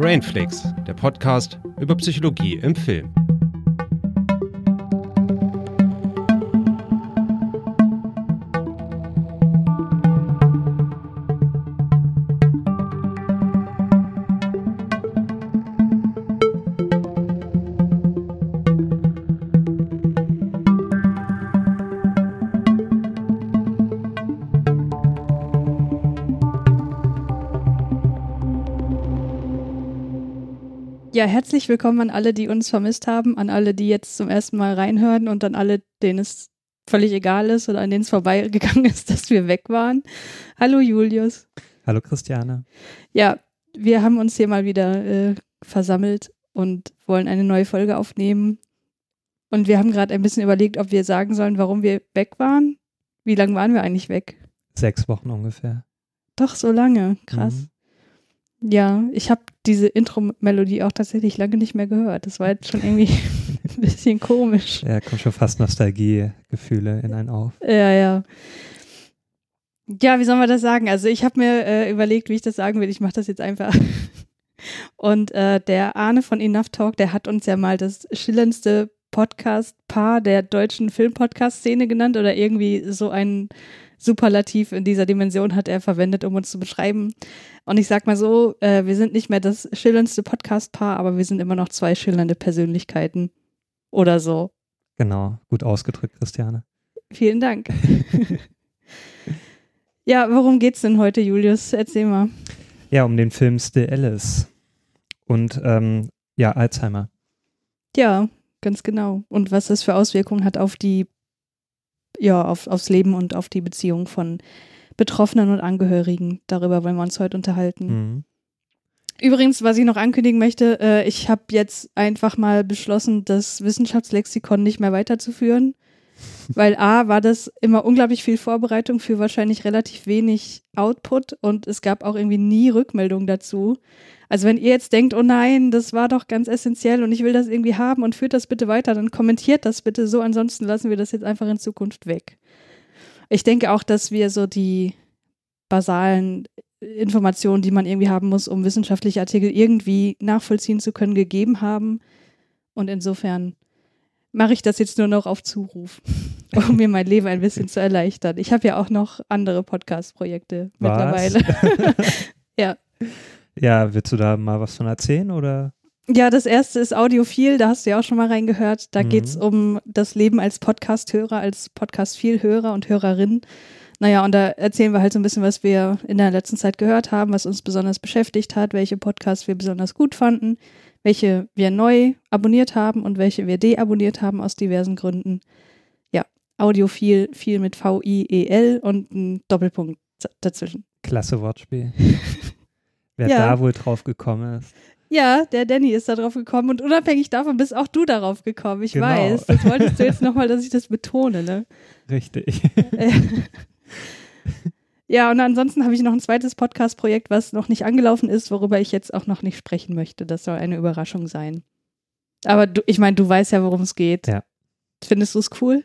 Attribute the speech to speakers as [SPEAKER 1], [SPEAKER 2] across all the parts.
[SPEAKER 1] Brainflix, der Podcast über Psychologie im Film.
[SPEAKER 2] Ja, herzlich willkommen an alle, die uns vermisst haben, an alle, die jetzt zum ersten Mal reinhören und an alle, denen es völlig egal ist oder an denen es vorbeigegangen ist, dass wir weg waren. Hallo Julius.
[SPEAKER 3] Hallo Christiane.
[SPEAKER 2] Ja, wir haben uns hier mal wieder versammelt und wollen eine neue Folge aufnehmen. Und wir haben gerade ein bisschen überlegt, ob wir sagen sollen, warum wir weg waren. Wie lange waren wir eigentlich weg? 6
[SPEAKER 3] Wochen ungefähr.
[SPEAKER 2] Doch, so lange. Krass. Ja, ich habe diese Intro-Melodie auch tatsächlich lange nicht mehr gehört. Das war jetzt schon irgendwie ein bisschen komisch.
[SPEAKER 3] Ja, kommt schon fast Nostalgie-Gefühle in einen auf.
[SPEAKER 2] Ja. Ja, wie soll man das sagen? Also ich habe mir überlegt, wie ich das sagen will. Ich mache das jetzt einfach. Und der Arne von Enough Talk, der hat uns ja mal das schillerndste Podcast-Paar der deutschen Film-Podcast-Szene genannt oder irgendwie so ein Superlativ in dieser Dimension hat er verwendet, um uns zu beschreiben. Und ich sag mal so, wir sind nicht mehr das schillerndste Podcast-Paar, aber wir sind immer noch 2 schillernde Persönlichkeiten oder so.
[SPEAKER 3] Genau, gut ausgedrückt, Christiane.
[SPEAKER 2] Vielen Dank. Ja, worum geht's denn heute, Julius? Erzähl mal.
[SPEAKER 3] Ja, um den Film Still Alice und Alzheimer.
[SPEAKER 2] Ja, ganz genau. Und was das für Auswirkungen hat auf aufs Leben und auf die Beziehung von Betroffenen und Angehörigen. Darüber wollen wir uns heute unterhalten.
[SPEAKER 3] Mhm.
[SPEAKER 2] Übrigens, was ich noch ankündigen möchte, ich habe jetzt einfach mal beschlossen, das Wissenschaftslexikon nicht mehr weiterzuführen, weil A, war das immer unglaublich viel Vorbereitung für wahrscheinlich relativ wenig Output und es gab auch irgendwie nie Rückmeldung dazu. Also wenn ihr jetzt denkt, oh nein, das war doch ganz essentiell und ich will das irgendwie haben und führt das bitte weiter, dann kommentiert das bitte so, ansonsten lassen wir das jetzt einfach in Zukunft weg. Ich denke auch, dass wir so die basalen Informationen, die man irgendwie haben muss, um wissenschaftliche Artikel irgendwie nachvollziehen zu können, gegeben haben. Und insofern mache ich das jetzt nur noch auf Zuruf, um mir mein Leben ein bisschen zu erleichtern. Ich habe ja auch noch andere Podcast-Projekte mittlerweile. Ja.
[SPEAKER 3] Ja, willst du da mal was von erzählen, oder?
[SPEAKER 2] Ja, das erste ist Audiophil, da hast du ja auch schon mal reingehört. Da geht's um das Leben als Podcast-Hörer, als Podcast-Viel-Hörer und Hörerin. Naja, und da erzählen wir halt so ein bisschen, was wir in der letzten Zeit gehört haben, was uns besonders beschäftigt hat, welche Podcasts wir besonders gut fanden, welche wir neu abonniert haben und welche wir deabonniert haben aus diversen Gründen. Ja, Audiophil, viel mit V-I-E-L und ein Doppelpunkt dazwischen.
[SPEAKER 3] Klasse Wortspiel. Wer da wohl drauf gekommen ist.
[SPEAKER 2] Ja, der Danny ist da drauf gekommen und unabhängig davon bist auch du darauf gekommen. Ich weiß, das wolltest du jetzt nochmal, dass ich das betone, ne?
[SPEAKER 3] Richtig.
[SPEAKER 2] Ja, und ansonsten habe ich noch ein zweites Podcast-Projekt, was noch nicht angelaufen ist, worüber ich jetzt auch noch nicht sprechen möchte. Das soll eine Überraschung sein. Aber ich meine, du weißt ja, worum es geht.
[SPEAKER 3] Ja. Findest
[SPEAKER 2] du es cool?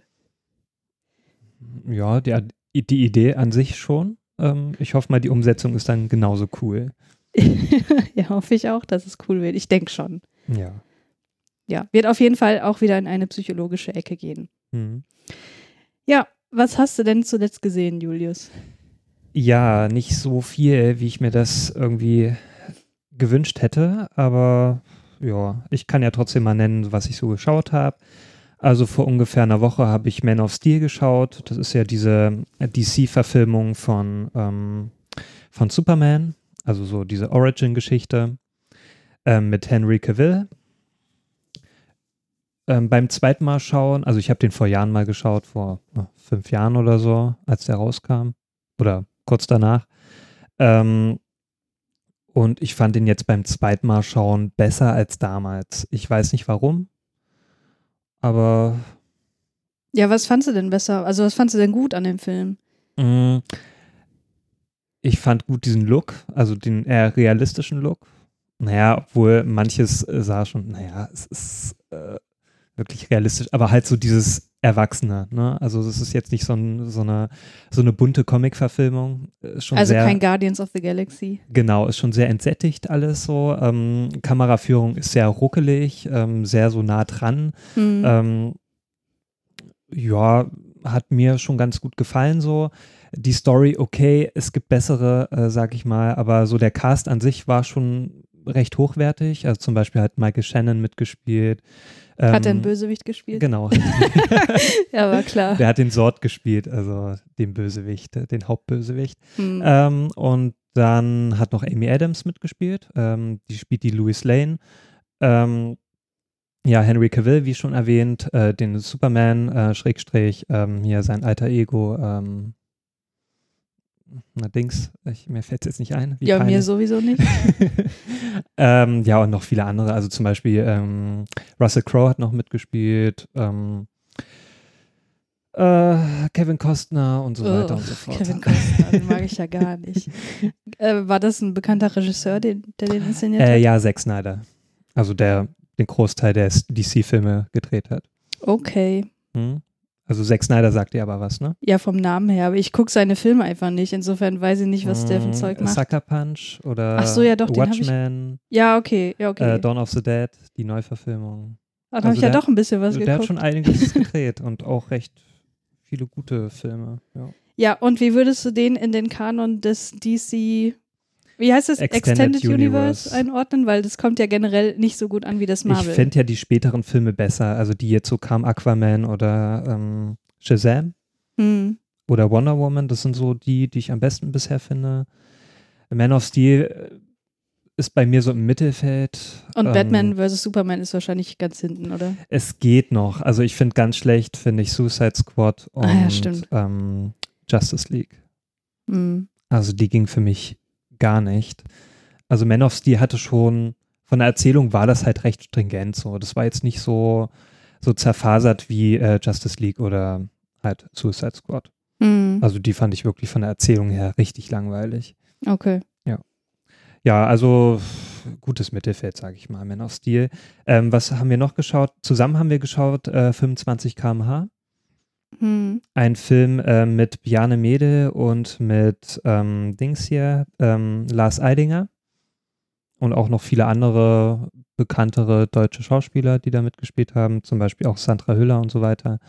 [SPEAKER 3] Ja, die Idee an sich schon. Ich hoffe mal, die Umsetzung ist dann genauso cool.
[SPEAKER 2] Ja, hoffe ich auch, dass es cool wird. Ich denke schon.
[SPEAKER 3] Ja.
[SPEAKER 2] Ja, wird auf jeden Fall auch wieder in eine psychologische Ecke gehen.
[SPEAKER 3] Mhm.
[SPEAKER 2] Ja, was hast du denn zuletzt gesehen, Julius?
[SPEAKER 3] Ja, nicht so viel, wie ich mir das irgendwie gewünscht hätte, aber ja, ich kann ja trotzdem mal nennen, was ich so geschaut habe. Also vor ungefähr einer Woche habe ich Man of Steel geschaut. Das ist ja diese DC-Verfilmung von Superman, also so diese Origin-Geschichte mit Henry Cavill. Beim zweiten Mal schauen, also ich habe den vor Jahren mal geschaut, vor 5 Jahren oder so, als der rauskam oder kurz danach. Und ich fand den jetzt beim zweiten Mal schauen besser als damals. Ich weiß nicht warum, aber...
[SPEAKER 2] Ja, was fandst du denn besser? Also was fandst du denn gut an dem Film?
[SPEAKER 3] Ich fand gut diesen Look, also den eher realistischen Look. Naja, obwohl manches sah schon, es wirklich realistisch, aber halt so dieses Erwachsene, ne? Also das ist jetzt nicht so eine bunte Comic-Verfilmung. Schon
[SPEAKER 2] Also
[SPEAKER 3] sehr,
[SPEAKER 2] kein Guardians of the Galaxy.
[SPEAKER 3] genau, ist schon sehr entsättigt alles so. Kameraführung ist sehr ruckelig, sehr so nah dran. Ja, hat mir schon ganz gut gefallen so. Die Story, okay, es gibt bessere, sag ich mal, aber so der Cast an sich war schon recht hochwertig. Also zum Beispiel hat Michael Shannon mitgespielt.
[SPEAKER 2] Hat er einen Bösewicht gespielt?
[SPEAKER 3] Genau.
[SPEAKER 2] Ja, war klar.
[SPEAKER 3] Der hat den Sord gespielt, also den Bösewicht, den Hauptbösewicht. Und dann hat noch Amy Adams mitgespielt. Die spielt die Lois Lane. Ja, Henry Cavill, wie schon erwähnt, den Superman, Schrägstrich, hier sein alter Ego, mir fällt es jetzt nicht ein.
[SPEAKER 2] Ja, mir sowieso nicht.
[SPEAKER 3] Ja, und noch viele andere, also zum Beispiel Russell Crowe hat noch mitgespielt, Kevin Costner und so weiter und so fort.
[SPEAKER 2] Kevin Costner, den mag ich ja gar nicht. War das ein bekannter Regisseur, der den inszeniert hat?
[SPEAKER 3] Ja, Zack Snyder. Also der den Großteil der DC-Filme gedreht hat.
[SPEAKER 2] Okay.
[SPEAKER 3] Also Zack Snyder sagt dir aber was, ne?
[SPEAKER 2] Ja, vom Namen her, aber ich gucke seine Filme einfach nicht. Insofern weiß ich nicht, was der für ein Zeug macht.
[SPEAKER 3] Sucker Punch oder
[SPEAKER 2] Ach so, ja, doch,
[SPEAKER 3] Watchmen.
[SPEAKER 2] Ja, okay.
[SPEAKER 3] Dawn of the Dead, die Neuverfilmung.
[SPEAKER 2] Da habe ich ja doch ein bisschen was geguckt.
[SPEAKER 3] Der hat schon einiges gedreht und auch recht viele gute Filme.
[SPEAKER 2] Ja, und wie würdest du den in den Kanon des DC, wie heißt es, Extended Universe einordnen? Weil das kommt ja generell nicht so gut an wie das Marvel.
[SPEAKER 3] Ich finde ja die späteren Filme besser, also die jetzt so kamen, Aquaman oder Shazam oder Wonder Woman, das sind so die ich am besten bisher finde. Man of Steel ist bei mir so im Mittelfeld.
[SPEAKER 2] Und Batman vs. Superman ist wahrscheinlich ganz hinten, oder?
[SPEAKER 3] Es geht noch. Also ich finde ganz schlecht, finde ich Suicide Squad und Justice League. Also die ging für mich gar nicht. Also Man of Steel hatte schon, von der Erzählung war das halt recht stringent so. Das war jetzt nicht so zerfasert wie Justice League oder halt Suicide Squad. Also die fand ich wirklich von der Erzählung her richtig langweilig.
[SPEAKER 2] Okay.
[SPEAKER 3] Ja, also gutes Mittelfeld, sage ich mal, Man of Steel. Was haben wir noch geschaut? Zusammen haben wir geschaut 25 km/h. Ein Film mit Bjarne Mädel und mit Lars Eidinger und auch noch viele andere bekanntere deutsche Schauspieler, die da mitgespielt haben, zum Beispiel auch Sandra Hüller und so weiter.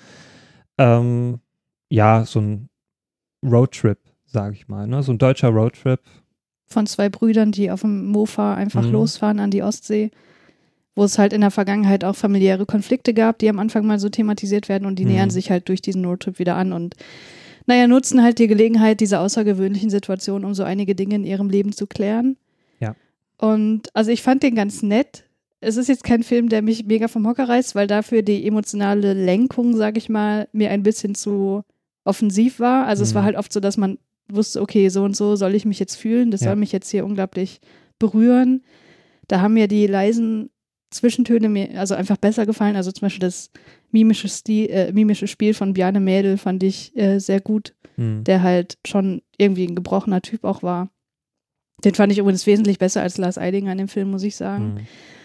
[SPEAKER 3] Ja, so ein Roadtrip, sage ich mal, ne? So ein deutscher Roadtrip.
[SPEAKER 2] Von zwei Brüdern, die auf dem Mofa einfach losfahren an die Ostsee, wo es halt in der Vergangenheit auch familiäre Konflikte gab, die am Anfang mal so thematisiert werden und die nähern sich halt durch diesen Roadtrip wieder an und nutzen halt die Gelegenheit dieser außergewöhnlichen Situation, um so einige Dinge in ihrem Leben zu klären.
[SPEAKER 3] Ja.
[SPEAKER 2] Und also ich fand den ganz nett. Es ist jetzt kein Film, der mich mega vom Hocker reißt, weil dafür die emotionale Lenkung, sag ich mal, mir ein bisschen zu offensiv war. Also es war halt oft so, dass man wusste, okay, so und so soll ich mich jetzt fühlen, das soll mich jetzt hier unglaublich berühren. Da haben mir die leisen Zwischentöne mir also einfach besser gefallen. Also zum Beispiel das mimische Spiel von Bjarne Mädel fand ich sehr gut, der halt schon irgendwie ein gebrochener Typ auch war. Den fand ich übrigens wesentlich besser als Lars Eidinger in dem Film, muss ich sagen.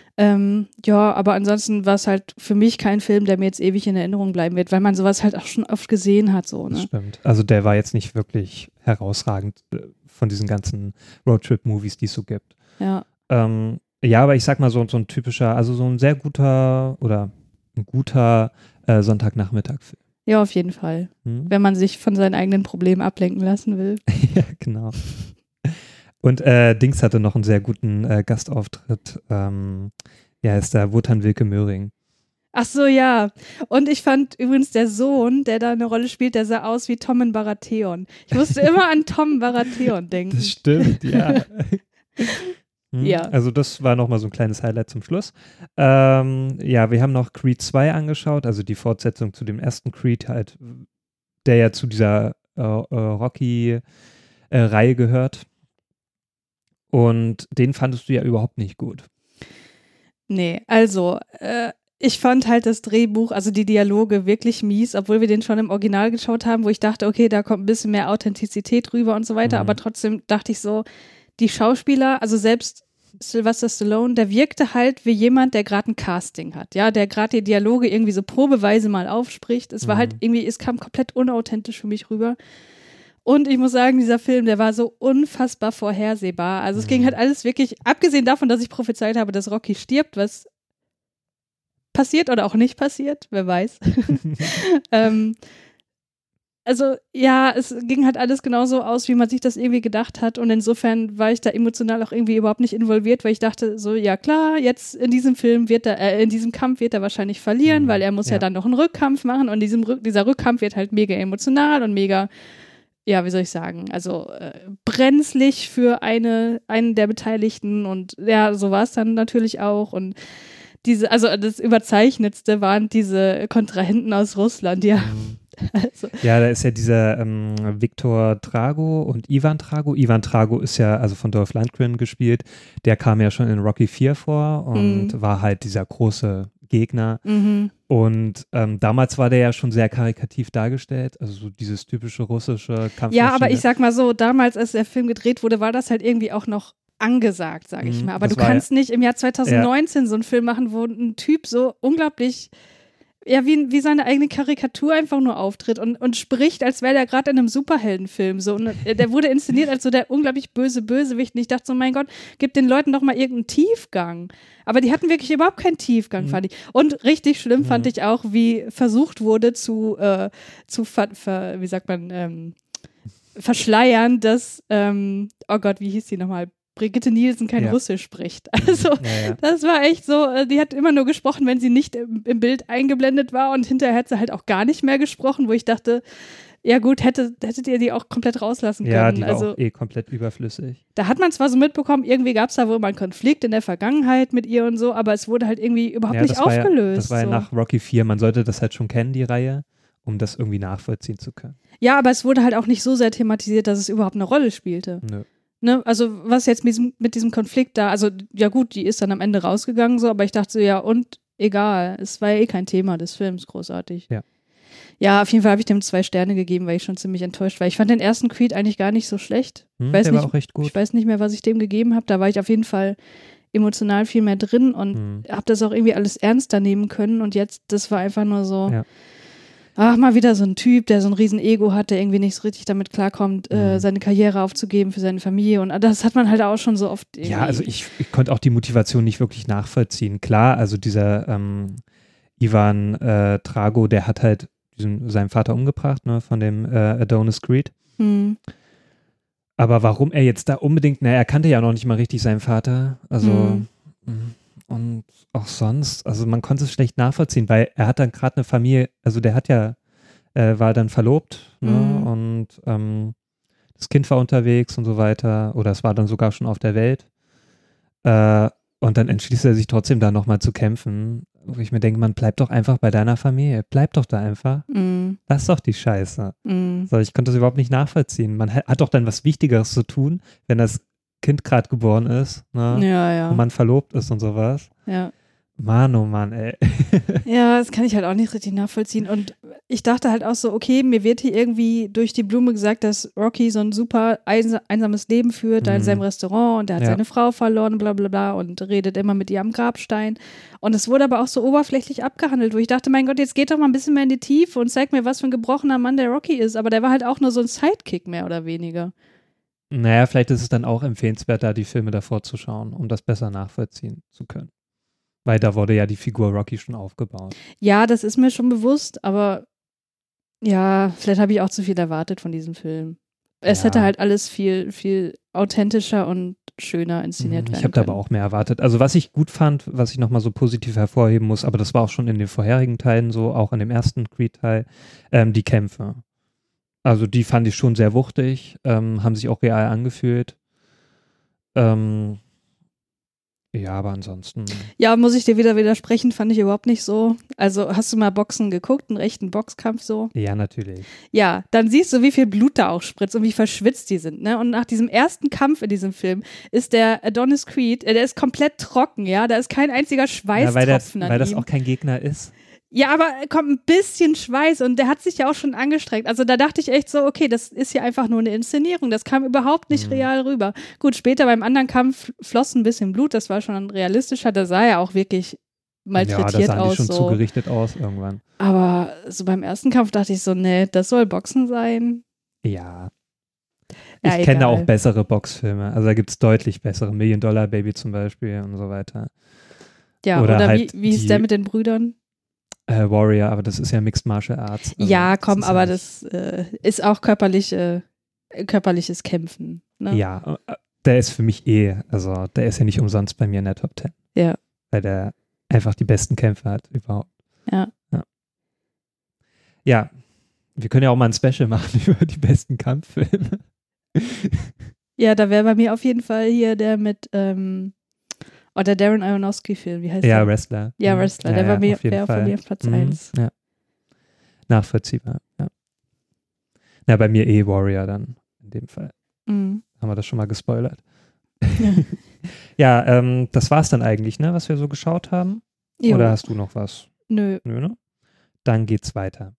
[SPEAKER 2] Ja, aber ansonsten war es halt für mich kein Film, der mir jetzt ewig in Erinnerung bleiben wird, weil man sowas halt auch schon oft gesehen hat. So, ne?
[SPEAKER 3] Das stimmt. Also der war jetzt nicht wirklich herausragend von diesen ganzen Roadtrip-Movies, die es so gibt.
[SPEAKER 2] Ja.
[SPEAKER 3] Ja, aber ich sag mal so ein typischer, also so ein sehr guter oder ein guter Sonntagnachmittag-Film.
[SPEAKER 2] Ja, auf jeden Fall. Wenn man sich von seinen eigenen Problemen ablenken lassen will.
[SPEAKER 3] Ja, genau. Und Dings hatte noch einen sehr guten Gastauftritt. Ist der Wotan Wilke Möhring.
[SPEAKER 2] Ach so, ja. Und ich fand übrigens der Sohn, der da eine Rolle spielt, der sah aus wie Tommen Baratheon. Ich musste immer an Tommen Baratheon denken.
[SPEAKER 3] Das stimmt, ja.
[SPEAKER 2] Ja.
[SPEAKER 3] Also das war nochmal so ein kleines Highlight zum Schluss. Ja, wir haben noch Creed 2 angeschaut, also die Fortsetzung zu dem ersten Creed halt, der ja zu dieser Rocky-Reihe gehört. Und den fandest du ja überhaupt nicht gut.
[SPEAKER 2] Nee, also ich fand halt das Drehbuch, also die Dialoge wirklich mies, obwohl wir den schon im Original geschaut haben, wo ich dachte, okay, da kommt ein bisschen mehr Authentizität rüber und so weiter, aber trotzdem dachte ich so, die Schauspieler, also selbst Sylvester Stallone, der wirkte halt wie jemand, der gerade ein Casting hat, ja, der gerade die Dialoge irgendwie so probeweise mal aufspricht. Es war halt irgendwie, es kam komplett unauthentisch für mich rüber. Und ich muss sagen, dieser Film, der war so unfassbar vorhersehbar. Also es ging halt alles wirklich, abgesehen davon, dass ich prophezeit habe, dass Rocky stirbt, was passiert oder auch nicht passiert, wer weiß. Also ja, es ging halt alles genauso aus, wie man sich das irgendwie gedacht hat und insofern war ich da emotional auch irgendwie überhaupt nicht involviert, weil ich dachte so, ja klar, jetzt in diesem Film in diesem Kampf wird er wahrscheinlich verlieren, weil er muss ja dann noch einen Rückkampf machen und dieser Rückkampf wird halt mega emotional und mega, ja, wie soll ich sagen, also brenzlig für einen der Beteiligten und ja, so war es dann natürlich auch und also das Überzeichnetste waren diese Kontrahenten aus Russland, ja. Also.
[SPEAKER 3] Ja, da ist ja dieser Viktor Drago und Ivan Drago. Ivan Drago ist ja, also von Dolph Lundgren gespielt, der kam ja schon in Rocky 4 vor und war halt dieser große Gegner. Und damals war der ja schon sehr karikativ dargestellt, also so dieses typische russische Kampfmaschine.
[SPEAKER 2] Ja, aber ich sag mal so, damals, als der Film gedreht wurde, war das halt irgendwie auch noch angesagt, sage ich mal. Aber du kannst nicht im Jahr 2019 so einen Film machen, wo ein Typ so unglaublich ja, wie seine eigene Karikatur einfach nur auftritt und spricht, als wäre der gerade in einem Superheldenfilm. So. Und der wurde inszeniert als so der unglaublich böse Bösewicht. Und ich dachte so, mein Gott, gib den Leuten doch mal irgendeinen Tiefgang. Aber die hatten wirklich überhaupt keinen Tiefgang, fand ich. Und richtig schlimm fand ich auch, wie versucht wurde verschleiern, dass, oh Gott, wie hieß die nochmal? Brigitte Nielsen kein Russisch spricht. Also das war echt so, die hat immer nur gesprochen, wenn sie nicht im Bild eingeblendet war und hinterher hat sie halt auch gar nicht mehr gesprochen, wo ich dachte, ja gut, hättet ihr die auch komplett rauslassen können.
[SPEAKER 3] Ja, die war auch komplett überflüssig.
[SPEAKER 2] Da hat man zwar so mitbekommen, irgendwie gab es da wohl mal einen Konflikt in der Vergangenheit mit ihr und so, aber es wurde halt irgendwie überhaupt nicht aufgelöst.
[SPEAKER 3] Das war ja nach Rocky 4, man sollte das halt schon kennen, die Reihe, um das irgendwie nachvollziehen zu können.
[SPEAKER 2] Ja, aber es wurde halt auch nicht so sehr thematisiert, dass es überhaupt eine Rolle spielte. Nö. Ne, also was jetzt mit diesem Konflikt da, also ja gut, die ist dann am Ende rausgegangen so, aber ich dachte so, ja und, egal, es war ja eh kein Thema des Films, großartig. Ja, auf jeden Fall habe ich dem 2 Sterne gegeben, weil ich schon ziemlich enttäuscht war. Ich fand den ersten Creed eigentlich gar nicht so schlecht.
[SPEAKER 3] Der war auch recht gut.
[SPEAKER 2] Ich weiß nicht mehr, was ich dem gegeben habe, da war ich auf jeden Fall emotional viel mehr drin und habe das auch irgendwie alles ernster nehmen können und jetzt, das war einfach nur so... Ja. Ach, mal wieder so ein Typ, der so ein riesen Ego hat, der irgendwie nicht so richtig damit klarkommt, seine Karriere aufzugeben für seine Familie. Und das hat man halt auch schon so oft.
[SPEAKER 3] Ja, also ich konnte auch die Motivation nicht wirklich nachvollziehen. Klar, also dieser Ivan Drago, der hat halt seinen Vater umgebracht, ne, von dem Adonis Creed. Aber warum er jetzt da unbedingt, er kannte ja noch nicht mal richtig seinen Vater. Also und auch sonst, also man konnte es schlecht nachvollziehen, weil er hat dann gerade eine Familie, also der hat ja, war dann verlobt, ne, und das Kind war unterwegs und so weiter, oder es war dann sogar schon auf der Welt. Und dann entschließt er sich trotzdem da nochmal zu kämpfen, wo ich mir denke, man bleibt doch einfach bei deiner Familie, bleib doch da einfach. Das ist doch die Scheiße. So, ich konnte das überhaupt nicht nachvollziehen. Man hat doch dann was Wichtigeres zu tun, wenn das Kind gerade geboren ist, ne? Und man verlobt ist und sowas.
[SPEAKER 2] Ja.
[SPEAKER 3] Mann, oh Mann, ey.
[SPEAKER 2] Ja, das kann ich halt auch nicht richtig nachvollziehen. Und ich dachte halt auch so, okay, mir wird hier irgendwie durch die Blume gesagt, dass Rocky so ein super einsames Leben führt, da in seinem Restaurant und der hat seine Frau verloren, bla bla bla und redet immer mit ihr am Grabstein. Und es wurde aber auch so oberflächlich abgehandelt, wo ich dachte, mein Gott, jetzt geht doch mal ein bisschen mehr in die Tiefe und zeig mir, was für ein gebrochener Mann der Rocky ist. Aber der war halt auch nur so ein Sidekick, mehr oder weniger.
[SPEAKER 3] Naja, vielleicht ist es dann auch empfehlenswert, da die Filme davor zu schauen, um das besser nachvollziehen zu können. Weil da wurde ja die Figur Rocky schon aufgebaut.
[SPEAKER 2] Ja, das ist mir schon bewusst, aber ja, vielleicht habe ich auch zu viel erwartet von diesem Film. Es hätte halt alles viel, viel authentischer und schöner inszeniert werden können.
[SPEAKER 3] Ich habe da aber auch mehr erwartet. Also was ich gut fand, was ich nochmal so positiv hervorheben muss, aber das war auch schon in den vorherigen Teilen so, auch in dem ersten Creed-Teil, die Kämpfe. Also die fand ich schon sehr wuchtig, haben sich auch real angefühlt. Ja, aber ansonsten.
[SPEAKER 2] Ja, muss ich dir wieder widersprechen, fand ich überhaupt nicht so. Also hast du mal Boxen geguckt, einen rechten Boxkampf so?
[SPEAKER 3] Ja, natürlich.
[SPEAKER 2] Ja, dann siehst du, wie viel Blut da auch spritzt und wie verschwitzt die sind, ne? Und nach diesem ersten Kampf in diesem Film ist der Adonis Creed, der ist komplett trocken, ja? Da ist kein einziger Schweißtropfen an ihm.
[SPEAKER 3] Weil das auch kein Gegner ist.
[SPEAKER 2] Ja, aber kommt ein bisschen Schweiß und der hat sich ja auch schon angestrengt. Also da dachte ich echt so, okay, das ist ja einfach nur eine Inszenierung. Das kam überhaupt nicht real rüber. Gut, später beim anderen Kampf floss ein bisschen Blut, das war schon realistischer. Da sah er auch wirklich malträtiert
[SPEAKER 3] ja, da sahen
[SPEAKER 2] aus.
[SPEAKER 3] die schon
[SPEAKER 2] so.
[SPEAKER 3] zugerichtet aus irgendwann.
[SPEAKER 2] Aber so beim ersten Kampf dachte ich so, nee, das soll Boxen sein.
[SPEAKER 3] Ja.
[SPEAKER 2] Ja,
[SPEAKER 3] Ich kenne
[SPEAKER 2] egal.
[SPEAKER 3] auch bessere Boxfilme. Also da gibt es deutlich bessere. $1 Million Baby zum Beispiel und so weiter.
[SPEAKER 2] Ja,
[SPEAKER 3] oder
[SPEAKER 2] oder
[SPEAKER 3] halt
[SPEAKER 2] wie ist der mit den Brüdern?
[SPEAKER 3] Warrior, aber das ist ja Mixed Martial Arts. Also
[SPEAKER 2] Ja, komm,
[SPEAKER 3] ist
[SPEAKER 2] aber
[SPEAKER 3] ja
[SPEAKER 2] das ist auch körperliches Kämpfen. Ne?
[SPEAKER 3] Ja, der ist für mich also der ist ja nicht umsonst bei mir in der Top 10.
[SPEAKER 2] Ja.
[SPEAKER 3] Weil der einfach die besten Kämpfe hat überhaupt.
[SPEAKER 2] Ja.
[SPEAKER 3] Ja, wir können ja auch mal ein Special machen über die besten Kampffilme.
[SPEAKER 2] Ja, da wäre bei mir auf jeden Fall hier der mit, der Darren Aronofsky-Film, wie heißt
[SPEAKER 3] Ja,
[SPEAKER 2] der?
[SPEAKER 3] Wrestler.
[SPEAKER 2] Ja, Wrestler, der war mir, wäre von mir auf Platz 1.
[SPEAKER 3] Ja. Nachvollziehbar, ja. Na, bei mir Warrior dann, in dem Fall.
[SPEAKER 2] Mhm.
[SPEAKER 3] Haben wir das schon mal gespoilert.
[SPEAKER 2] Ja.
[SPEAKER 3] Ja, das war's dann eigentlich, ne, was wir so geschaut haben?
[SPEAKER 2] Jo.
[SPEAKER 3] Oder hast du noch was?
[SPEAKER 2] Nö.
[SPEAKER 3] Nö, ne? Dann geht's weiter.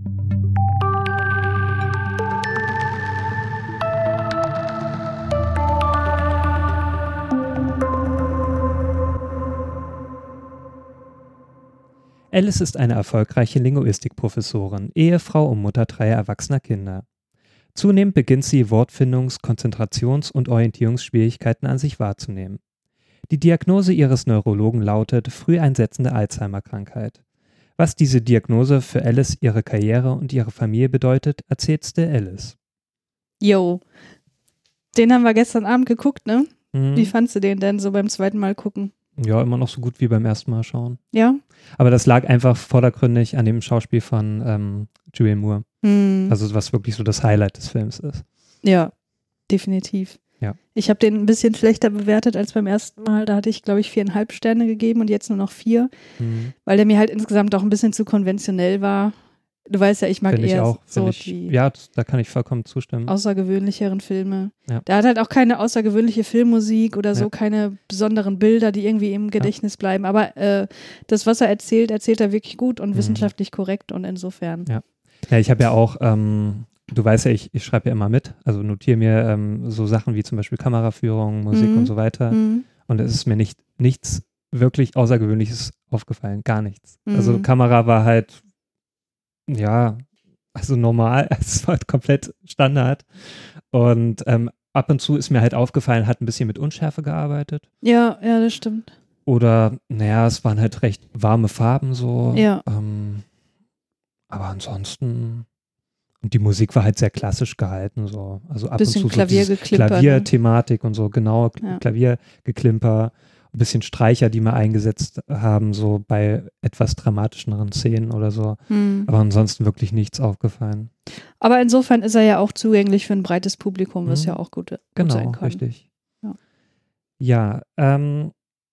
[SPEAKER 3] Alice ist eine erfolgreiche Linguistikprofessorin, Ehefrau und Mutter 3 erwachsener Kinder. Zunehmend beginnt sie Wortfindungs-, Konzentrations- und Orientierungsschwierigkeiten an sich wahrzunehmen. Die Diagnose ihres Neurologen lautet früh einsetzende Alzheimer-Krankheit. Was diese Diagnose für Alice, ihre Karriere und ihre Familie bedeutet, erzählste Alice.
[SPEAKER 2] Jo. Den haben wir gestern Abend geguckt, ne?
[SPEAKER 3] Mhm.
[SPEAKER 2] Wie fandst du den denn so beim zweiten Mal gucken?
[SPEAKER 3] Ja, immer noch so gut wie beim ersten Mal schauen.
[SPEAKER 2] Ja?
[SPEAKER 3] Aber das lag einfach vordergründig an dem Schauspiel von Julianne Moore.
[SPEAKER 2] Hm.
[SPEAKER 3] Also was wirklich so das Highlight des Films ist.
[SPEAKER 2] Ja, definitiv.
[SPEAKER 3] Ja.
[SPEAKER 2] Ich habe den ein bisschen schlechter bewertet als beim ersten Mal. Da hatte ich, glaube ich, 4,5 Sterne gegeben und jetzt nur noch 4, weil der mir halt insgesamt auch ein bisschen zu konventionell war. Du weißt ja, ich mag
[SPEAKER 3] Finde ich
[SPEAKER 2] eher
[SPEAKER 3] auch.
[SPEAKER 2] so
[SPEAKER 3] Die da kann ich vollkommen zustimmen.
[SPEAKER 2] außergewöhnlicheren Filme.
[SPEAKER 3] Ja.
[SPEAKER 2] Der hat halt auch keine außergewöhnliche Filmmusik oder so,
[SPEAKER 3] Ja.
[SPEAKER 2] keine besonderen Bilder, die irgendwie im Gedächtnis bleiben. Aber das, was er erzählt er wirklich gut und wissenschaftlich korrekt und insofern.
[SPEAKER 3] Ja, ich habe ja auch, du weißt ja, ich schreibe ja immer mit, also notiere mir so Sachen wie zum Beispiel Kameraführung, Musik und so weiter. Und es ist mir nichts wirklich Außergewöhnliches aufgefallen, gar nichts. Also Kamera war halt, ja, also normal, es war halt komplett Standard. Und ab und zu ist mir halt aufgefallen, hat ein bisschen mit Unschärfe gearbeitet.
[SPEAKER 2] Ja, das stimmt.
[SPEAKER 3] Oder, naja, es waren halt recht warme Farben so.
[SPEAKER 2] Ja.
[SPEAKER 3] Aber ansonsten, und die Musik war halt sehr klassisch gehalten, so. Also ab
[SPEAKER 2] Bisschen
[SPEAKER 3] und zu
[SPEAKER 2] Klaviergeklimper,
[SPEAKER 3] Klavierthematik und so, genau,
[SPEAKER 2] Ja.
[SPEAKER 3] Klaviergeklimper, ein bisschen Streicher, die wir eingesetzt haben, so bei etwas dramatischeren Szenen oder so. Aber ansonsten wirklich nichts aufgefallen.
[SPEAKER 2] Aber insofern ist er ja auch zugänglich für ein breites Publikum, was ja auch gut sein
[SPEAKER 3] Genau,
[SPEAKER 2] kann.
[SPEAKER 3] richtig.
[SPEAKER 2] Ja.
[SPEAKER 3] Ja,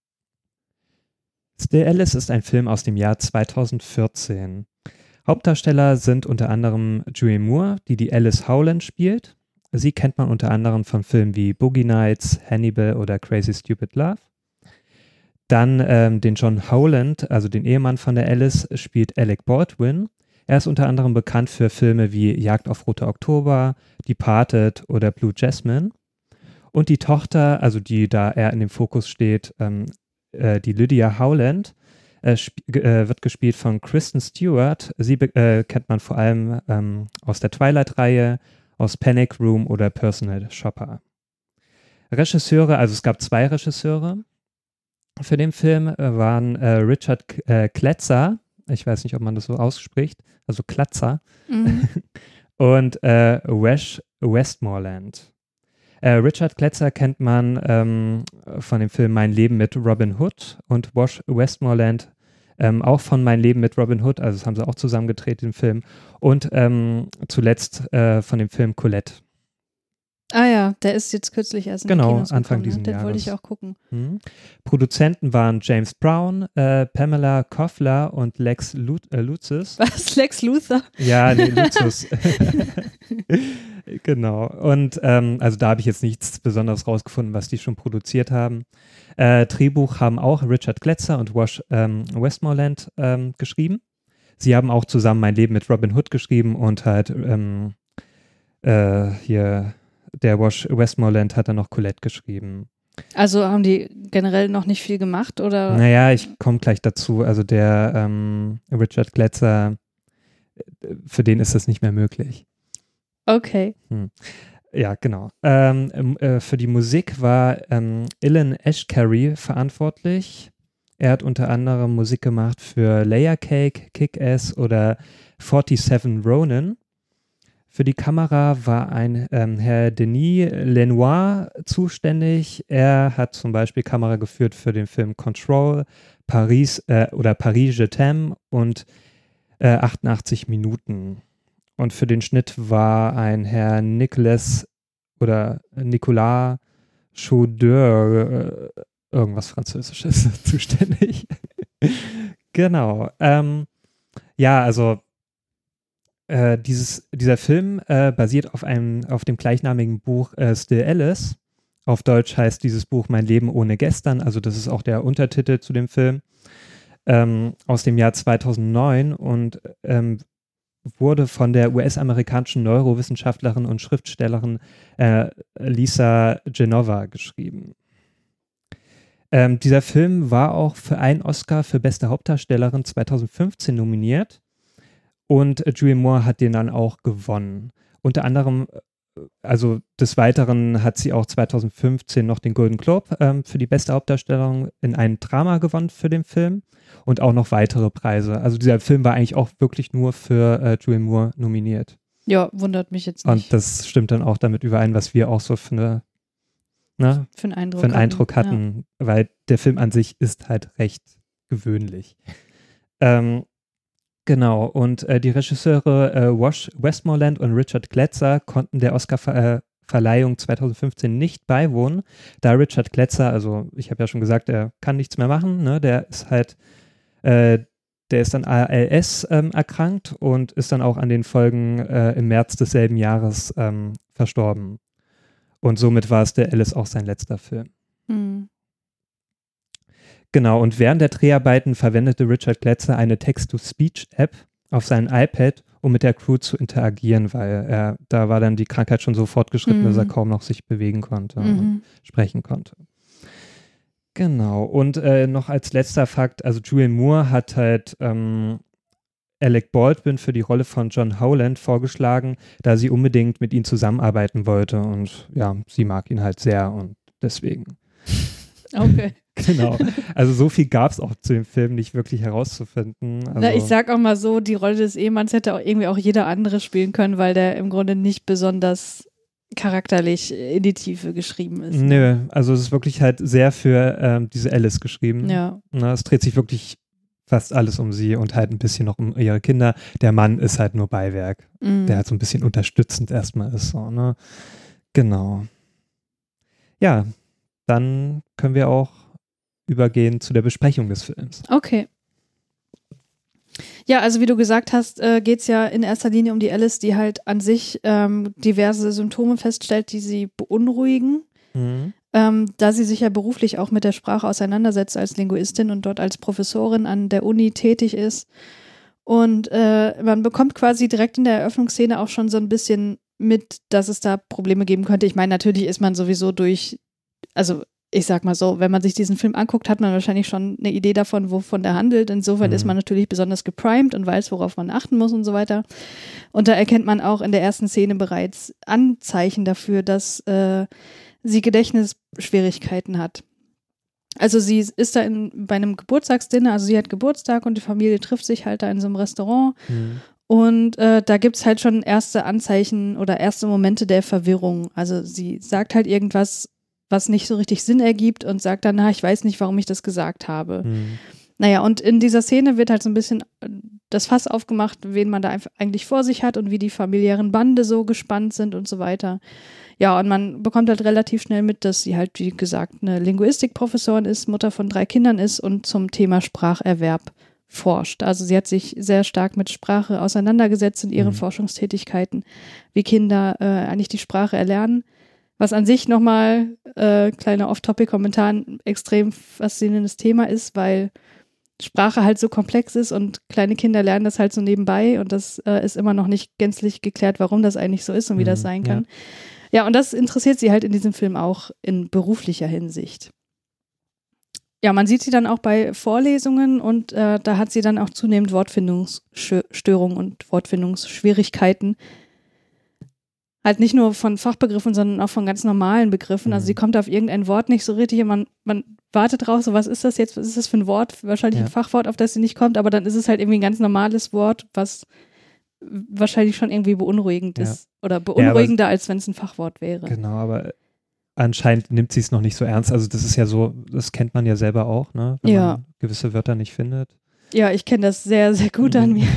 [SPEAKER 3] Still Alice ist ein Film aus dem Jahr 2014. Hauptdarsteller sind unter anderem Julianne Moore, die Alice Howland spielt. Sie kennt man unter anderem von Filmen wie Boogie Nights, Hannibal oder Crazy Stupid Love. Dann den John Howland, also den Ehemann von der Alice, spielt Alec Baldwin. Er ist unter anderem bekannt für Filme wie Jagd auf Roter Oktober, Departed oder Blue Jasmine. Und die Tochter, also die da eher in dem Fokus steht, die Lydia Howland, wird gespielt von Kristen Stewart. Sie kennt man vor allem aus der Twilight-Reihe, aus Panic Room oder Personal Shopper. Regisseure, also es gab 2 Regisseure für den Film, waren Richard Kletzer, ich weiß nicht, ob man das so ausspricht, also Klatzer, und Wesh Westmoreland. Richard Kletzer kennt man von dem Film Mein Leben mit Robin Hood und Wash Westmoreland auch von Mein Leben mit Robin Hood, also das haben sie auch zusammen gedreht, den Film. Und zuletzt von dem Film Colette.
[SPEAKER 2] Ah ja, der ist jetzt kürzlich erst in die Kinos
[SPEAKER 3] Anfang
[SPEAKER 2] gekommen,
[SPEAKER 3] diesen
[SPEAKER 2] Den
[SPEAKER 3] Jahres.
[SPEAKER 2] wollte ich auch gucken.
[SPEAKER 3] Produzenten waren James Brown, Pamela Koffler und Lex Lutzes.
[SPEAKER 2] Was? Lex Luthor?
[SPEAKER 3] Ja, nee, Lutzes. Genau. Und also da habe ich jetzt nichts Besonderes rausgefunden, was die schon produziert haben. Drehbuch haben auch Richard Kletzer und Wash Westmoreland geschrieben. sie haben auch zusammen Mein Leben mit Robin Hood geschrieben und halt hier der Wash Westmoreland hat dann noch Colette geschrieben.
[SPEAKER 2] Also haben die generell noch nicht viel gemacht, oder?
[SPEAKER 3] Naja, ich komme gleich dazu. Also der Richard Gletzer, für den ist das nicht mehr möglich.
[SPEAKER 2] Okay.
[SPEAKER 3] Ja, genau. Für die Musik war Ilan Ashcary verantwortlich. Er hat unter anderem Musik gemacht für Layer Cake, Kick-Ass oder 47 Ronin. Für die Kamera war ein Herr Denis Lenoir zuständig. Er hat zum Beispiel Kamera geführt für den Film Control, Paris Je t'aime und 88 Minuten. Und für den Schnitt war ein Herr Nicolas Chaudeur, irgendwas Französisches, zuständig. Genau. Ja, also dieser Film basiert auf dem gleichnamigen Buch Still Alice. Auf Deutsch heißt dieses Buch Mein Leben ohne Gestern. Also das ist auch der Untertitel zu dem Film. Aus dem Jahr 2009 und wurde von der US-amerikanischen Neurowissenschaftlerin und Schriftstellerin Lisa Genova geschrieben. Dieser Film war auch für einen Oscar für beste Hauptdarstellerin 2015 nominiert und Julianne Moore hat den dann auch gewonnen. Unter anderem, also des Weiteren hat sie auch 2015 noch den Golden Globe für die beste Hauptdarstellerin in einem Drama gewonnen für den Film. Und auch noch weitere Preise. Also dieser Film war eigentlich auch wirklich nur für Julianne Moore nominiert.
[SPEAKER 2] Ja, wundert mich jetzt nicht.
[SPEAKER 3] Und das stimmt dann auch damit überein, was wir auch so für einen Eindruck hatten, ja. Weil der Film an sich ist halt recht gewöhnlich. Genau, und die Regisseure Wash Westmoreland und Richard Gletzer konnten der Oscar-Verleihung 2015 nicht beiwohnen, da Richard Gletzer, also ich habe ja schon gesagt, er kann nichts mehr machen, ne? Der ist an ALS erkrankt und ist dann auch an den Folgen im März desselben Jahres verstorben. Und somit war es der Alice auch sein letzter Film. Genau, und während der Dreharbeiten verwendete Richard Gletzer eine Text-to-Speech-App auf seinem iPad, um mit der Crew zu interagieren, weil da war dann die Krankheit schon so fortgeschritten, dass er kaum noch sich bewegen konnte und sprechen konnte. Genau, und noch als letzter Fakt, also Julianne Moore hat halt Alec Baldwin für die Rolle von John Howland vorgeschlagen, da sie unbedingt mit ihm zusammenarbeiten wollte und ja, sie mag ihn halt sehr und deswegen.
[SPEAKER 2] Okay.
[SPEAKER 3] Genau, also so viel gab es auch zu dem Film nicht wirklich herauszufinden. Also,
[SPEAKER 2] ich sag auch mal so, die Rolle des Ehemanns hätte auch irgendwie auch jeder andere spielen können, weil der im Grunde nicht besonders charakterlich in die Tiefe geschrieben ist.
[SPEAKER 3] Nö, also es ist wirklich halt sehr für diese Alice geschrieben.
[SPEAKER 2] Ja.
[SPEAKER 3] Na, es dreht sich wirklich fast alles um sie und halt ein bisschen noch um ihre Kinder. Der Mann ist halt nur Beiwerk, der halt so ein bisschen unterstützend erstmal ist. So, ne? Genau. Ja, dann können wir auch übergehen zu der Besprechung des Films.
[SPEAKER 2] Okay. Ja, also wie du gesagt hast, geht es ja in erster Linie um die Alice, die halt an sich diverse Symptome feststellt, die sie beunruhigen, da sie sich ja beruflich auch mit der Sprache auseinandersetzt als Linguistin und dort als Professorin an der Uni tätig ist. Und man bekommt quasi direkt in der Eröffnungsszene auch schon so ein bisschen mit, dass es da Probleme geben könnte. Ich meine, natürlich ist man sowieso also ich sag mal so, wenn man sich diesen Film anguckt, hat man wahrscheinlich schon eine Idee davon, wovon der handelt. Insofern ist man natürlich besonders geprimed und weiß, worauf man achten muss und so weiter. Und da erkennt man auch in der ersten Szene bereits Anzeichen dafür, dass sie Gedächtnisschwierigkeiten hat. Also sie ist da bei einem Geburtstagsdinner, also sie hat Geburtstag und die Familie trifft sich halt da in so einem Restaurant. Und da gibt es halt schon erste Anzeichen oder erste Momente der Verwirrung. Also sie sagt halt irgendwas, was nicht so richtig Sinn ergibt und sagt dann, ich weiß nicht, warum ich das gesagt habe. Naja, und in dieser Szene wird halt so ein bisschen das Fass aufgemacht, wen man da eigentlich vor sich hat und wie die familiären Bande so gespannt sind und so weiter. Ja, und man bekommt halt relativ schnell mit, dass sie halt, wie gesagt, eine Linguistikprofessorin ist, Mutter von 3 Kindern ist und zum Thema Spracherwerb forscht. Also sie hat sich sehr stark mit Sprache auseinandergesetzt in ihren Forschungstätigkeiten, wie Kinder eigentlich die Sprache erlernen. Was an sich nochmal, kleiner Off-Topic-Kommentar, ein extrem faszinierendes Thema ist, weil Sprache halt so komplex ist und kleine Kinder lernen das halt so nebenbei und das ist immer noch nicht gänzlich geklärt, warum das eigentlich so ist und wie das sein kann. Ja, und das interessiert sie halt in diesem Film auch in beruflicher Hinsicht. Ja, man sieht sie dann auch bei Vorlesungen und da hat sie dann auch zunehmend Wortfindungsstörungen und Wortfindungsschwierigkeiten. Halt nicht nur von Fachbegriffen, sondern auch von ganz normalen Begriffen. Also sie kommt auf irgendein Wort nicht so richtig und man wartet drauf, so was ist das jetzt, was ist das für ein Wort? Wahrscheinlich ein Fachwort, auf das sie nicht kommt, aber dann ist es halt irgendwie ein ganz normales Wort, was wahrscheinlich schon irgendwie beunruhigend ist. Oder beunruhigender, als wenn es ein Fachwort wäre.
[SPEAKER 3] Genau, aber anscheinend nimmt sie es noch nicht so ernst. Also das ist ja so, das kennt man ja selber auch, ne? Wenn man gewisse Wörter nicht findet.
[SPEAKER 2] Ja, ich kenne das sehr, sehr gut an mir.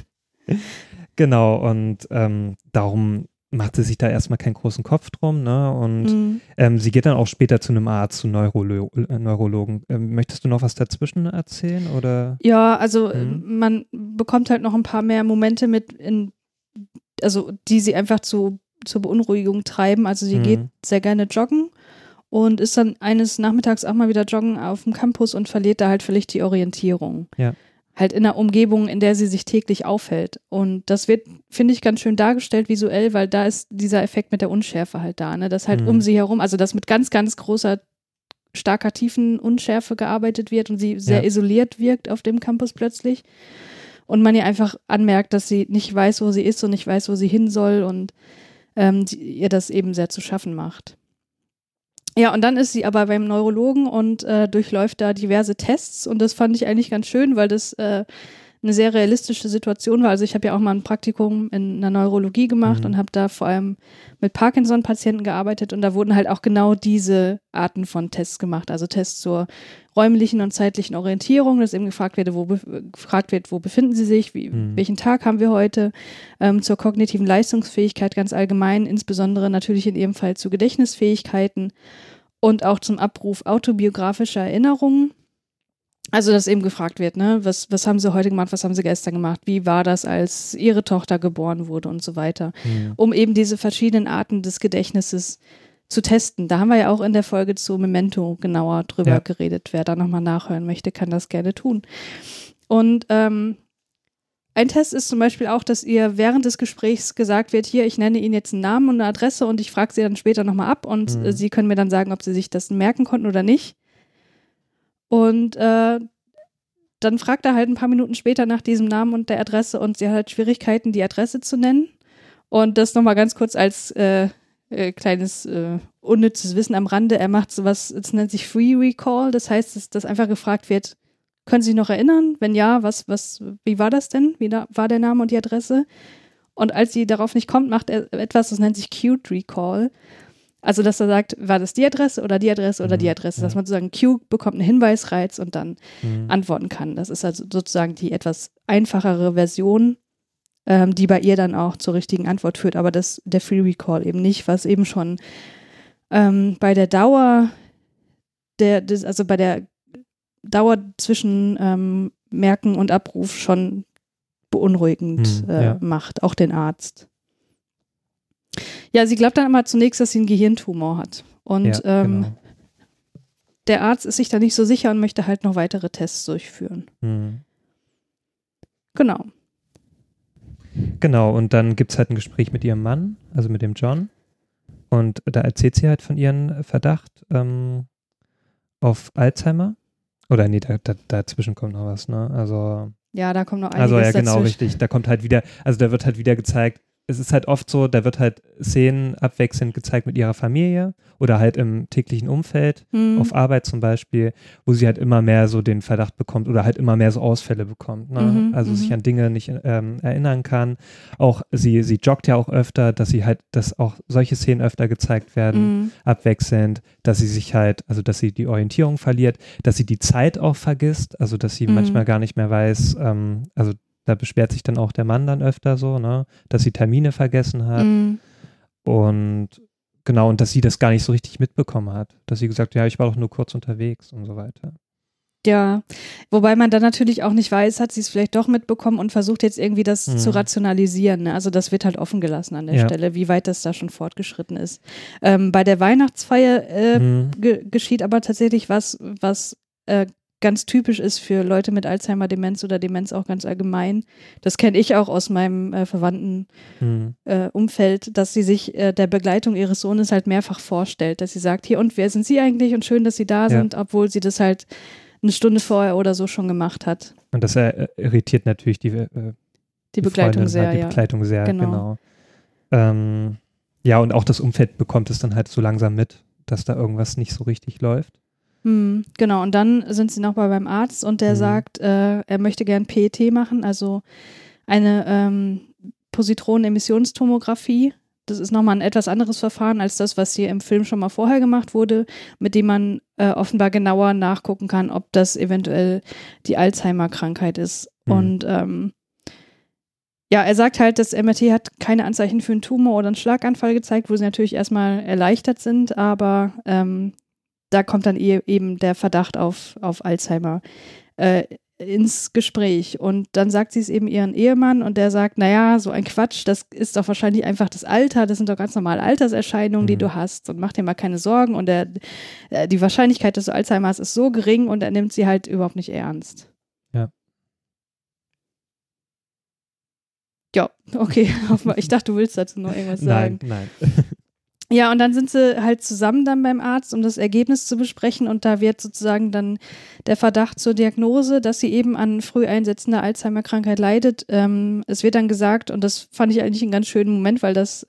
[SPEAKER 3] Genau, und darum macht sie sich da erstmal keinen großen Kopf drum, ne? Und sie geht dann auch später zu einem Arzt, zu Neurologen. Möchtest du noch was dazwischen erzählen, oder?
[SPEAKER 2] Ja, also man bekommt halt noch ein paar mehr Momente mit, die sie einfach zur Beunruhigung treiben. Also sie geht sehr gerne joggen und ist dann eines Nachmittags auch mal wieder joggen auf dem Campus und verliert da halt völlig die Orientierung.
[SPEAKER 3] Ja.
[SPEAKER 2] Halt in einer Umgebung, in der sie sich täglich aufhält. Und das wird, finde ich, ganz schön dargestellt visuell, weil da ist dieser Effekt mit der Unschärfe halt da, ne? Dass halt um sie herum, also dass mit ganz, ganz großer, starker Tiefenunschärfe gearbeitet wird und sie sehr isoliert wirkt auf dem Campus plötzlich. Und man ihr einfach anmerkt, dass sie nicht weiß, wo sie ist und nicht weiß, wo sie hin soll und ihr das eben sehr zu schaffen macht. Ja, und dann ist sie aber beim Neurologen und durchläuft da diverse Tests und das fand ich eigentlich ganz schön, weil das eine sehr realistische Situation war. Also ich habe ja auch mal ein Praktikum in einer Neurologie gemacht und habe da vor allem mit Parkinson-Patienten gearbeitet und da wurden halt auch genau diese Arten von Tests gemacht. Also Tests zur räumlichen und zeitlichen Orientierung, dass eben gefragt wird, wo befinden sie sich, welchen Tag haben wir heute, zur kognitiven Leistungsfähigkeit ganz allgemein, insbesondere natürlich in ihrem Fall zu Gedächtnisfähigkeiten und auch zum Abruf autobiografischer Erinnerungen. Also, dass eben gefragt wird, ne, was haben sie heute gemacht, was haben sie gestern gemacht, wie war das, als ihre Tochter geboren wurde und so weiter, um eben diese verschiedenen Arten des Gedächtnisses zu testen. Da haben wir ja auch in der Folge zu Memento genauer drüber geredet. Wer da nochmal nachhören möchte, kann das gerne tun. Und ein Test ist zum Beispiel auch, dass ihr während des Gesprächs gesagt wird, hier, ich nenne Ihnen jetzt einen Namen und eine Adresse und ich frage Sie dann später nochmal ab und Sie können mir dann sagen, ob Sie sich das merken konnten oder nicht. Und dann fragt er halt ein paar Minuten später nach diesem Namen und der Adresse und sie hat halt Schwierigkeiten, die Adresse zu nennen. Und das nochmal ganz kurz als kleines unnützes Wissen am Rande. Er macht sowas, es nennt sich Free Recall. Das heißt, dass einfach gefragt wird, können Sie sich noch erinnern? Wenn ja, wie war das denn? Wie war der Name und die Adresse? Und als sie darauf nicht kommt, macht er etwas, das nennt sich Cued Recall. Also, dass er sagt, war das die Adresse oder die Adresse oder die Adresse? Dass man sozusagen Q bekommt einen Hinweisreiz und dann antworten kann. Das ist also sozusagen die etwas einfachere Version, die bei ihr dann auch zur richtigen Antwort führt. Aber der Free Recall eben nicht, was eben schon bei der Dauer bei der Dauer zwischen Merken und Abruf schon beunruhigend macht, auch den Arzt. Ja, sie glaubt dann immer zunächst, dass sie einen Gehirntumor hat. Und genau. Der Arzt ist sich da nicht so sicher und möchte halt noch weitere Tests durchführen. Genau.
[SPEAKER 3] Genau, und dann gibt es halt ein Gespräch mit ihrem Mann, also mit dem John. Und da erzählt sie halt von ihrem Verdacht auf Alzheimer. Oder nee, dazwischen kommt noch was, ne? Also
[SPEAKER 2] ja, da kommt noch einiges
[SPEAKER 3] dazwischen. Also ja, genau,
[SPEAKER 2] dazwischen.
[SPEAKER 3] richtig. Da kommt halt wieder, also da wird halt wieder gezeigt, es ist halt oft so, da wird halt Szenen abwechselnd gezeigt mit ihrer Familie oder halt im täglichen Umfeld, auf Arbeit zum Beispiel, wo sie halt immer mehr so den Verdacht bekommt oder halt immer mehr so Ausfälle bekommt, ne? Also sich an Dinge nicht erinnern kann. Auch sie joggt ja auch öfter, dass auch solche Szenen öfter gezeigt werden, abwechselnd, dass sie sich halt, also dass sie die Orientierung verliert, dass sie die Zeit auch vergisst, also dass sie manchmal gar nicht mehr weiß, also da beschwert sich dann auch der Mann dann öfter so, ne, dass sie Termine vergessen hat. Und genau, und dass sie das gar nicht so richtig mitbekommen hat. Dass sie gesagt hat, ja, ich war doch nur kurz unterwegs und so weiter.
[SPEAKER 2] Ja, wobei man dann natürlich auch nicht weiß, hat sie es vielleicht doch mitbekommen und versucht jetzt irgendwie das zu rationalisieren. Ne? Also das wird halt offen gelassen an der Stelle, wie weit das da schon fortgeschritten ist. Bei der Weihnachtsfeier geschieht aber tatsächlich was ganz typisch ist für Leute mit Alzheimer-Demenz oder Demenz auch ganz allgemein. Das kenne ich auch aus meinem verwandten Umfeld, dass sie sich der Begleitung ihres Sohnes halt mehrfach vorstellt, dass sie sagt, hier und wer sind Sie eigentlich und schön, dass Sie da sind, obwohl sie das halt eine Stunde vorher oder so schon gemacht hat.
[SPEAKER 3] Und das irritiert natürlich die
[SPEAKER 2] Begleitung
[SPEAKER 3] Freundin
[SPEAKER 2] sehr,
[SPEAKER 3] halt, die Begleitung sehr,
[SPEAKER 2] genau.
[SPEAKER 3] Ja, und auch das Umfeld bekommt es dann halt so langsam mit, dass da irgendwas nicht so richtig läuft.
[SPEAKER 2] Genau, und dann sind sie noch mal beim Arzt und der sagt, er möchte gern PET machen, also eine Positronenemissionstomographie. Das ist nochmal ein etwas anderes Verfahren als das, was hier im Film schon mal vorher gemacht wurde, mit dem man offenbar genauer nachgucken kann, ob das eventuell die Alzheimer-Krankheit ist. Und ja, er sagt halt, das MRT hat keine Anzeichen für einen Tumor oder einen Schlaganfall gezeigt, wo sie natürlich erstmal erleichtert sind, aber da kommt dann eben der Verdacht auf Alzheimer ins Gespräch. Und dann sagt sie es eben ihren Ehemann und der sagt, naja, so ein Quatsch, das ist doch wahrscheinlich einfach das Alter, das sind doch ganz normale Alterserscheinungen, die du hast und mach dir mal keine Sorgen und die Wahrscheinlichkeit, dass du Alzheimer hast, ist so gering und er nimmt sie halt überhaupt nicht ernst. Ja, okay. Ich dachte, du willst dazu noch irgendwas sagen.
[SPEAKER 3] Nein.
[SPEAKER 2] Ja, und dann sind sie halt zusammen dann beim Arzt, um das Ergebnis zu besprechen und da wird sozusagen dann der Verdacht zur Diagnose, dass sie eben an früh einsetzender Alzheimer-Krankheit leidet. Es wird dann gesagt, und das fand ich eigentlich einen ganz schönen Moment, weil das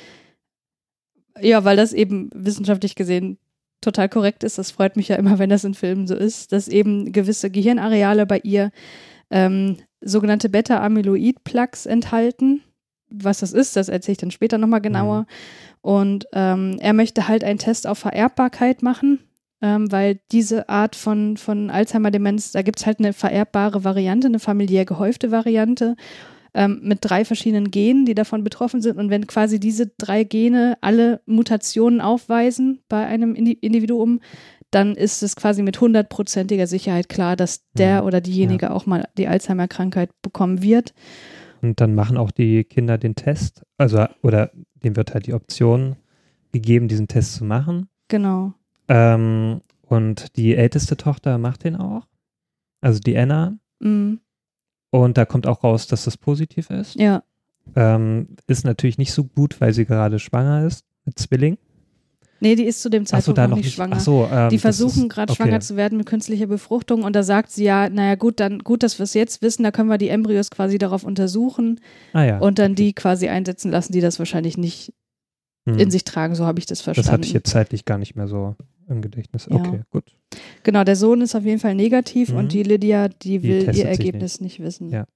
[SPEAKER 2] eben wissenschaftlich gesehen total korrekt ist. Das freut mich ja immer, wenn das in Filmen so ist, dass eben gewisse Gehirnareale bei ihr sogenannte Beta-Amyloid-Plaques enthalten. Was das ist, das erzähle ich dann später nochmal genauer. Und er möchte halt einen Test auf Vererbbarkeit machen, weil diese Art von Alzheimer-Demenz, da gibt es halt eine vererbbare Variante, eine familiär gehäufte Variante mit 3 verschiedenen Genen, die davon betroffen sind. Und wenn quasi diese 3 Gene alle Mutationen aufweisen bei einem Individuum, dann ist es quasi mit 100%iger Sicherheit klar, dass der oder diejenige auch mal die Alzheimer-Krankheit bekommen wird.
[SPEAKER 3] Und dann machen auch die Kinder den Test, oder dem wird halt die Option gegeben, diesen Test zu machen.
[SPEAKER 2] Genau.
[SPEAKER 3] Und die älteste Tochter macht den auch, also die Anna. Und da kommt auch raus, dass das positiv ist.
[SPEAKER 2] Ja.
[SPEAKER 3] Ist natürlich nicht so gut, weil sie gerade schwanger ist mit Zwilling.
[SPEAKER 2] Nee, die ist zu dem Zeitpunkt noch nicht schwanger. Die versuchen gerade schwanger zu werden mit künstlicher Befruchtung und da sagt sie ja, naja gut, dass wir es jetzt wissen, da können wir die Embryos quasi darauf untersuchen und dann die quasi einsetzen lassen, die das wahrscheinlich nicht in sich tragen, so habe ich das verstanden.
[SPEAKER 3] Das hatte ich jetzt zeitlich gar nicht mehr so im Gedächtnis.
[SPEAKER 2] Ja.
[SPEAKER 3] Okay, gut.
[SPEAKER 2] Genau, der Sohn ist auf jeden Fall negativ und die Lydia, die will ihr Ergebnis nicht wissen.
[SPEAKER 3] Ja.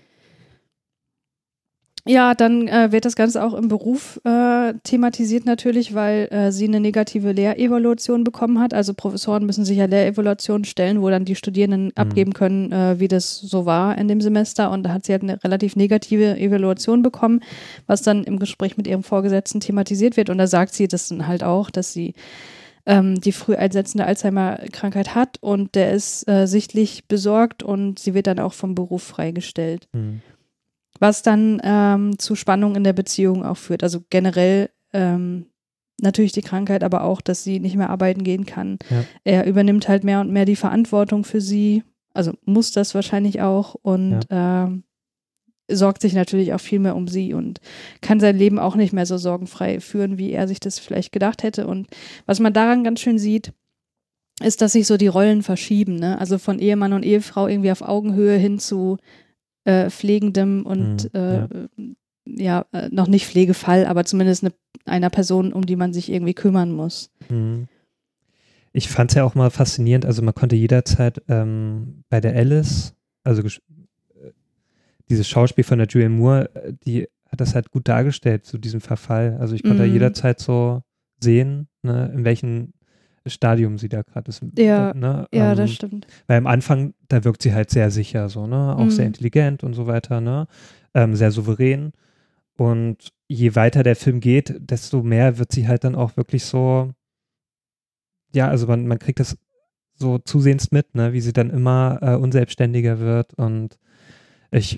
[SPEAKER 2] Ja, dann wird das Ganze auch im Beruf thematisiert natürlich, weil sie eine negative Lehrevaluation bekommen hat. Also Professoren müssen sich ja Lehrevaluationen stellen, wo dann die Studierenden abgeben können, wie das so war in dem Semester. Und da hat sie halt eine relativ negative Evaluation bekommen, was dann im Gespräch mit ihrem Vorgesetzten thematisiert wird. Und da sagt sie das dann halt auch, dass sie die früh einsetzende Alzheimer-Krankheit hat und der ist sichtlich besorgt und sie wird dann auch vom Beruf freigestellt. Was dann zu Spannungen in der Beziehung auch führt. Also generell natürlich die Krankheit, aber auch, dass sie nicht mehr arbeiten gehen kann. Ja. Er übernimmt halt mehr und mehr die Verantwortung für sie, also muss das wahrscheinlich auch und sorgt sich natürlich auch viel mehr um sie und kann sein Leben auch nicht mehr so sorgenfrei führen, wie er sich das vielleicht gedacht hätte. Und was man daran ganz schön sieht, ist, dass sich so die Rollen verschieben, ne? Also von Ehemann und Ehefrau irgendwie auf Augenhöhe hin zu Pflegendem und noch nicht Pflegefall, aber zumindest einer Person, um die man sich irgendwie kümmern muss.
[SPEAKER 3] Ich fand es ja auch mal faszinierend, also man konnte jederzeit bei der Alice, also dieses Schauspiel von der Julianne Moore, die hat das halt gut dargestellt, so diesen Verfall. Also ich konnte jederzeit so sehen, ne, in welchem Stadium sie da gerade ist.
[SPEAKER 2] Ja,
[SPEAKER 3] ne?
[SPEAKER 2] Ja, das stimmt.
[SPEAKER 3] Weil am Anfang, da wirkt sie halt sehr sicher, so, ne? Auch sehr intelligent und so weiter, ne? Sehr souverän. Und je weiter der Film geht, desto mehr wird sie halt dann auch wirklich so, ja, also man kriegt das so zusehends mit, ne? Wie sie dann immer unselbstständiger wird. Und ich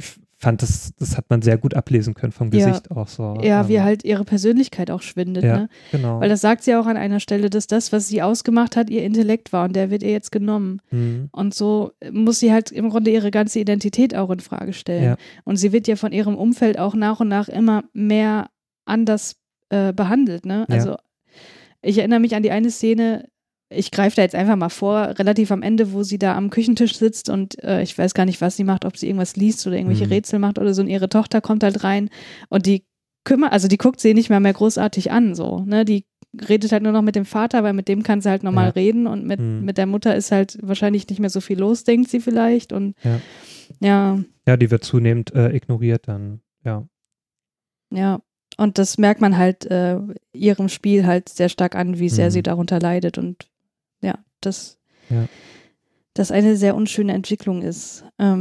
[SPEAKER 3] fand, das hat man sehr gut ablesen können vom Gesicht auch so.
[SPEAKER 2] Ja, wie halt ihre Persönlichkeit auch schwindet, ne?
[SPEAKER 3] Genau.
[SPEAKER 2] Weil das sagt sie auch an einer Stelle, dass das, was sie ausgemacht hat, ihr Intellekt war und der wird ihr jetzt genommen. Und so muss sie halt im Grunde ihre ganze Identität auch in Frage stellen.
[SPEAKER 3] Ja.
[SPEAKER 2] Und sie wird ja von ihrem Umfeld auch nach und nach immer mehr anders behandelt, ne? Also ich erinnere mich an die eine Szene, ich greife da jetzt einfach mal vor, relativ am Ende, wo sie da am Küchentisch sitzt und ich weiß gar nicht, was sie macht, ob sie irgendwas liest oder irgendwelche Rätsel macht oder so, und ihre Tochter kommt halt rein und die guckt sie nicht mehr großartig an, so, ne, die redet halt nur noch mit dem Vater, weil mit dem kann sie halt normal reden und mit der Mutter ist halt wahrscheinlich nicht mehr so viel los, denkt sie vielleicht und ja,
[SPEAKER 3] die wird zunehmend ignoriert dann,
[SPEAKER 2] Ja, und das merkt man halt ihrem Spiel halt sehr stark an, wie sehr sie darunter leidet und das eine sehr unschöne Entwicklung ist.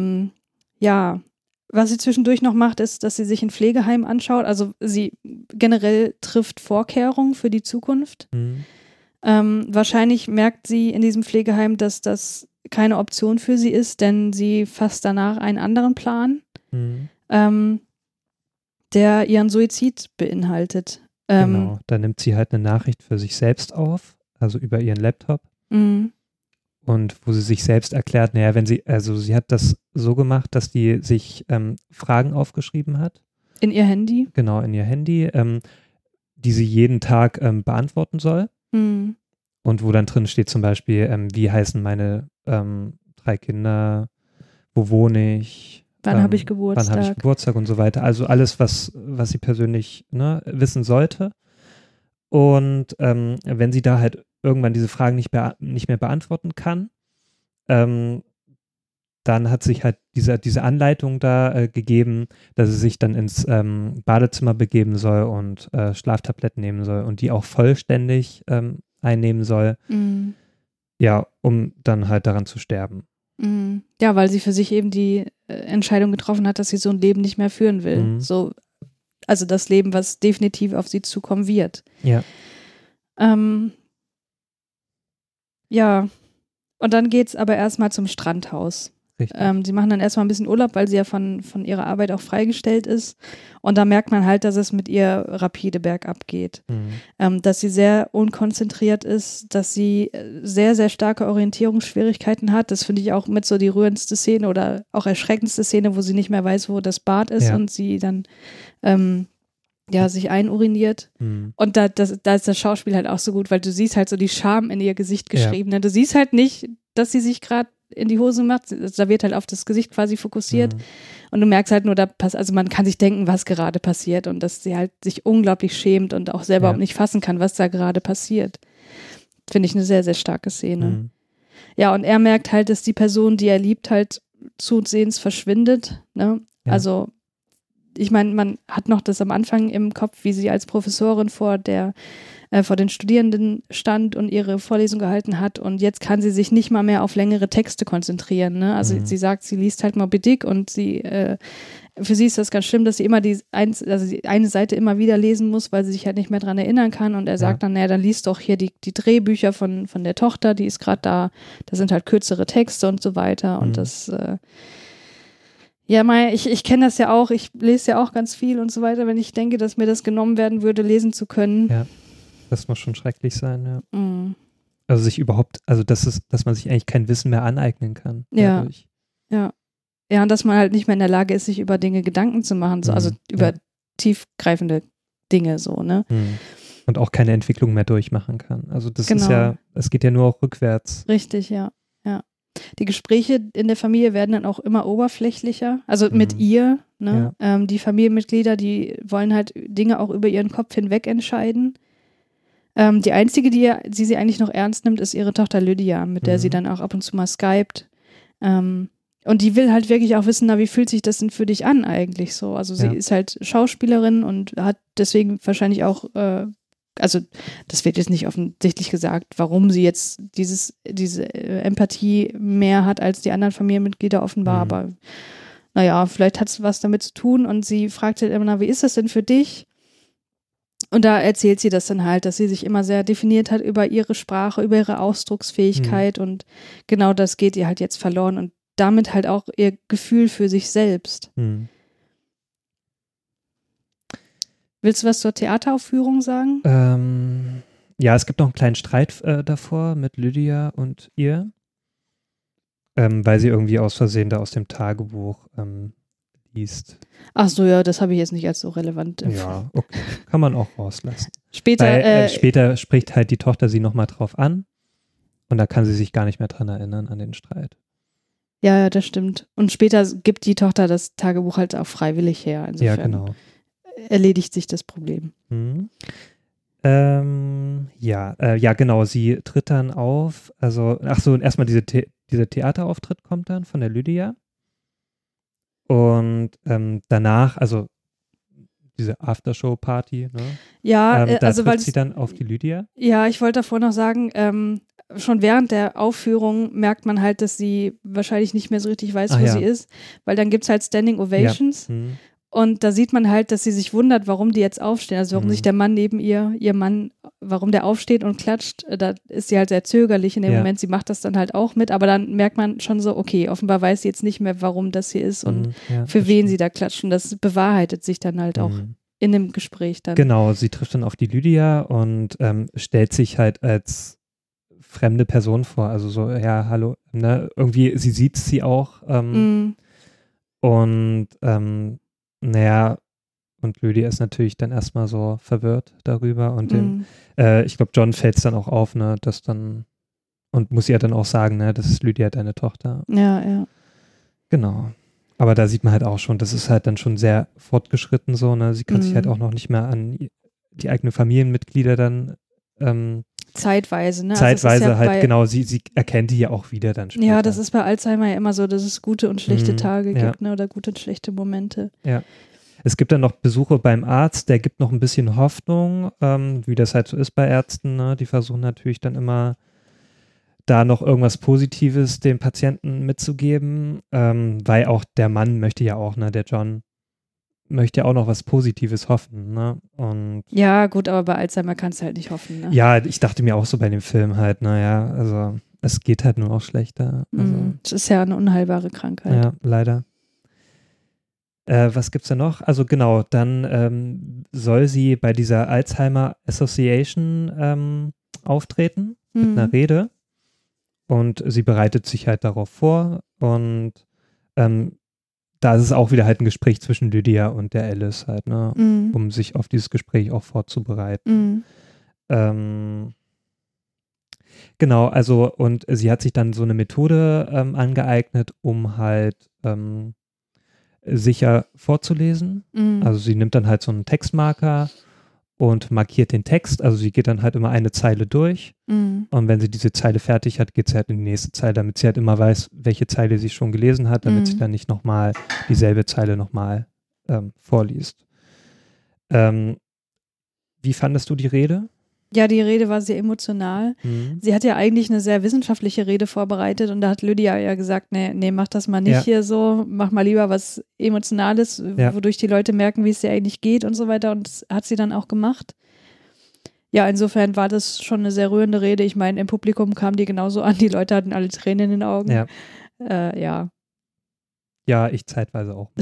[SPEAKER 2] Was sie zwischendurch noch macht, ist, dass sie sich ein Pflegeheim anschaut. Also sie generell trifft Vorkehrungen für die Zukunft. Wahrscheinlich merkt sie in diesem Pflegeheim, dass das keine Option für sie ist, denn sie fasst danach einen anderen Plan, der ihren Suizid beinhaltet.
[SPEAKER 3] Genau, da nimmt sie halt eine Nachricht für sich selbst auf, also über ihren Laptop. Und wo sie sich selbst erklärt, naja, sie hat das so gemacht, dass die sich Fragen aufgeschrieben hat.
[SPEAKER 2] In ihr Handy?
[SPEAKER 3] Genau, in ihr Handy, die sie jeden Tag beantworten soll. Und wo dann drin steht zum Beispiel, wie heißen meine 3 Kinder, wo wohne ich,
[SPEAKER 2] wann habe ich Geburtstag?
[SPEAKER 3] Wann habe ich Geburtstag und so weiter. Also alles, was sie persönlich wissen sollte. Und wenn sie da halt irgendwann diese Fragen nicht mehr beantworten kann, dann hat sich halt diese Anleitung da gegeben, dass sie sich dann ins Badezimmer begeben soll und Schlaftabletten nehmen soll und die auch vollständig einnehmen soll, um dann halt daran zu sterben.
[SPEAKER 2] Ja, weil sie für sich eben die Entscheidung getroffen hat, dass sie so ein Leben nicht mehr führen will. Also das Leben, was definitiv auf sie zukommen wird.
[SPEAKER 3] Ja.
[SPEAKER 2] Und dann geht es aber erstmal zum Strandhaus. Sie machen dann erstmal ein bisschen Urlaub, weil sie ja von ihrer Arbeit auch freigestellt ist. Und da merkt man halt, dass es mit ihr rapide bergab geht. Dass sie sehr unkonzentriert ist, dass sie sehr, sehr starke Orientierungsschwierigkeiten hat. Das finde ich auch mit so die rührendste Szene oder auch erschreckendste Szene, wo sie nicht mehr weiß, wo das Bad ist und sie dann sich einuriniert. Und da ist das Schauspiel halt auch so gut, weil du siehst halt so die Scham in ihr Gesicht geschrieben. Du siehst halt nicht, dass sie sich gerade in die Hose macht, da wird halt auf das Gesicht quasi fokussiert und du merkst halt nur, also man kann sich denken, was gerade passiert und dass sie halt sich unglaublich schämt und auch selber auch nicht fassen kann, was da gerade passiert. Finde ich eine sehr, sehr starke Szene. Ja, und er merkt halt, dass die Person, die er liebt, halt zusehends verschwindet, ne? Also ich meine, man hat noch das am Anfang im Kopf, wie sie als Professorin vor den Studierenden stand und ihre Vorlesung gehalten hat und jetzt kann sie sich nicht mal mehr auf längere Texte konzentrieren, ne? Also sie sagt, sie liest halt Moby Dick und für sie ist das ganz schlimm, dass sie immer die eine Seite immer wieder lesen muss, weil sie sich halt nicht mehr dran erinnern kann und er sagt dann, naja, dann liest doch hier die Drehbücher von der Tochter, die ist gerade da sind halt kürzere Texte und so weiter und das ich kenne das ja auch, ich lese ja auch ganz viel und so weiter, wenn ich denke, dass mir das genommen werden würde, lesen zu können.
[SPEAKER 3] Ja, das muss schon schrecklich sein, ja. Also sich überhaupt, dass man sich eigentlich kein Wissen mehr aneignen kann. Dadurch.
[SPEAKER 2] Ja, und dass man halt nicht mehr in der Lage ist, sich über Dinge Gedanken zu machen, so, also über tiefgreifende Dinge so, ne?
[SPEAKER 3] Und auch keine Entwicklung mehr durchmachen kann. Also das ist ja, es geht ja nur auch rückwärts.
[SPEAKER 2] Richtig, ja. Die Gespräche in der Familie werden dann auch immer oberflächlicher, also mit ihr, ne? Die Familienmitglieder, die wollen halt Dinge auch über ihren Kopf hinweg entscheiden. Die einzige, die sie eigentlich noch ernst nimmt, ist ihre Tochter Lydia, mit der sie dann auch ab und zu mal skypt. Und die will halt wirklich auch wissen, wie fühlt sich das denn für dich an eigentlich so? Also sie ist halt Schauspielerin und hat deswegen wahrscheinlich auch also das wird jetzt nicht offensichtlich gesagt, warum sie jetzt diese Empathie mehr hat als die anderen Familienmitglieder offenbar, aber naja, vielleicht hat es was damit zu tun und sie fragt halt immer, wie ist das denn für dich? Und da erzählt sie das dann halt, dass sie sich immer sehr definiert hat über ihre Sprache, über ihre Ausdrucksfähigkeit und genau das geht ihr halt jetzt verloren und damit halt auch ihr Gefühl für sich selbst. Willst du was zur Theateraufführung sagen?
[SPEAKER 3] Ja, es gibt noch einen kleinen Streit davor mit Lydia und ihr, weil sie irgendwie aus Versehen da aus dem Tagebuch liest.
[SPEAKER 2] Ach so, ja, das habe ich jetzt nicht als so relevant empfunden.
[SPEAKER 3] Ja, okay. Kann man auch rauslassen.
[SPEAKER 2] Später
[SPEAKER 3] Später spricht halt die Tochter sie nochmal drauf an und da kann sie sich gar nicht mehr dran erinnern an den Streit.
[SPEAKER 2] Ja, das stimmt. Und später gibt die Tochter das Tagebuch halt auch freiwillig her. Insofern
[SPEAKER 3] Ja, genau.
[SPEAKER 2] erledigt sich das Problem.
[SPEAKER 3] Ja, genau. Sie tritt dann auf. Also, erstmal dieser Theaterauftritt kommt dann von der Lydia. Und danach, also diese Aftershow-Party, ne?
[SPEAKER 2] Ja,
[SPEAKER 3] Da
[SPEAKER 2] also
[SPEAKER 3] trifft sie dann auf die Lydia.
[SPEAKER 2] Ja, ich wollte davor noch sagen, schon während der Aufführung merkt man halt, dass sie wahrscheinlich nicht mehr so richtig weiß, wo sie ist, weil dann gibt es halt Standing Ovations und da sieht man halt, dass sie sich wundert, warum die jetzt aufstehen, also warum sich der Mann neben ihr Mann, warum der aufsteht und klatscht, da ist sie halt sehr zögerlich in dem Moment, sie macht das dann halt auch mit, aber dann merkt man schon so, okay, offenbar weiß sie jetzt nicht mehr, warum das hier ist und für wen sie da klatscht und das bewahrheitet sich dann halt auch in dem Gespräch dann.
[SPEAKER 3] Genau, sie trifft dann auf die Lydia und stellt sich halt als fremde Person vor, also so, ja, hallo, ne, irgendwie, sie sieht sie auch und naja, und Lydia ist natürlich dann erstmal so verwirrt darüber und ich glaube, John fällt es dann auch auf, ne, dass dann, und muss ihr dann auch sagen, ne, das ist Lydia, deine Tochter.
[SPEAKER 2] Ja.
[SPEAKER 3] Genau. Aber da sieht man halt auch schon, das ist halt dann schon sehr fortgeschritten so, ne, sie kann sich halt auch noch nicht mehr an die eigenen Familienmitglieder dann
[SPEAKER 2] Zeitweise, ne?
[SPEAKER 3] Zeitweise also halt, genau, sie erkennt die ja auch wieder dann später.
[SPEAKER 2] Ja, das ist bei Alzheimer ja immer so, dass es gute und schlechte Tage gibt, ne? Oder gute und schlechte Momente.
[SPEAKER 3] Ja. Es gibt dann noch Besuche beim Arzt, der gibt noch ein bisschen Hoffnung, wie das halt so ist bei Ärzten, ne? Die versuchen natürlich dann immer da noch irgendwas Positives dem Patienten mitzugeben, weil auch der Mann möchte ja auch, ne, der John möchte ja auch noch was Positives hoffen, ne? Und
[SPEAKER 2] ja, gut, aber bei Alzheimer kannst du halt nicht hoffen, ne?
[SPEAKER 3] Ja, ich dachte mir auch so bei dem Film halt, naja, also es geht halt nur noch schlechter. Also,
[SPEAKER 2] es ist ja eine unheilbare Krankheit.
[SPEAKER 3] Ja, leider. Was gibt's da noch? Also genau, dann soll sie bei dieser Alzheimer Association auftreten mit einer Rede und sie bereitet sich halt darauf vor und da ist es auch wieder halt ein Gespräch zwischen Lydia und der Alice halt, ne, um sich auf dieses Gespräch auch vorzubereiten. Genau, also und sie hat sich dann so eine Methode angeeignet, um halt sicher vorzulesen. Also sie nimmt dann halt so einen Textmarker und markiert den Text. Also sie geht dann halt immer eine Zeile durch und wenn sie diese Zeile fertig hat, geht sie halt in die nächste Zeile, damit sie halt immer weiß, welche Zeile sie schon gelesen hat, damit sie dann nicht nochmal dieselbe Zeile nochmal vorliest. Wie fandest du die Rede?
[SPEAKER 2] Ja, die Rede war sehr emotional. Sie hat ja eigentlich eine sehr wissenschaftliche Rede vorbereitet und da hat Lydia ja gesagt, nee, mach das mal nicht hier so, mach mal lieber was Emotionales, wodurch die Leute merken, wie es dir eigentlich geht und so weiter und das hat sie dann auch gemacht. Ja, insofern war das schon eine sehr rührende Rede. Ich meine, im Publikum kam die genauso an, die Leute hatten alle Tränen in den Augen. Ja.
[SPEAKER 3] Ja, ich zeitweise auch.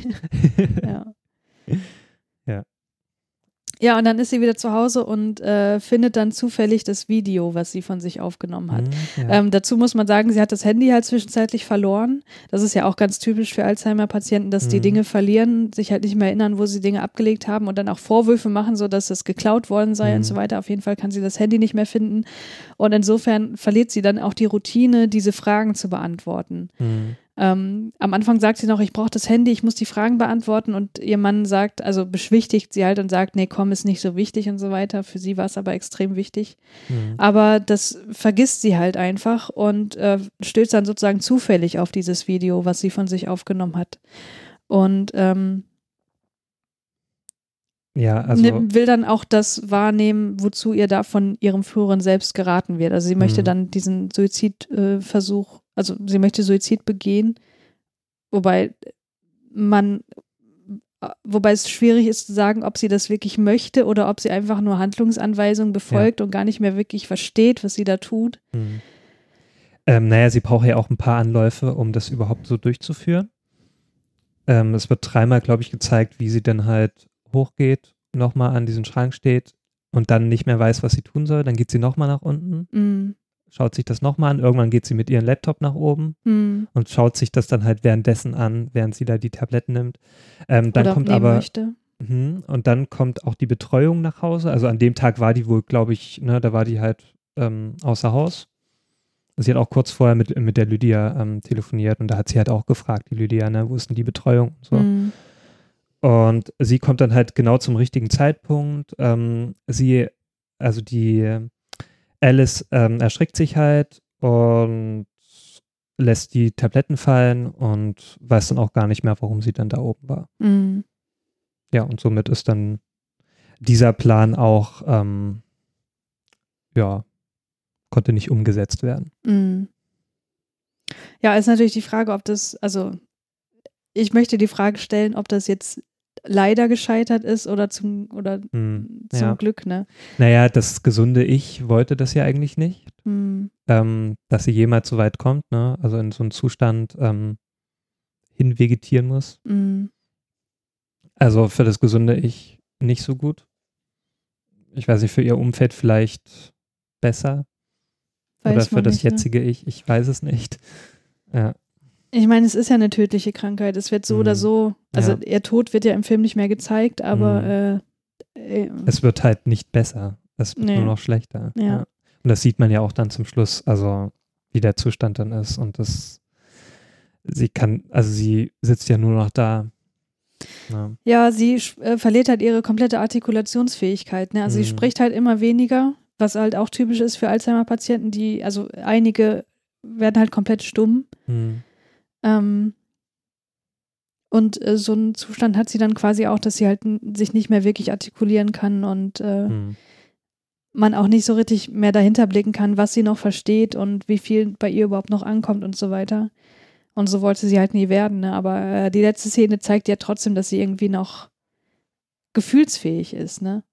[SPEAKER 2] Ja, und dann ist sie wieder zu Hause und findet dann zufällig das Video, was sie von sich aufgenommen hat. Dazu muss man sagen, sie hat das Handy halt zwischenzeitlich verloren. Das ist ja auch ganz typisch für Alzheimer-Patienten, dass die Dinge verlieren, sich halt nicht mehr erinnern, wo sie Dinge abgelegt haben und dann auch Vorwürfe machen, so dass es geklaut worden sei und so weiter. Auf jeden Fall kann sie das Handy nicht mehr finden. Und insofern verliert sie dann auch die Routine, diese Fragen zu beantworten. Am Anfang sagt sie noch, ich brauche das Handy, ich muss die Fragen beantworten und ihr Mann sagt, also beschwichtigt sie halt und sagt, nee, komm, ist nicht so wichtig und so weiter. Für sie war es aber extrem wichtig. Aber das vergisst sie halt einfach und stößt dann sozusagen zufällig auf dieses Video, was sie von sich aufgenommen hat. Und will dann auch das wahrnehmen, wozu ihr da von ihrem früheren Selbst geraten wird. Also sie möchte dann diesen Suizidversuch, also sie möchte Suizid begehen, wobei es schwierig ist zu sagen, ob sie das wirklich möchte oder ob sie einfach nur Handlungsanweisungen befolgt und gar nicht mehr wirklich versteht, was sie da tut.
[SPEAKER 3] Naja, sie braucht ja auch ein paar Anläufe, um das überhaupt so durchzuführen. Es wird dreimal, glaube ich, gezeigt, wie sie dann halt hochgeht nochmal an diesen Schrank steht und dann nicht mehr weiß, was sie tun soll. Dann geht sie nochmal nach unten, schaut sich das nochmal an. Irgendwann geht sie mit ihrem Laptop nach oben und schaut sich das dann halt währenddessen an, während sie da die Tabletten nimmt. Dann
[SPEAKER 2] Oder
[SPEAKER 3] kommt
[SPEAKER 2] nehmen
[SPEAKER 3] aber
[SPEAKER 2] möchte.
[SPEAKER 3] und dann kommt auch die Betreuung nach Hause. Also an dem Tag war die wohl, glaube ich, ne, da war die halt außer Haus. Sie hat auch kurz vorher mit der Lydia telefoniert und da hat sie halt auch gefragt, die Lydia, ne, wo ist denn die Betreuung und so. Und sie kommt dann halt genau zum richtigen Zeitpunkt. Die Alice erschrickt sich halt und lässt die Tabletten fallen und weiß dann auch gar nicht mehr, warum sie dann da oben war. Ja, und somit ist dann dieser Plan auch, konnte nicht umgesetzt werden.
[SPEAKER 2] Ja, ist natürlich die Frage, ob das, also ich möchte die Frage stellen, ob das jetzt leider gescheitert ist oder zum Glück, ne?
[SPEAKER 3] Naja, das gesunde Ich wollte das ja eigentlich nicht, dass sie jemals so weit kommt, ne? Also in so einen Zustand hinvegetieren muss. Also für das gesunde Ich nicht so gut. Ich weiß nicht, für ihr Umfeld vielleicht besser. Oder für das jetzige Ich, ich weiß es nicht. Ja.
[SPEAKER 2] Ich meine, es ist ja eine tödliche Krankheit. Es wird so oder so, also ihr Tod wird ja im Film nicht mehr gezeigt, aber
[SPEAKER 3] es wird halt nicht besser. Es wird nur noch schlechter. Ja. Und das sieht man ja auch dann zum Schluss, also wie der Zustand dann ist. Und sie sitzt ja nur noch da.
[SPEAKER 2] Ja, sie verliert halt ihre komplette Artikulationsfähigkeit. Ne? Also sie spricht halt immer weniger, was halt auch typisch ist für Alzheimer-Patienten, also einige werden halt komplett stumm. Und so einen Zustand hat sie dann quasi auch, dass sie halt sich nicht mehr wirklich artikulieren kann und man auch nicht so richtig mehr dahinter blicken kann, was sie noch versteht und wie viel bei ihr überhaupt noch ankommt und so weiter. Und so wollte sie halt nie werden, ne? Aber die letzte Szene zeigt ja trotzdem, dass sie irgendwie noch gefühlsfähig ist, ne?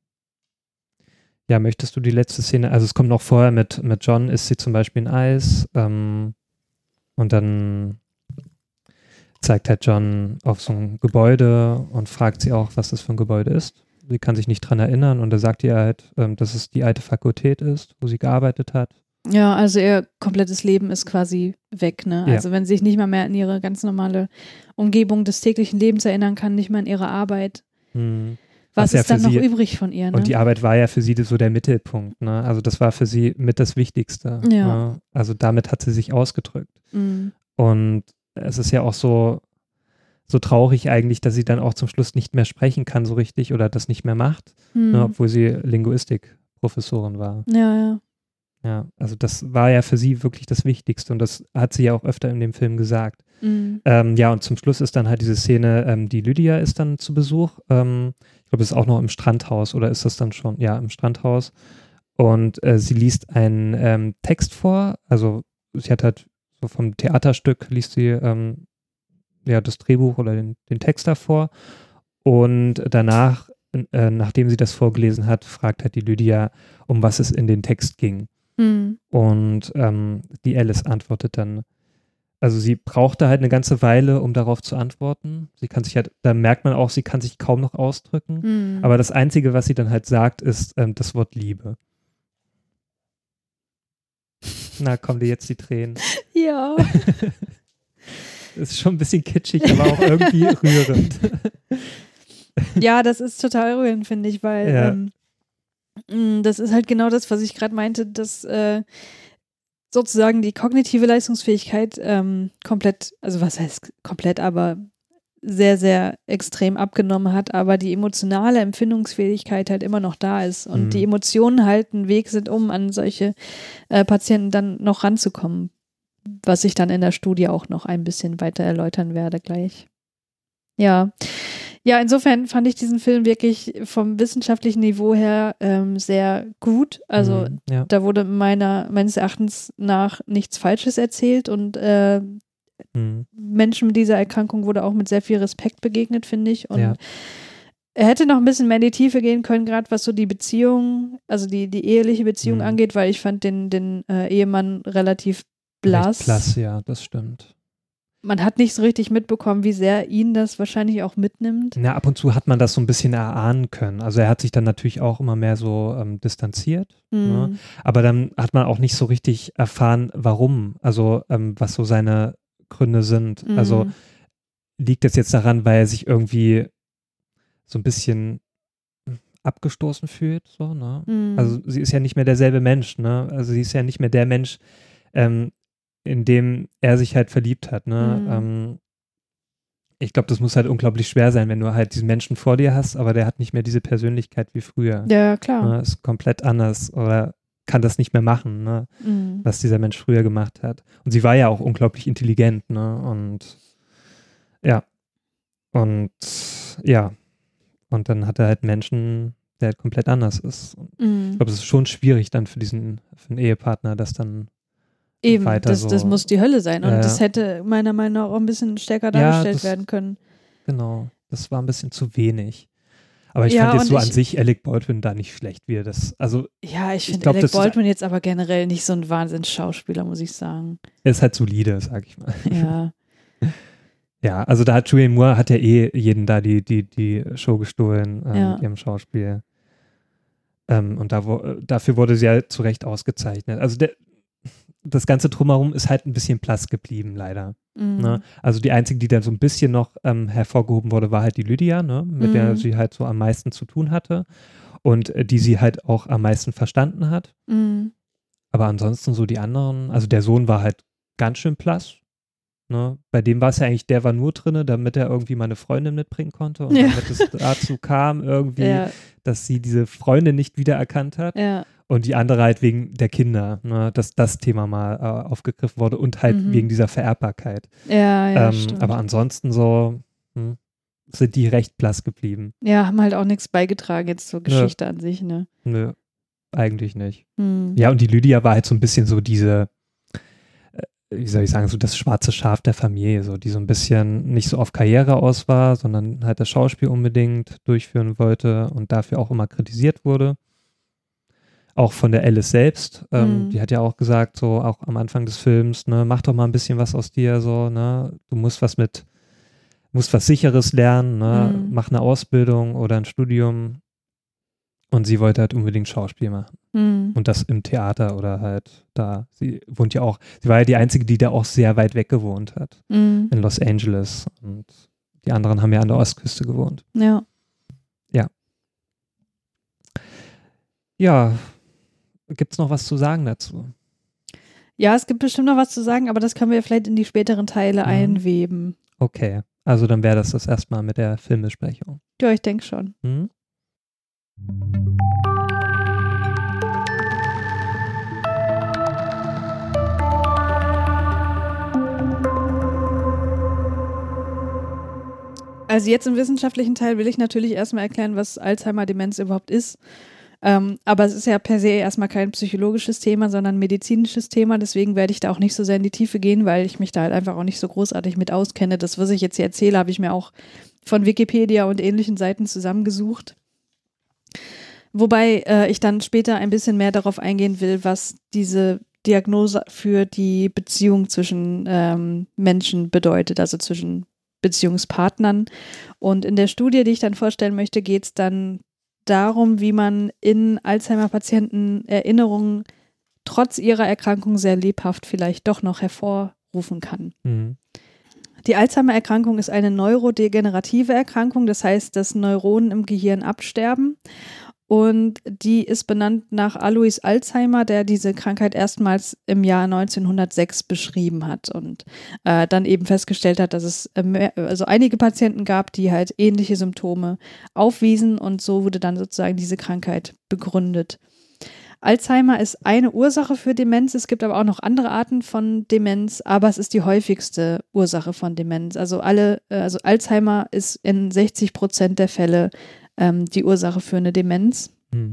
[SPEAKER 3] Ja, möchtest du die letzte Szene, also es kommt noch vorher mit John, isst sie zum Beispiel ein Eis und dann zeigt halt John auf so ein Gebäude und fragt sie auch, was das für ein Gebäude ist. Sie kann sich nicht dran erinnern und er sagt ihr halt, dass es die alte Fakultät ist, wo sie gearbeitet hat.
[SPEAKER 2] Ja, also ihr komplettes Leben ist quasi weg, ne?
[SPEAKER 3] Ja.
[SPEAKER 2] Also wenn sie sich nicht mal mehr an ihre ganz normale Umgebung des täglichen Lebens erinnern kann, nicht mal an ihre Arbeit. Was ist dann noch übrig von ihr, ne?
[SPEAKER 3] Und die Arbeit war ja für sie so der Mittelpunkt, ne? Also das war für sie mit das Wichtigste.
[SPEAKER 2] Ja.
[SPEAKER 3] Ne? Also damit hat sie sich ausgedrückt. Und es ist ja auch so traurig eigentlich, dass sie dann auch zum Schluss nicht mehr sprechen kann so richtig oder das nicht mehr macht, ne? Obwohl sie Linguistik-Professorin war.
[SPEAKER 2] Ja.
[SPEAKER 3] Ja, also das war ja für sie wirklich das Wichtigste und das hat sie ja auch öfter in dem Film gesagt. Ja, und zum Schluss ist dann halt diese Szene, die Lydia ist dann zu Besuch. Ich glaube, es ist auch noch im Strandhaus oder ist das dann schon? Ja, im Strandhaus. Und sie liest einen Text vor, also sie hat halt so vom Theaterstück liest sie das Drehbuch oder den Text davor und danach, nachdem sie das vorgelesen hat, fragt halt die Lydia, um was es in den Text ging. Und die Alice antwortet dann, also sie brauchte halt eine ganze Weile, um darauf zu antworten. Sie kann sich halt, da merkt man auch, sie kann sich kaum noch ausdrücken. Aber das Einzige, was sie dann halt sagt, ist das Wort Liebe. Na, kommen dir jetzt die Tränen.
[SPEAKER 2] Ja.
[SPEAKER 3] Ist schon ein bisschen kitschig, aber auch irgendwie rührend.
[SPEAKER 2] Ja, das ist total rührend, finde ich, weil das ist halt genau das, was ich gerade meinte, dass sozusagen die kognitive Leistungsfähigkeit komplett, also was heißt komplett, aber sehr, sehr extrem abgenommen hat, aber die emotionale Empfindungsfähigkeit halt immer noch da ist und die Emotionen halt ein Weg sind, um an solche Patienten dann noch ranzukommen, was ich dann in der Studie auch noch ein bisschen weiter erläutern werde gleich. Ja, insofern fand ich diesen Film wirklich vom wissenschaftlichen Niveau her sehr gut. Also da wurde meines Erachtens nach nichts Falsches erzählt und Menschen mit dieser Erkrankung wurde auch mit sehr viel Respekt begegnet, finde ich. Und er hätte noch ein bisschen mehr in die Tiefe gehen können, gerade was so die Beziehung, also die eheliche Beziehung angeht, weil ich fand den Ehemann relativ blass.
[SPEAKER 3] Blass, ja, das stimmt.
[SPEAKER 2] man hat nicht so richtig mitbekommen, wie sehr ihn das wahrscheinlich auch mitnimmt.
[SPEAKER 3] Na, ab und zu hat man das so ein bisschen erahnen können. Also er hat sich dann natürlich auch immer mehr so distanziert. Ne? Aber dann hat man auch nicht so richtig erfahren, warum. Also was so seine Gründe sind. Also liegt das jetzt daran, weil er sich irgendwie so ein bisschen abgestoßen fühlt? So, ne? Also sie ist ja nicht mehr derselbe Mensch. Ne? Also sie ist ja nicht mehr der Mensch, in dem er sich halt verliebt hat. Ne? Ich glaube, das muss halt unglaublich schwer sein, wenn du halt diesen Menschen vor dir hast, aber der hat nicht mehr diese Persönlichkeit wie früher.
[SPEAKER 2] Ja, klar.
[SPEAKER 3] Ne? Ist komplett anders oder kann das nicht mehr machen, ne? Was dieser Mensch früher gemacht hat. Und sie war ja auch unglaublich intelligent, ne? Und dann hat er halt Menschen, der halt komplett anders ist. Ich glaube, es ist schon schwierig dann für einen Ehepartner, das dann
[SPEAKER 2] eben,
[SPEAKER 3] weiter
[SPEAKER 2] das muss die Hölle sein. Und
[SPEAKER 3] Ja.
[SPEAKER 2] das hätte meiner Meinung nach auch ein bisschen stärker dargestellt werden können.
[SPEAKER 3] Genau, das war ein bisschen zu wenig. Aber ich
[SPEAKER 2] Ja,
[SPEAKER 3] fand jetzt
[SPEAKER 2] und
[SPEAKER 3] so an sich Alec Baldwin da nicht schlecht, wie er das, also
[SPEAKER 2] Ja, ich finde
[SPEAKER 3] glaub,
[SPEAKER 2] Alec
[SPEAKER 3] das ist-
[SPEAKER 2] Baldwin jetzt aber generell nicht so ein Wahnsinns-Schauspieler, muss ich sagen.
[SPEAKER 3] er ist halt solide, sag ich mal.
[SPEAKER 2] Ja.
[SPEAKER 3] Ja, also da hat Julianne Moore hat ja jeden da die Show gestohlen mit ihrem Schauspiel. Und dafür wurde sie ja zu Recht ausgezeichnet. Also das ganze Drumherum ist halt ein bisschen blass geblieben, leider. Ne? Also die einzige, die dann so ein bisschen noch hervorgehoben wurde, war halt die Lydia, ne? Mit der sie halt so am meisten zu tun hatte und die sie halt auch am meisten verstanden hat. Aber ansonsten so die anderen, also der Sohn war halt ganz schön blass. Ne? Bei dem war es ja eigentlich, der war nur drinne, damit er irgendwie mal eine Freundin mitbringen konnte und damit es dazu kam irgendwie, dass sie diese Freundin nicht wiedererkannt hat.
[SPEAKER 2] Ja.
[SPEAKER 3] Und die andere halt wegen der Kinder, ne, dass das Thema mal aufgegriffen wurde und halt wegen dieser Vererbbarkeit.
[SPEAKER 2] Ja, stimmt.
[SPEAKER 3] Aber ansonsten so sind die recht blass geblieben.
[SPEAKER 2] Ja, haben halt auch nichts beigetragen jetzt zur Geschichte an sich, ne?
[SPEAKER 3] Nö, eigentlich nicht. Ja, und die Lydia war halt so ein bisschen so diese, wie soll ich sagen, so das schwarze Schaf der Familie, so die so ein bisschen nicht so auf Karriere aus war, sondern halt das Schauspiel unbedingt durchführen wollte und dafür auch immer kritisiert wurde. Auch von der Alice selbst, die hat ja auch gesagt, so auch am Anfang des Films, ne, mach doch mal ein bisschen was aus dir, so, ne, du musst was Sicheres lernen, ne, mach eine Ausbildung oder ein Studium. Und sie wollte halt unbedingt Schauspiel machen. Und das im Theater oder halt da. Sie war ja die Einzige, die da auch sehr weit weg gewohnt hat. In Los Angeles. Und die anderen haben ja an der Ostküste gewohnt.
[SPEAKER 2] Ja.
[SPEAKER 3] Ja. Gibt es noch was zu sagen dazu?
[SPEAKER 2] Ja, es gibt bestimmt noch was zu sagen, aber das können wir vielleicht in die späteren Teile einweben.
[SPEAKER 3] Okay, also dann wäre das erstmal mit der Filmbesprechung.
[SPEAKER 2] Ja, ich denke schon. Also jetzt im wissenschaftlichen Teil will ich natürlich erstmal erklären, was Alzheimer-Demenz überhaupt ist. Aber es ist ja per se erstmal kein psychologisches Thema, sondern ein medizinisches Thema. Deswegen werde ich da auch nicht so sehr in die Tiefe gehen, weil ich mich da halt einfach auch nicht so großartig mit auskenne. Das, was ich jetzt hier erzähle, habe ich mir auch von Wikipedia und ähnlichen Seiten zusammengesucht. Wobei ich dann später ein bisschen mehr darauf eingehen will, was diese Diagnose für die Beziehung zwischen Menschen bedeutet, also zwischen Beziehungspartnern. Und in der Studie, die ich dann vorstellen möchte, geht es dann darum, wie man in Alzheimer-Patienten Erinnerungen trotz ihrer Erkrankung sehr lebhaft vielleicht doch noch hervorrufen kann. Die Alzheimer-Erkrankung ist eine neurodegenerative Erkrankung, das heißt, dass Neuronen im Gehirn absterben. Und die ist benannt nach Alois Alzheimer, der diese Krankheit erstmals im Jahr 1906 beschrieben hat und dann eben festgestellt hat, dass es also einige Patienten gab, die halt ähnliche Symptome aufwiesen und so wurde dann sozusagen diese Krankheit begründet. Alzheimer ist eine Ursache für Demenz, es gibt aber auch noch andere Arten von Demenz, aber es ist die häufigste Ursache von Demenz. Also Alzheimer ist in 60% der Fälle die Ursache für eine Demenz.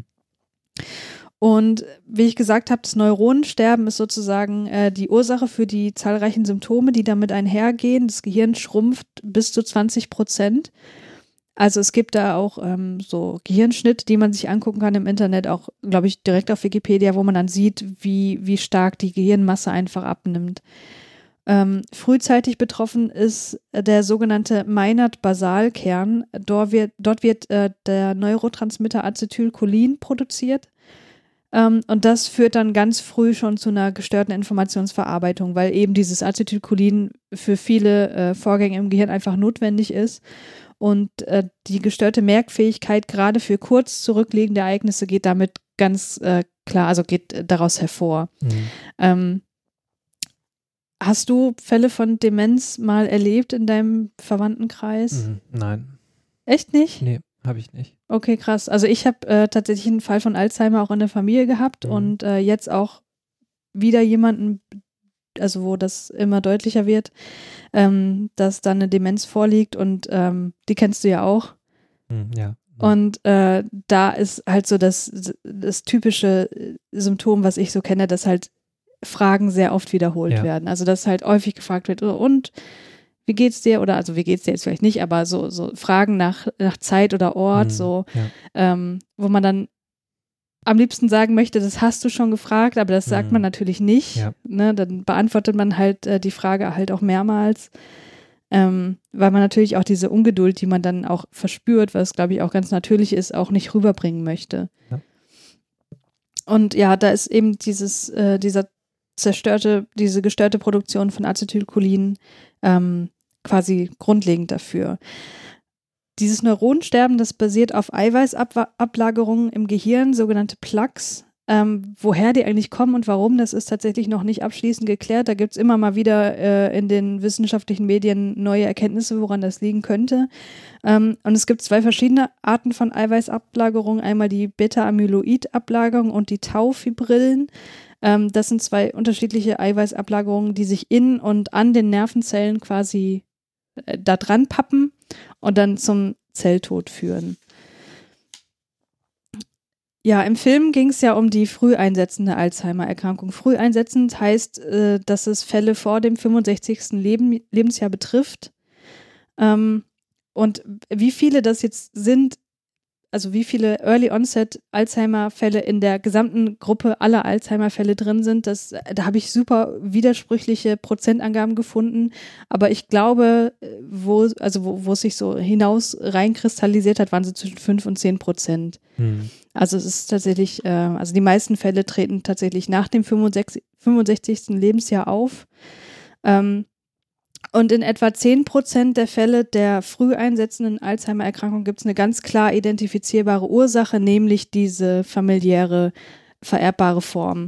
[SPEAKER 2] Und wie ich gesagt habe, das Neuronensterben ist sozusagen die Ursache für die zahlreichen Symptome, die damit einhergehen. Das Gehirn schrumpft bis zu 20%. Also es gibt da auch so Gehirnschnitte, die man sich angucken kann im Internet, auch, glaube ich, direkt auf Wikipedia, wo man dann sieht, wie stark die Gehirnmasse einfach abnimmt. Frühzeitig betroffen ist der sogenannte Meinert-Basal-Kern. Dort wird der Neurotransmitter Acetylcholin produziert. Und das führt dann ganz früh schon zu einer gestörten Informationsverarbeitung, weil eben dieses Acetylcholin für viele Vorgänge im Gehirn einfach notwendig ist. Und die gestörte Merkfähigkeit gerade für kurz zurückliegende Ereignisse geht damit ganz klar, also geht daraus hervor. Hast du Fälle von Demenz mal erlebt in deinem Verwandtenkreis?
[SPEAKER 3] Nein.
[SPEAKER 2] Echt nicht?
[SPEAKER 3] Nee, habe ich nicht.
[SPEAKER 2] Okay, krass. Also ich habe tatsächlich einen Fall von Alzheimer auch in der Familie gehabt und jetzt auch wieder jemanden, also wo das immer deutlicher wird, dass da eine Demenz vorliegt und die kennst du ja auch.
[SPEAKER 3] Ja.
[SPEAKER 2] Und da ist halt so das typische Symptom, was ich so kenne, dass halt Fragen sehr oft wiederholt werden. Also dass halt häufig gefragt wird, und wie geht's dir? Oder also wie geht's dir jetzt vielleicht nicht, aber so Fragen nach Zeit oder Ort, wo man dann am liebsten sagen möchte, das hast du schon gefragt, aber das sagt man natürlich nicht. Ja. Ne? Dann beantwortet man halt die Frage halt auch mehrmals, weil man natürlich auch diese Ungeduld, die man dann auch verspürt, was glaube ich auch ganz natürlich ist, auch nicht rüberbringen möchte. Ja. Und ja, da ist eben diese gestörte Produktion von Acetylcholin quasi grundlegend dafür. Dieses Neuronensterben, das basiert auf Eiweißablagerungen im Gehirn, sogenannte Plaques. Woher die eigentlich kommen und warum, das ist tatsächlich noch nicht abschließend geklärt. Da gibt es immer mal wieder in den wissenschaftlichen Medien neue Erkenntnisse, woran das liegen könnte. Und es gibt 2 verschiedene Arten von Eiweißablagerungen. Einmal die Beta-Amyloid-Ablagerung und die Taufibrillen. Das sind 2 unterschiedliche Eiweißablagerungen, die sich in und an den Nervenzellen quasi da dran pappen und dann zum Zelltod führen. Ja, im Film ging es ja um die früh einsetzende Alzheimer-Erkrankung. Früh einsetzend heißt, dass es Fälle vor dem 65. Lebensjahr betrifft. Und wie viele das jetzt sind, also wie viele Early-Onset-Alzheimer-Fälle in der gesamten Gruppe aller Alzheimer-Fälle drin sind, da habe ich super widersprüchliche Prozentangaben gefunden. Aber ich glaube, wo es sich so hinaus reinkristallisiert hat, waren so zwischen 5 und 10%. Also es ist tatsächlich, also die meisten Fälle treten tatsächlich nach dem 65. Lebensjahr auf. Und in etwa 10% der Fälle der früh einsetzenden Alzheimer-Erkrankung gibt es eine ganz klar identifizierbare Ursache, nämlich diese familiäre, vererbbare Form.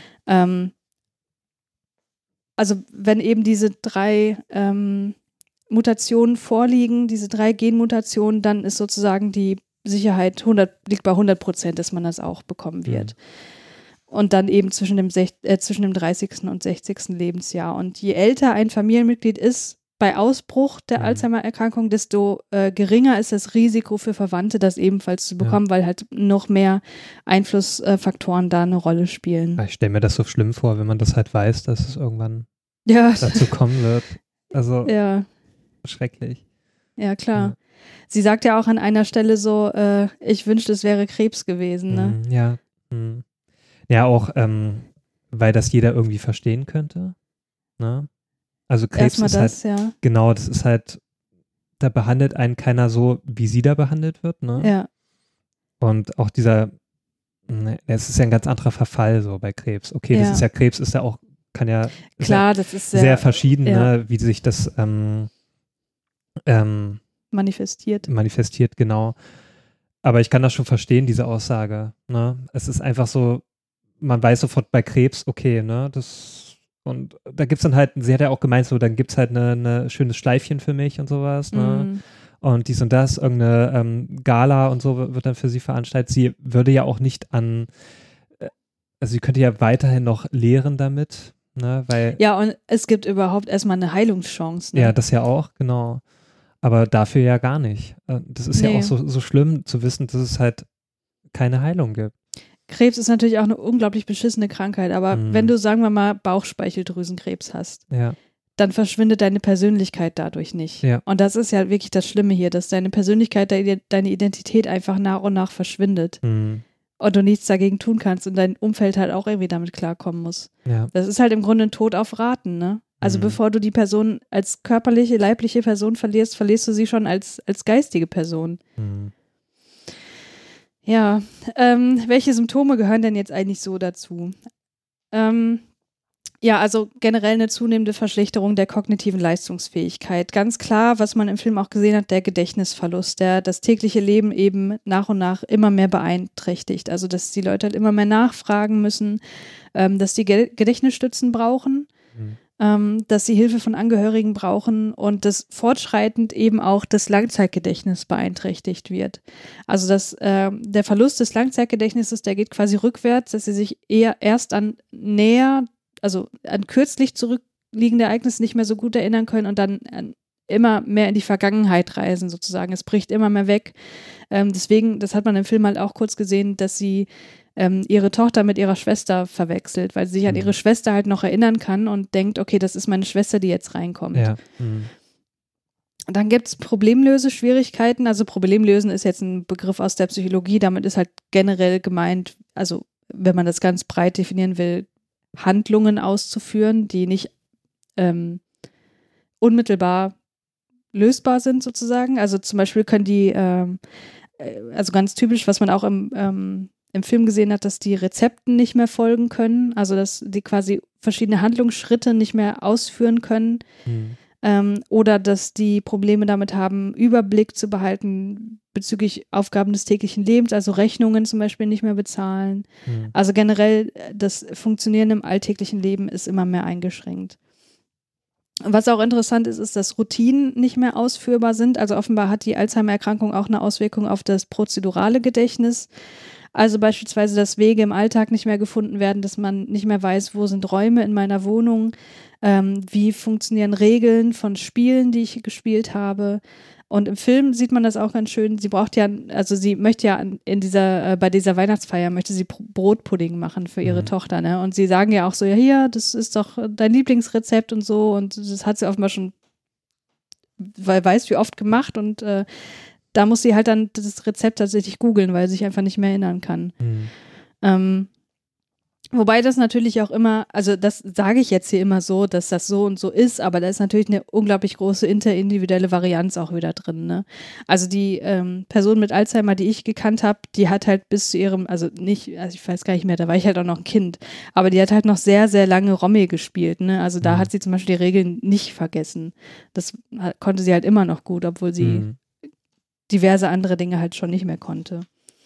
[SPEAKER 2] Also wenn eben diese 3 Mutationen vorliegen, diese 3 Genmutationen, dann ist sozusagen die Sicherheit liegt bei 100%, dass man das auch bekommen wird. Und dann eben zwischen dem 30. und 60. Lebensjahr. Und je älter ein Familienmitglied ist bei Ausbruch der Alzheimer-Erkrankung, desto geringer ist das Risiko für Verwandte, das ebenfalls zu bekommen, weil halt noch mehr Einflussfaktoren da eine Rolle spielen.
[SPEAKER 3] Ich stelle mir das so schlimm vor, wenn man das halt weiß, dass es irgendwann dazu kommen wird. Also schrecklich.
[SPEAKER 2] Ja, klar. Ja. Sie sagt ja auch an einer Stelle so, ich wünschte, es wäre Krebs gewesen. Ne?
[SPEAKER 3] Ja. Ja, auch, weil das jeder irgendwie verstehen könnte. Ne? Also Krebs ist halt, genau, das ist halt, da behandelt einen keiner so, wie sie da behandelt wird. Ne?
[SPEAKER 2] Ja.
[SPEAKER 3] Und auch es ist ja ein ganz anderer Verfall so bei Krebs. Okay, das ist ja, Krebs ist ja auch,
[SPEAKER 2] das ist
[SPEAKER 3] sehr verschieden, ne, wie sich das manifestiert, genau. Aber ich kann das schon verstehen, diese Aussage. Ne? Es ist einfach so, man weiß sofort bei Krebs, okay, ne, und da gibt es dann halt, sie hat ja auch gemeint, so, dann gibt es halt ein schönes Schleifchen für mich und sowas, ne? Und dies und das, irgendeine Gala und so wird dann für sie veranstaltet. Sie würde ja auch nicht also sie könnte ja weiterhin noch lehren damit, ne, weil.
[SPEAKER 2] Ja, und es gibt überhaupt erstmal eine Heilungschance. Ne?
[SPEAKER 3] Ja, das ja auch, genau. Aber dafür ja gar nicht. Das ist ja auch so schlimm zu wissen, dass es halt keine Heilung gibt.
[SPEAKER 2] Krebs ist natürlich auch eine unglaublich beschissene Krankheit, aber wenn du, sagen wir mal, Bauchspeicheldrüsenkrebs hast, dann verschwindet deine Persönlichkeit dadurch nicht. Ja. Und das ist ja wirklich das Schlimme hier, dass deine Persönlichkeit, deine Identität einfach nach und nach verschwindet. Und du nichts dagegen tun kannst und dein Umfeld halt auch irgendwie damit klarkommen muss. Ja. Das ist halt im Grunde ein Tod auf Raten, ne? Also bevor du die Person als körperliche, leibliche Person verlierst du sie schon als geistige Person. Ja, welche Symptome gehören denn jetzt eigentlich so dazu? Ja, also generell eine zunehmende Verschlechterung der kognitiven Leistungsfähigkeit. Ganz klar, was man im Film auch gesehen hat, der Gedächtnisverlust, der das tägliche Leben eben nach und nach immer mehr beeinträchtigt. Also, dass die Leute halt immer mehr nachfragen müssen, dass die Gedächtnisstützen brauchen, dass sie Hilfe von Angehörigen brauchen und dass fortschreitend eben auch das Langzeitgedächtnis beeinträchtigt wird. Also, dass der Verlust des Langzeitgedächtnisses, der geht quasi rückwärts, dass sie sich eher erst an kürzlich zurückliegende Ereignisse nicht mehr so gut erinnern können und dann immer mehr in die Vergangenheit reisen sozusagen. Es bricht immer mehr weg. Deswegen, das hat man im Film halt auch kurz gesehen, dass sie ihre Tochter mit ihrer Schwester verwechselt, weil sie sich an ihre Schwester halt noch erinnern kann und denkt, okay, das ist meine Schwester, die jetzt reinkommt.
[SPEAKER 3] Ja.
[SPEAKER 2] Dann gibt es Problemlöse-Schwierigkeiten. Also Problemlösen ist jetzt ein Begriff aus der Psychologie. Damit ist halt generell gemeint, also wenn man das ganz breit definieren will, Handlungen auszuführen, die nicht unmittelbar lösbar sind sozusagen. Also zum Beispiel können die, also ganz typisch, was man auch im Film gesehen hat, dass die Rezepten nicht mehr folgen können, also dass die quasi verschiedene Handlungsschritte nicht mehr ausführen können oder dass die Probleme damit haben, Überblick zu behalten bezüglich Aufgaben des täglichen Lebens, also Rechnungen zum Beispiel nicht mehr bezahlen. Also generell das Funktionieren im alltäglichen Leben ist immer mehr eingeschränkt. Was auch interessant ist, ist, dass Routinen nicht mehr ausführbar sind. Also offenbar hat die Alzheimer-Erkrankung auch eine Auswirkung auf das prozedurale Gedächtnis. Also beispielsweise, dass Wege im Alltag nicht mehr gefunden werden, dass man nicht mehr weiß, wo sind Räume in meiner Wohnung, wie funktionieren Regeln von Spielen, die ich gespielt habe. Und im Film sieht man das auch ganz schön. Sie möchte ja bei dieser Weihnachtsfeier möchte sie Brotpudding machen für ihre Tochter, ne? Und sie sagen ja auch so, ja hier, das ist doch dein Lieblingsrezept und so. Und das hat sie offenbar schon, weiß wie oft gemacht und da muss sie halt dann das Rezept tatsächlich googeln, weil sie sich einfach nicht mehr erinnern kann. Wobei das natürlich auch immer, also das sage ich jetzt hier immer so, dass das so und so ist, aber da ist natürlich eine unglaublich große interindividuelle Varianz auch wieder drin, ne? Also die Person mit Alzheimer, die ich gekannt habe, die hat halt bis zu ihrem, also ich weiß gar nicht mehr, da war ich halt auch noch ein Kind, aber die hat halt noch sehr, sehr lange Romy gespielt, ne? Also da hat sie zum Beispiel die Regeln nicht vergessen. Das konnte sie halt immer noch gut, obwohl sie diverse andere Dinge halt schon nicht mehr konnte.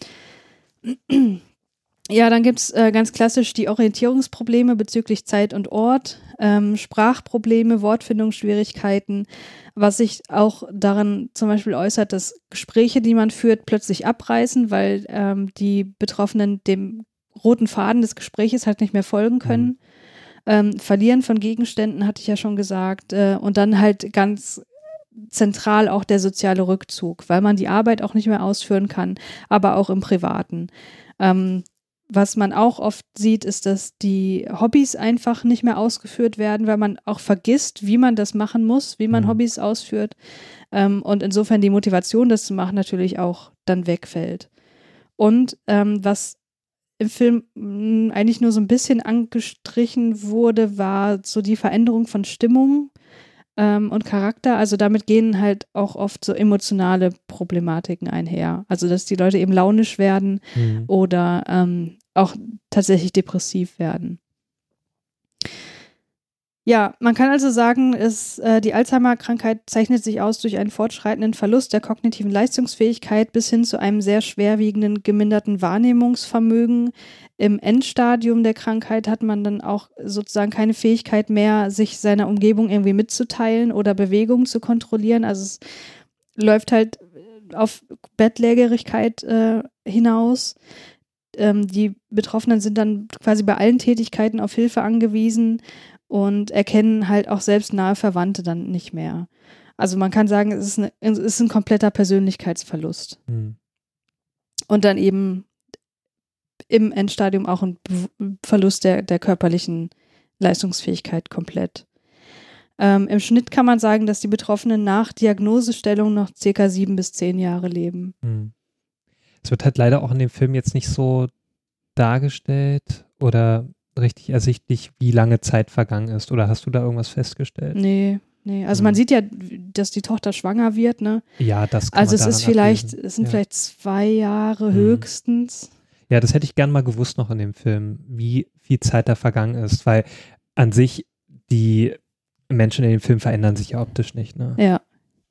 [SPEAKER 2] Ja, dann gibt es ganz klassisch die Orientierungsprobleme bezüglich Zeit und Ort, Sprachprobleme, Wortfindungsschwierigkeiten, was sich auch daran zum Beispiel äußert, dass Gespräche, die man führt, plötzlich abreißen, weil die Betroffenen dem roten Faden des Gespräches halt nicht mehr folgen können. Verlieren von Gegenständen, hatte ich ja schon gesagt, und dann halt ganz zentral auch der soziale Rückzug, weil man die Arbeit auch nicht mehr ausführen kann, aber auch im Privaten. Was man auch oft sieht, ist, dass die Hobbys einfach nicht mehr ausgeführt werden, weil man auch vergisst, wie man das machen muss, wie man Hobbys ausführt. Und insofern die Motivation, das zu machen, natürlich auch dann wegfällt. Und was im Film eigentlich nur so ein bisschen angestrichen wurde, war so die Veränderung von Stimmung und Charakter. Also damit gehen halt auch oft so emotionale Problematiken einher. Also dass die Leute eben launisch werden oder auch tatsächlich depressiv werden. Ja, man kann also sagen, die Alzheimer-Krankheit zeichnet sich aus durch einen fortschreitenden Verlust der kognitiven Leistungsfähigkeit bis hin zu einem sehr schwerwiegenden geminderten Wahrnehmungsvermögen. Im Endstadium der Krankheit hat man dann auch sozusagen keine Fähigkeit mehr, sich seiner Umgebung irgendwie mitzuteilen oder Bewegungen zu kontrollieren. Also es läuft halt auf Bettlägerigkeit hinaus. Die Betroffenen sind dann quasi bei allen Tätigkeiten auf Hilfe angewiesen und erkennen halt auch selbst nahe Verwandte dann nicht mehr. Also man kann sagen, es ist ein kompletter Persönlichkeitsverlust. Und dann eben im Endstadium auch ein Verlust der körperlichen Leistungsfähigkeit komplett. Im Schnitt kann man sagen, dass die Betroffenen nach Diagnosestellung noch ca. 7 bis 10 Jahre leben.
[SPEAKER 3] Es wird halt leider auch in dem Film jetzt nicht so dargestellt oder richtig ersichtlich, wie lange Zeit vergangen ist. Oder hast du da irgendwas festgestellt?
[SPEAKER 2] Nee. Also man sieht ja, dass die Tochter schwanger wird, ne?
[SPEAKER 3] Ja, das kann
[SPEAKER 2] Also
[SPEAKER 3] man
[SPEAKER 2] es
[SPEAKER 3] daran
[SPEAKER 2] sind vielleicht 2 Jahre höchstens.
[SPEAKER 3] Ja, das hätte ich gern mal gewusst noch in dem Film, wie viel Zeit da vergangen ist, weil an sich die Menschen in dem Film verändern sich ja optisch nicht, ne?
[SPEAKER 2] Ja.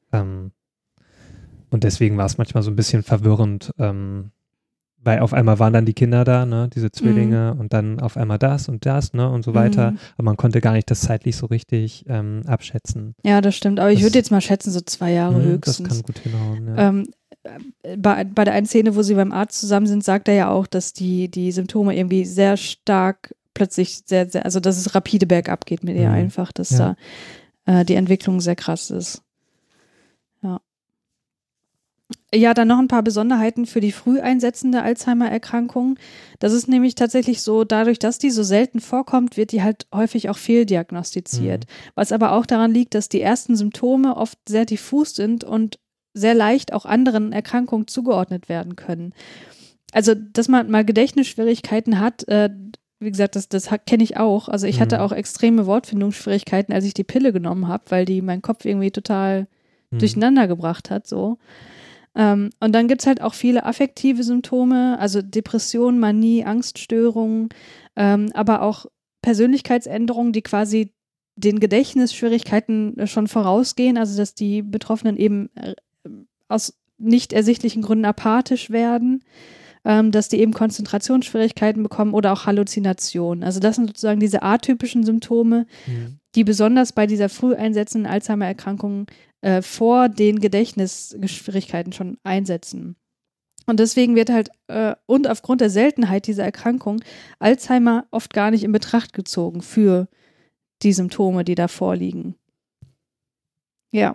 [SPEAKER 3] Und deswegen war es manchmal so ein bisschen verwirrend, weil auf einmal waren dann die Kinder da, ne, diese Zwillinge und dann auf einmal das und das, ne, und so weiter. Aber man konnte gar nicht das zeitlich so richtig abschätzen.
[SPEAKER 2] Ja, das stimmt. Aber ich würde jetzt mal schätzen, so 2 Jahre höchstens.
[SPEAKER 3] Das kann gut hinhauen, ja.
[SPEAKER 2] Bei der einen Szene, wo sie beim Arzt zusammen sind, sagt er ja auch, dass die Symptome irgendwie sehr stark plötzlich also dass es rapide bergab geht mit ihr einfach, dass da die Entwicklung sehr krass ist. Ja. Ja, dann noch ein paar Besonderheiten für die früh einsetzende Alzheimer-Erkrankung. Das ist nämlich tatsächlich so, dadurch, dass die so selten vorkommt, wird die halt häufig auch fehldiagnostiziert. Was aber auch daran liegt, dass die ersten Symptome oft sehr diffus sind und sehr leicht auch anderen Erkrankungen zugeordnet werden können. Also, dass man mal Gedächtnisschwierigkeiten hat, wie gesagt, das kenne ich auch. Also ich hatte auch extreme Wortfindungsschwierigkeiten, als ich die Pille genommen habe, weil die meinen Kopf irgendwie total durcheinander gebracht hat, so. Und dann gibt es halt auch viele affektive Symptome, also Depression, Manie, Angststörungen, aber auch Persönlichkeitsänderungen, die quasi den Gedächtnisschwierigkeiten schon vorausgehen, also dass die Betroffenen eben aus nicht ersichtlichen Gründen apathisch werden, dass die eben Konzentrationsschwierigkeiten bekommen oder auch Halluzinationen. Also das sind sozusagen diese atypischen Symptome, die besonders bei dieser früh einsetzenden Alzheimer-Erkrankung vor den Gedächtnisschwierigkeiten schon einsetzen. Und deswegen wird halt, und aufgrund der Seltenheit dieser Erkrankung, Alzheimer oft gar nicht in Betracht gezogen für die Symptome, die da vorliegen. Ja.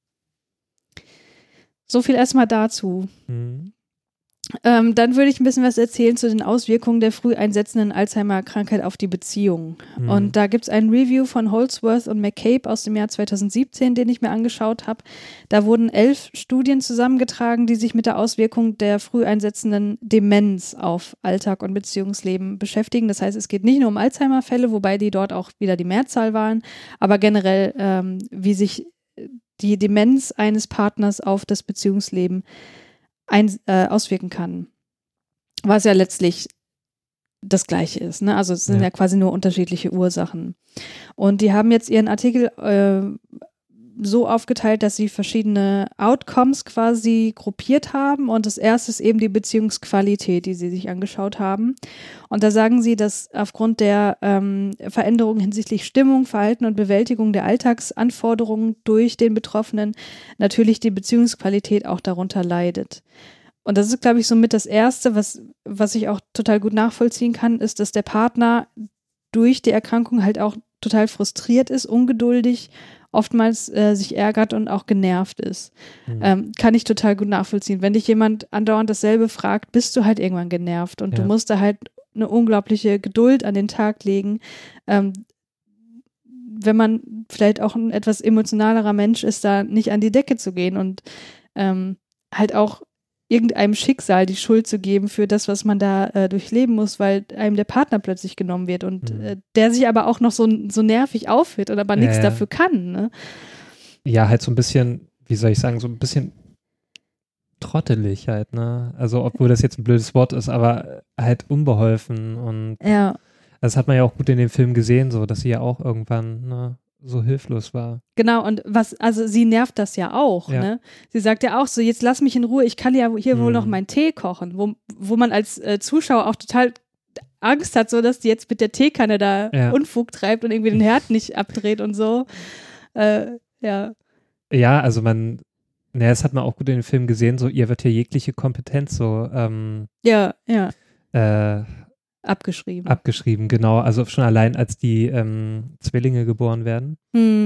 [SPEAKER 2] So viel erstmal dazu. Dann würde ich ein bisschen was erzählen zu den Auswirkungen der früh einsetzenden Alzheimer-Krankheit auf die Beziehung. Und da gibt es ein Review von Holdsworth und McCabe aus dem Jahr 2017, den ich mir angeschaut habe. Da wurden 11 Studien zusammengetragen, die sich mit der Auswirkung der früh einsetzenden Demenz auf Alltag und Beziehungsleben beschäftigen. Das heißt, es geht nicht nur um Alzheimer-Fälle, wobei die dort auch wieder die Mehrzahl waren, aber generell, wie sich die Demenz eines Partners auf das Beziehungsleben auswirken kann. Was ja letztlich das Gleiche ist, ne? Also es sind ja quasi nur unterschiedliche Ursachen. Und die haben jetzt ihren Artikel so aufgeteilt, dass sie verschiedene Outcomes quasi gruppiert haben. Und das erste ist eben die Beziehungsqualität, die sie sich angeschaut haben. Und da sagen sie, dass aufgrund der Veränderungen hinsichtlich Stimmung, Verhalten und Bewältigung der Alltagsanforderungen durch den Betroffenen natürlich die Beziehungsqualität auch darunter leidet. Und das ist, glaube ich, somit das Erste, was ich auch total gut nachvollziehen kann, ist, dass der Partner durch die Erkrankung halt auch total frustriert ist, ungeduldig, oftmals sich ärgert und auch genervt ist. Kann ich total gut nachvollziehen. Wenn dich jemand andauernd dasselbe fragt, bist du halt irgendwann genervt und du musst da halt eine unglaubliche Geduld an den Tag legen. Wenn man vielleicht auch ein etwas emotionalerer Mensch ist, da nicht an die Decke zu gehen und halt auch irgendeinem Schicksal die Schuld zu geben für das, was man da durchleben muss, weil einem der Partner plötzlich genommen wird und der sich aber auch noch so nervig aufführt und aber nichts dafür kann. Ne?
[SPEAKER 3] Ja, halt so ein bisschen, wie soll ich sagen, so ein bisschen trottelig halt, ne? Also obwohl das jetzt ein blödes Wort ist, aber halt unbeholfen und das hat man ja auch gut in dem Film gesehen, so, dass sie ja auch irgendwann, ne, so hilflos war.
[SPEAKER 2] Genau, und also sie nervt das ja auch, ne? Sie sagt ja auch so, jetzt lass mich in Ruhe, ich kann ja hier wohl noch meinen Tee kochen, wo man als Zuschauer auch total Angst hat, so dass die jetzt mit der Teekanne da Unfug treibt und irgendwie den Herd nicht abdreht und so. Ja, also das hat man auch gut in dem Film gesehen, so ihr wird hier jegliche Kompetenz so Abgeschrieben, genau. Also schon allein, als die Zwillinge geboren werden.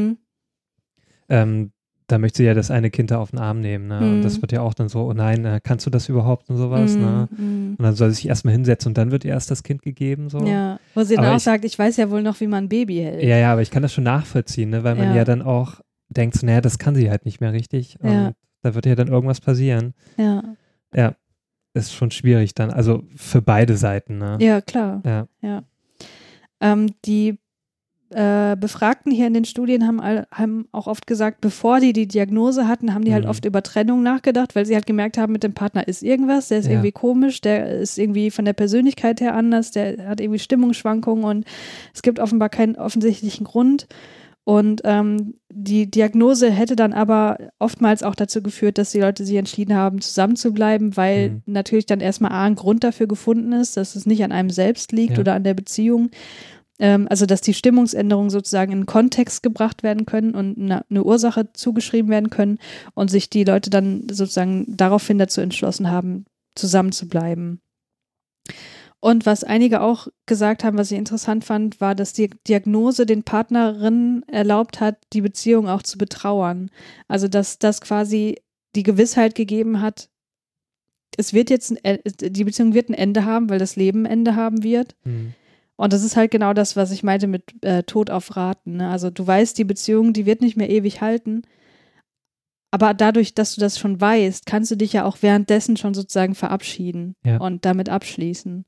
[SPEAKER 2] Da möchte sie ja das eine Kind da auf den Arm nehmen, ne? Und das wird ja auch dann so, oh nein, kannst du das überhaupt und sowas, ne? Und dann soll sie sich erstmal hinsetzen und dann wird ihr erst das Kind gegeben, so. Ja, wo sie dann auch sagt, ich weiß ja wohl noch, wie man ein Baby hält.
[SPEAKER 3] Ja, aber ich kann das schon nachvollziehen, ne? Weil man ja dann auch denkt, so, naja, das kann sie halt nicht mehr richtig. Und da wird ja dann irgendwas passieren. Ja. Ist schon schwierig dann, also für beide Seiten, ne?
[SPEAKER 2] Ja, klar.
[SPEAKER 3] Ja.
[SPEAKER 2] Die Befragten hier in den Studien haben auch oft gesagt, bevor die Diagnose hatten, haben die halt oft über Trennung nachgedacht, weil sie halt gemerkt haben, mit dem Partner ist irgendwas, der ist irgendwie komisch, der ist irgendwie von der Persönlichkeit her anders, der hat irgendwie Stimmungsschwankungen und es gibt offenbar keinen offensichtlichen Grund. Und die Diagnose hätte dann aber oftmals auch dazu geführt, dass die Leute sich entschieden haben, zusammenzubleiben, weil natürlich dann erstmal ein Grund dafür gefunden ist, dass es nicht an einem selbst liegt oder an der Beziehung. Also dass die Stimmungsänderungen sozusagen in einen Kontext gebracht werden können und eine Ursache zugeschrieben werden können und sich die Leute dann sozusagen daraufhin dazu entschlossen haben, zusammenzubleiben. Und was einige auch gesagt haben, was ich interessant fand, war, dass die Diagnose den Partnerinnen erlaubt hat, die Beziehung auch zu betrauern. Also dass das quasi die Gewissheit gegeben hat, es wird jetzt die Beziehung wird ein Ende haben, weil das Leben ein Ende haben wird. Und das ist halt genau das, was ich meinte mit Tod auf Raten. Ne? Also du weißt, die Beziehung, die wird nicht mehr ewig halten. Aber dadurch, dass du das schon weißt, kannst du dich ja auch währenddessen schon sozusagen verabschieden und damit abschließen.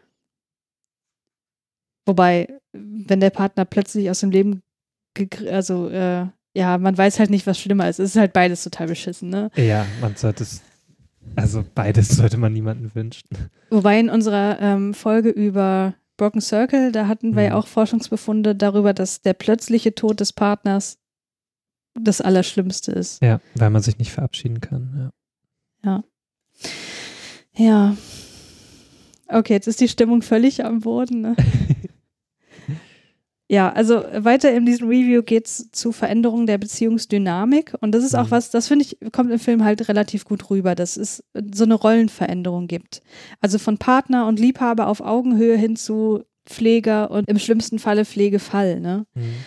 [SPEAKER 2] Wobei, wenn der Partner plötzlich aus dem Leben, man weiß halt nicht, was schlimmer ist. Es ist halt beides total beschissen, ne?
[SPEAKER 3] Ja, beides sollte man niemandem wünschen.
[SPEAKER 2] Wobei in unserer Folge über Broken Circle, da hatten wir ja auch Forschungsbefunde darüber, dass der plötzliche Tod des Partners das Allerschlimmste ist.
[SPEAKER 3] Ja, weil man sich nicht verabschieden kann.
[SPEAKER 2] Ja. Okay, jetzt ist die Stimmung völlig am Boden. Ne? Ja, also weiter in diesem Review geht es zu Veränderungen der Beziehungsdynamik und das ist auch was, das finde ich, kommt im Film halt relativ gut rüber, dass es so eine Rollenveränderung gibt. Also von Partner und Liebhaber auf Augenhöhe hin zu Pfleger und im schlimmsten Falle Pflegefall. Ne?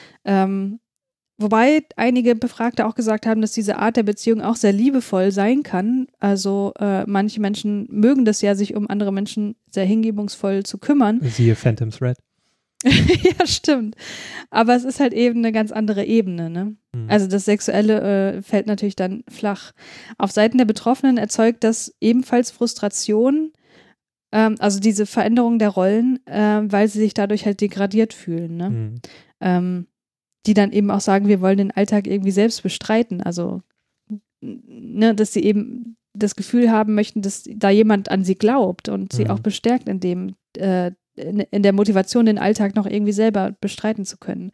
[SPEAKER 2] Wobei einige Befragte auch gesagt haben, dass diese Art der Beziehung auch sehr liebevoll sein kann. Also manche Menschen mögen das ja, sich um andere Menschen sehr hingebungsvoll zu kümmern.
[SPEAKER 3] Siehe Phantom Thread.
[SPEAKER 2] Ja, stimmt. Aber es ist halt eben eine ganz andere Ebene, ne? Also das Sexuelle fällt natürlich dann flach. Auf Seiten der Betroffenen erzeugt das ebenfalls Frustration, also diese Veränderung der Rollen, weil sie sich dadurch halt degradiert fühlen, ne? Die dann eben auch sagen, wir wollen den Alltag irgendwie selbst bestreiten. Also, ne, dass sie eben das Gefühl haben möchten, dass da jemand an sie glaubt und sie auch bestärkt in dem in der Motivation, den Alltag noch irgendwie selber bestreiten zu können.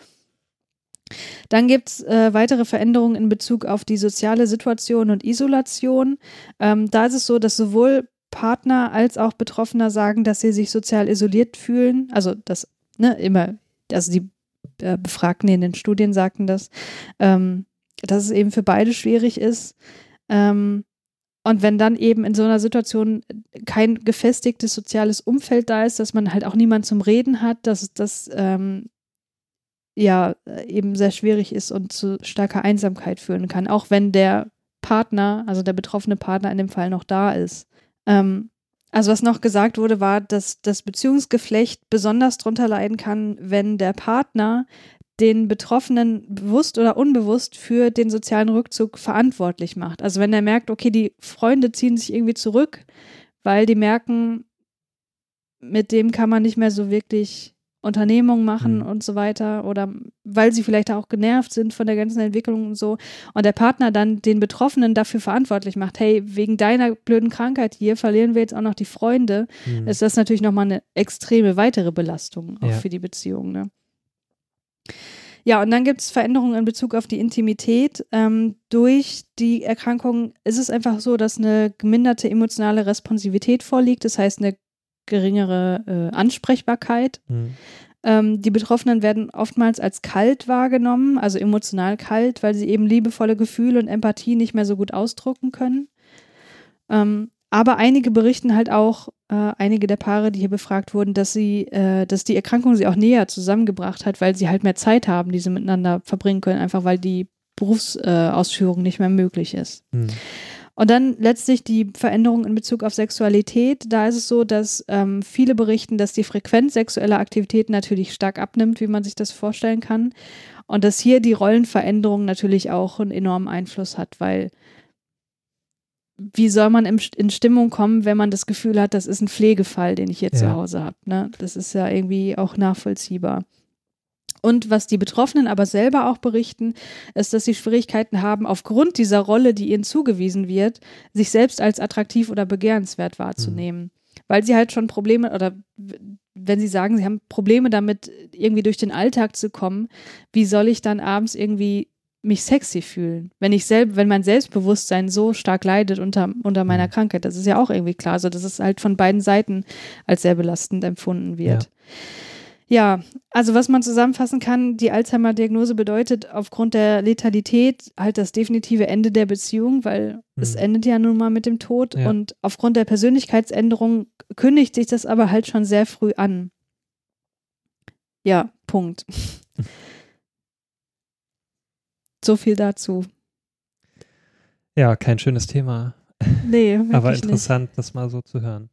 [SPEAKER 2] Dann gibt es weitere Veränderungen in Bezug auf die soziale Situation und Isolation. Da ist es so, dass sowohl Partner als auch Betroffener sagen, dass sie sich sozial isoliert fühlen. Also das, also die Befragten in den Studien sagten das, dass es eben für beide schwierig ist. Und wenn dann eben in so einer Situation kein gefestigtes soziales Umfeld da ist, dass man halt auch niemand zum Reden hat, dass das eben sehr schwierig ist und zu starker Einsamkeit führen kann, auch wenn der Partner, also der betroffene Partner in dem Fall noch da ist. Also was noch gesagt wurde, war, dass das Beziehungsgeflecht besonders drunter leiden kann, wenn der Partner den Betroffenen bewusst oder unbewusst für den sozialen Rückzug verantwortlich macht. Also wenn er merkt, okay, die Freunde ziehen sich irgendwie zurück, weil die merken, mit dem kann man nicht mehr so wirklich Unternehmungen machen und so weiter oder weil sie vielleicht auch genervt sind von der ganzen Entwicklung und so und der Partner dann den Betroffenen dafür verantwortlich macht, hey, wegen deiner blöden Krankheit hier verlieren wir jetzt auch noch die Freunde, ist das natürlich nochmal eine extreme weitere Belastung auch für die Beziehung, ne? Ja, und dann gibt es Veränderungen in Bezug auf die Intimität. Durch die Erkrankung ist es einfach so, dass eine geminderte emotionale Responsivität vorliegt, das heißt eine geringere Ansprechbarkeit. Die Betroffenen werden oftmals als kalt wahrgenommen, also emotional kalt, weil sie eben liebevolle Gefühle und Empathie nicht mehr so gut ausdrücken können. Aber einige berichten halt auch, einige der Paare, die hier befragt wurden, dass die Erkrankung sie auch näher zusammengebracht hat, weil sie halt mehr Zeit haben, die sie miteinander verbringen können, einfach weil die Berufsausführung nicht mehr möglich ist. Und dann letztlich die Veränderung in Bezug auf Sexualität. Da ist es so, dass viele berichten, dass die Frequenz sexueller Aktivitäten natürlich stark abnimmt, wie man sich das vorstellen kann. Und dass hier die Rollenveränderung natürlich auch einen enormen Einfluss hat, weil wie soll man in Stimmung kommen, wenn man das Gefühl hat, das ist ein Pflegefall, den ich hier zu Hause habe. Ne? Das ist ja irgendwie auch nachvollziehbar. Und was die Betroffenen aber selber auch berichten, ist, dass sie Schwierigkeiten haben, aufgrund dieser Rolle, die ihnen zugewiesen wird, sich selbst als attraktiv oder begehrenswert wahrzunehmen. Weil sie halt schon Probleme, oder wenn sie sagen, sie haben Probleme damit, irgendwie durch den Alltag zu kommen, wie soll ich dann abends irgendwie mich sexy fühlen, wenn mein Selbstbewusstsein so stark leidet unter meiner Krankheit. Das ist ja auch irgendwie klar, so dass es halt von beiden Seiten als sehr belastend empfunden wird. Ja, also was man zusammenfassen kann, die Alzheimer-Diagnose bedeutet aufgrund der Letalität halt das definitive Ende der Beziehung, weil es endet ja nun mal mit dem Tod und aufgrund der Persönlichkeitsänderung kündigt sich das aber halt schon sehr früh an. Ja, Punkt. So viel dazu.
[SPEAKER 3] Ja, kein schönes Thema.
[SPEAKER 2] Nee, wirklich
[SPEAKER 3] aber interessant,
[SPEAKER 2] nicht.
[SPEAKER 3] das mal so zu hören.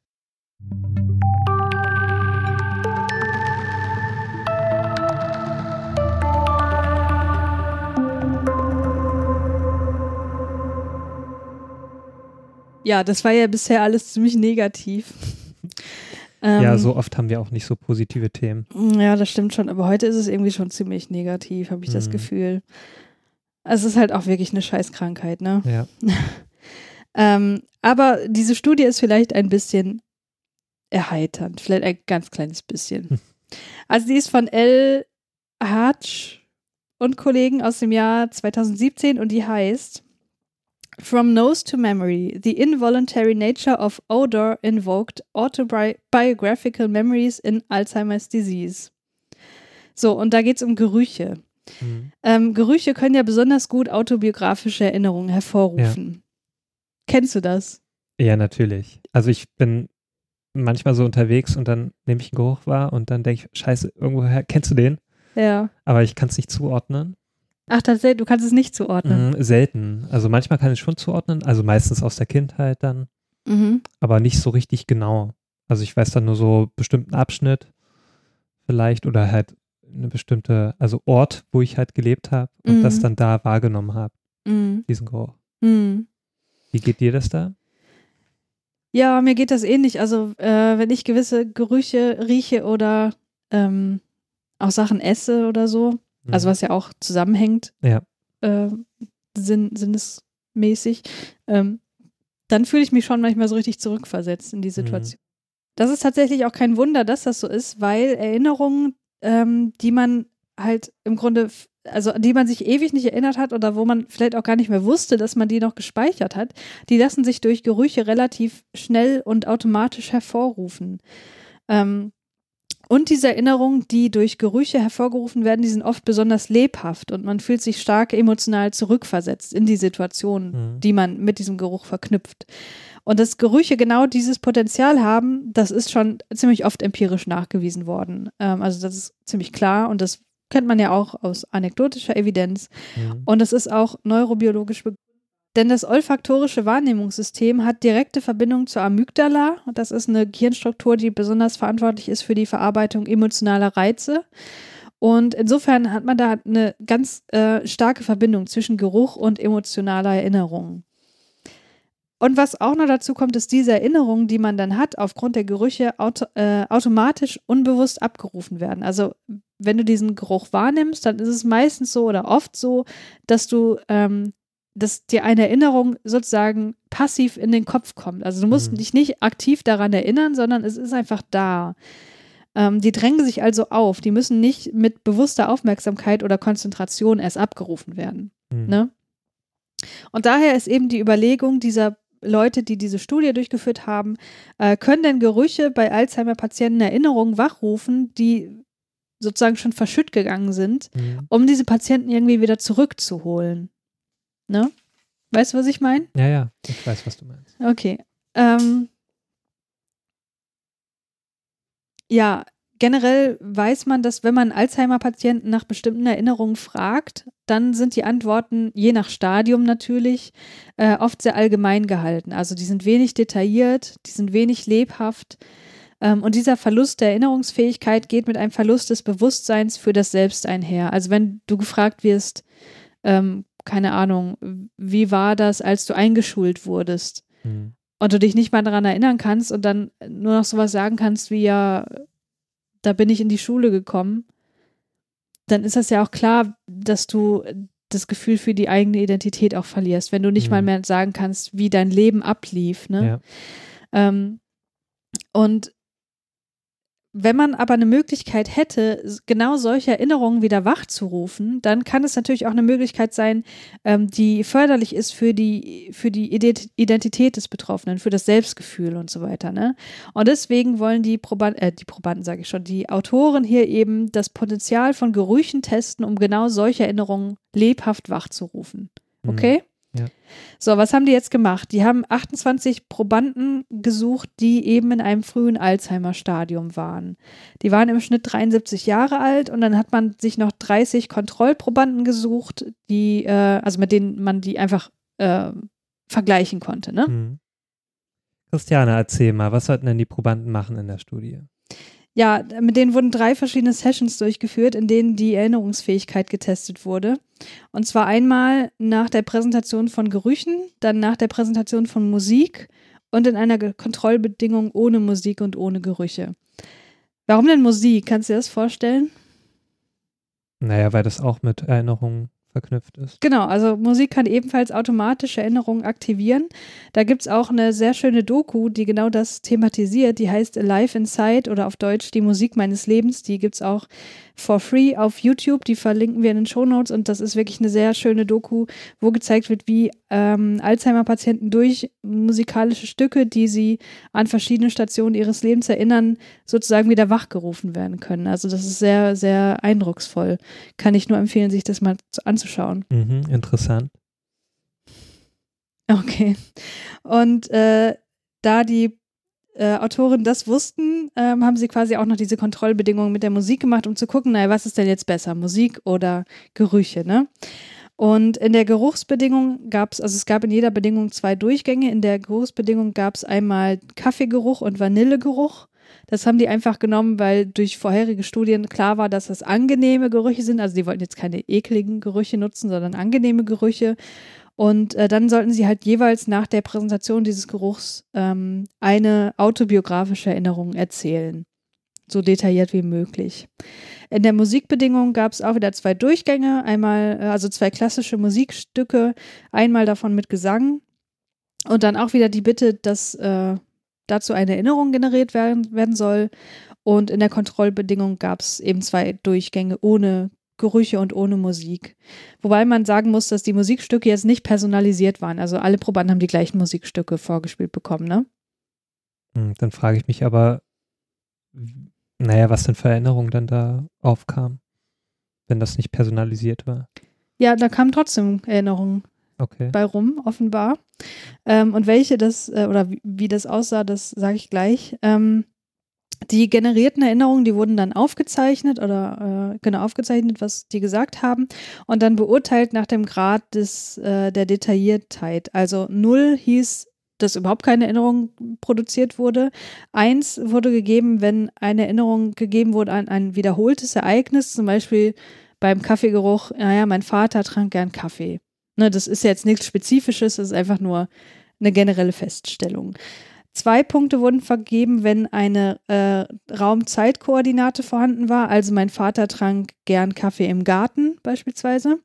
[SPEAKER 2] Ja, das war ja bisher alles ziemlich negativ.
[SPEAKER 3] Ja, so oft haben wir auch nicht so positive Themen.
[SPEAKER 2] Ja, das stimmt schon, aber heute ist es irgendwie schon ziemlich negativ, habe ich das Gefühl. Es ist halt auch wirklich eine Scheißkrankheit, ne?
[SPEAKER 3] Ja.
[SPEAKER 2] Aber diese Studie ist vielleicht ein bisschen erheiternd, vielleicht ein ganz kleines bisschen. Also die ist von L. Hatch und Kollegen aus dem Jahr 2017 und die heißt From Nose to Memory, the Involuntary Nature of Odor Invoked Autobiographical Memories in Alzheimer's Disease. So, und da geht es um Gerüche. Gerüche können ja besonders gut autobiografische Erinnerungen hervorrufen. Ja. Kennst du das?
[SPEAKER 3] Ja, natürlich. Also ich bin manchmal so unterwegs und dann nehme ich einen Geruch wahr und dann denke ich, scheiße, irgendwoher, kennst du den?
[SPEAKER 2] Ja.
[SPEAKER 3] Aber ich kann es nicht zuordnen.
[SPEAKER 2] Ach, tatsächlich, du kannst es nicht zuordnen?
[SPEAKER 3] Selten. Also manchmal kann ich es schon zuordnen, also meistens aus der Kindheit dann, aber nicht so richtig genau. Also ich weiß dann nur so einen bestimmten Abschnitt vielleicht oder halt eine bestimmte, also Ort, wo ich halt gelebt habe und das dann da wahrgenommen habe, diesen Geruch. Wie geht dir das da?
[SPEAKER 2] Ja, mir geht das ähnlich. Also wenn ich gewisse Gerüche rieche oder auch Sachen esse oder so, also was ja auch zusammenhängt, sinnesmäßig, dann fühle ich mich schon manchmal so richtig zurückversetzt in die Situation. Das ist tatsächlich auch kein Wunder, dass das so ist, weil Erinnerungen, die man halt im Grunde, also an die man sich ewig nicht erinnert hat oder wo man vielleicht auch gar nicht mehr wusste, dass man die noch gespeichert hat, die lassen sich durch Gerüche relativ schnell und automatisch hervorrufen. Und diese Erinnerungen, die durch Gerüche hervorgerufen werden, die sind oft besonders lebhaft und man fühlt sich stark emotional zurückversetzt in die Situation, die man mit diesem Geruch verknüpft. Und dass Gerüche genau dieses Potenzial haben, das ist schon ziemlich oft empirisch nachgewiesen worden. Also das ist ziemlich klar und das kennt man ja auch aus anekdotischer Evidenz. Und das ist auch neurobiologisch begründet. Denn das olfaktorische Wahrnehmungssystem hat direkte Verbindung zur Amygdala. Das ist eine Gehirnstruktur, die besonders verantwortlich ist für die Verarbeitung emotionaler Reize. Und insofern hat man da eine ganz starke Verbindung zwischen Geruch und emotionaler Erinnerung. Und was auch noch dazu kommt, ist diese Erinnerungen, die man dann hat, aufgrund der Gerüche automatisch unbewusst abgerufen werden. Also wenn du diesen Geruch wahrnimmst, dann ist es meistens so oder oft so, dass dass dir eine Erinnerung sozusagen passiv in den Kopf kommt. Also du musst dich nicht aktiv daran erinnern, sondern es ist einfach da. Die drängen sich also auf. Die müssen nicht mit bewusster Aufmerksamkeit oder Konzentration erst abgerufen werden. Ne? Und daher ist eben die Überlegung dieser Leute, die diese Studie durchgeführt haben, können denn Gerüche bei Alzheimer-Patienten Erinnerungen wachrufen, die sozusagen schon verschütt gegangen sind, um diese Patienten irgendwie wieder zurückzuholen. Ne? Weißt du, was ich meine?
[SPEAKER 3] Ja, ich weiß, was du meinst.
[SPEAKER 2] Okay. Ja, generell weiß man, dass wenn man Alzheimer-Patienten nach bestimmten Erinnerungen fragt, dann sind die Antworten, je nach Stadium natürlich, oft sehr allgemein gehalten. Also die sind wenig detailliert, die sind wenig lebhaft. Und dieser Verlust der Erinnerungsfähigkeit geht mit einem Verlust des Bewusstseins für das Selbst einher. Also wenn du gefragt wirst, keine Ahnung, wie war das, als du eingeschult wurdest? Und du dich nicht mal daran erinnern kannst und dann nur noch sowas sagen kannst wie, ja, da bin ich in die Schule gekommen, dann ist das ja auch klar, dass du das Gefühl für die eigene Identität auch verlierst, wenn du nicht mal mehr sagen kannst, wie dein Leben ablief. Ne? Ja. Und wenn man aber eine Möglichkeit hätte, genau solche Erinnerungen wieder wachzurufen, dann kann es natürlich auch eine Möglichkeit sein, die förderlich ist für die Identität des Betroffenen, für das Selbstgefühl und so weiter. Ne? Und deswegen wollen die Autoren hier eben das Potenzial von Gerüchen testen, um genau solche Erinnerungen lebhaft wachzurufen. Okay?
[SPEAKER 3] Ja.
[SPEAKER 2] So, was haben die jetzt gemacht? Die haben 28 Probanden gesucht, die eben in einem frühen Alzheimer-Stadium waren. Die waren im Schnitt 73 Jahre alt und dann hat man sich noch 30 Kontrollprobanden gesucht, also mit denen man die einfach vergleichen konnte. Ne?
[SPEAKER 3] Christiane, erzähl mal, was sollten denn die Probanden machen in der Studie?
[SPEAKER 2] Ja, mit denen wurden 3 verschiedene Sessions durchgeführt, in denen die Erinnerungsfähigkeit getestet wurde. Und zwar einmal nach der Präsentation von Gerüchen, dann nach der Präsentation von Musik und in einer Kontrollbedingung ohne Musik und ohne Gerüche. Warum denn Musik? Kannst du dir das vorstellen?
[SPEAKER 3] Naja, weil das auch mit Erinnerungen verknüpft ist.
[SPEAKER 2] Genau, also Musik kann ebenfalls automatische Erinnerungen aktivieren. Da gibt es auch eine sehr schöne Doku, die genau das thematisiert. Die heißt Alive Inside oder auf Deutsch Die Musik meines Lebens. Die gibt es auch for free auf YouTube. Die verlinken wir in den Shownotes und das ist wirklich eine sehr schöne Doku, wo gezeigt wird, wie Alzheimer-Patienten durch musikalische Stücke, die sie an verschiedene Stationen ihres Lebens erinnern, sozusagen wieder wachgerufen werden können. Also das ist sehr, sehr eindrucksvoll. Kann ich nur empfehlen, sich das mal anzuschauen.
[SPEAKER 3] Interessant.
[SPEAKER 2] Okay. Und da die Autoren das wussten, haben sie quasi auch noch diese Kontrollbedingungen mit der Musik gemacht, um zu gucken, naja, was ist denn jetzt besser, Musik oder Gerüche, ne? Und in der Geruchsbedingung es gab in jeder Bedingung 2 Durchgänge. In der Geruchsbedingung gab es einmal Kaffeegeruch und Vanillegeruch. Das haben die einfach genommen, weil durch vorherige Studien klar war, dass das angenehme Gerüche sind. Also die wollten jetzt keine ekligen Gerüche nutzen, sondern angenehme Gerüche. Und dann sollten sie halt jeweils nach der Präsentation dieses Geruchs eine autobiografische Erinnerung erzählen. So detailliert wie möglich. In der Musikbedingung gab es auch wieder 2 Durchgänge, also 2 klassische Musikstücke, einmal davon mit Gesang und dann auch wieder die Bitte, dass dazu eine Erinnerung generiert werden soll. Und in der Kontrollbedingung gab es eben 2 Durchgänge ohne Gerüche und ohne Musik. Wobei man sagen muss, dass die Musikstücke jetzt nicht personalisiert waren. Also alle Probanden haben die gleichen Musikstücke vorgespielt bekommen, ne?
[SPEAKER 3] Dann frage ich mich aber, naja, was denn für Erinnerungen dann da aufkamen, wenn das nicht personalisiert war.
[SPEAKER 2] Ja, da kamen trotzdem Erinnerungen bei rum, offenbar. Und welche das, oder wie das aussah, das sage ich gleich. Die generierten Erinnerungen, die wurden dann aufgezeichnet aufgezeichnet, was die gesagt haben und dann beurteilt nach dem Grad der Detailliertheit. Also 0 hieß, dass überhaupt keine Erinnerung produziert wurde. 1 wurde gegeben, wenn eine Erinnerung gegeben wurde an ein wiederholtes Ereignis, zum Beispiel beim Kaffeegeruch, naja, mein Vater trank gern Kaffee. Ne, das ist jetzt nichts Spezifisches, das ist einfach nur eine generelle Feststellung. 2 Punkte wurden vergeben, wenn eine Raum-Zeit-Koordinate vorhanden war, also mein Vater trank gern Kaffee im Garten beispielsweise.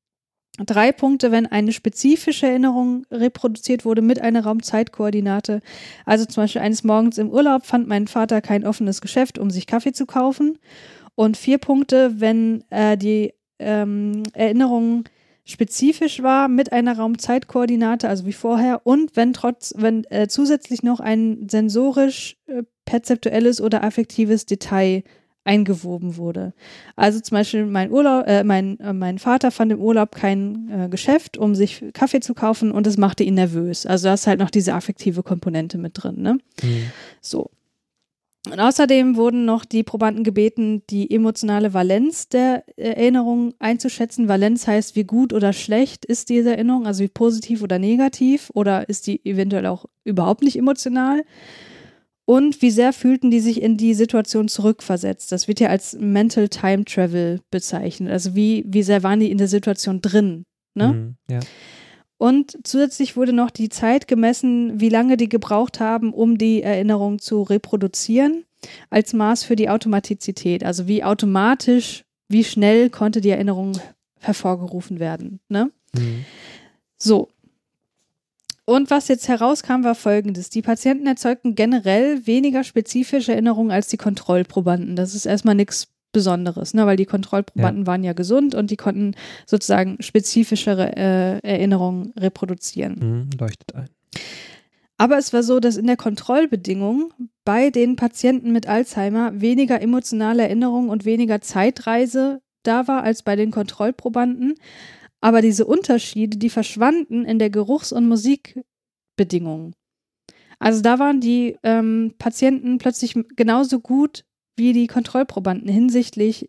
[SPEAKER 2] 3 Punkte, wenn eine spezifische Erinnerung reproduziert wurde mit einer Raum-Zeit-Koordinate. Also zum Beispiel eines Morgens im Urlaub fand mein Vater kein offenes Geschäft, um sich Kaffee zu kaufen. Und 4 Punkte, wenn die Erinnerung spezifisch war mit einer Raum-Zeit-Koordinate, also wie vorher, und wenn zusätzlich noch ein sensorisch perzeptuelles oder affektives Detail eingewoben wurde. Also zum Beispiel mein Vater fand im Urlaub kein Geschäft, um sich Kaffee zu kaufen und es machte ihn nervös. Also da ist halt noch diese affektive Komponente mit drin, ne? So. Und außerdem wurden noch die Probanden gebeten, die emotionale Valenz der Erinnerung einzuschätzen. Valenz heißt, wie gut oder schlecht ist diese Erinnerung, also wie positiv oder negativ oder ist die eventuell auch überhaupt nicht emotional. Und wie sehr fühlten die sich in die Situation zurückversetzt. Das wird ja als Mental Time Travel bezeichnet. Also wie sehr waren die in der Situation drin. Ne?
[SPEAKER 3] Ja.
[SPEAKER 2] Und zusätzlich wurde noch die Zeit gemessen, wie lange die gebraucht haben, um die Erinnerung zu reproduzieren, als Maß für die Automatizität. Also wie automatisch, wie schnell konnte die Erinnerung hervorgerufen werden. Ne? So. Und was jetzt herauskam, war Folgendes. Die Patienten erzeugten generell weniger spezifische Erinnerungen als die Kontrollprobanden. Das ist erstmal nichts Besonderes, ne? Weil die Kontrollprobanden waren ja gesund und die konnten sozusagen spezifischere Erinnerungen reproduzieren.
[SPEAKER 3] Leuchtet ein.
[SPEAKER 2] Aber es war so, dass in der Kontrollbedingung bei den Patienten mit Alzheimer weniger emotionale Erinnerung und weniger Zeitreise da war als bei den Kontrollprobanden. Aber diese Unterschiede, die verschwanden in der Geruchs- und Musikbedingung. Also da waren die Patienten plötzlich genauso gut wie die Kontrollprobanden hinsichtlich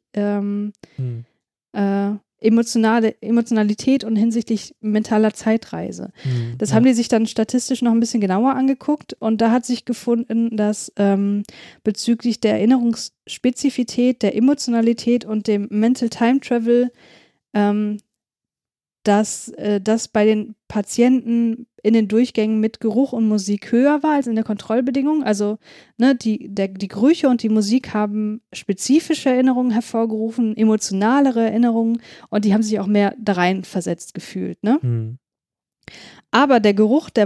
[SPEAKER 2] Emotionalität und hinsichtlich mentaler Zeitreise. Das haben die sich dann statistisch noch ein bisschen genauer angeguckt und da hat sich gefunden, dass bezüglich der Erinnerungsspezifität, der Emotionalität und dem Mental Time Travel dass das bei den Patienten in den Durchgängen mit Geruch und Musik höher war als in der Kontrollbedingung. Also ne, die Gerüche und die Musik haben spezifische Erinnerungen hervorgerufen, emotionalere Erinnerungen und die haben sich auch mehr da rein versetzt gefühlt. Ne? Aber der Geruch, der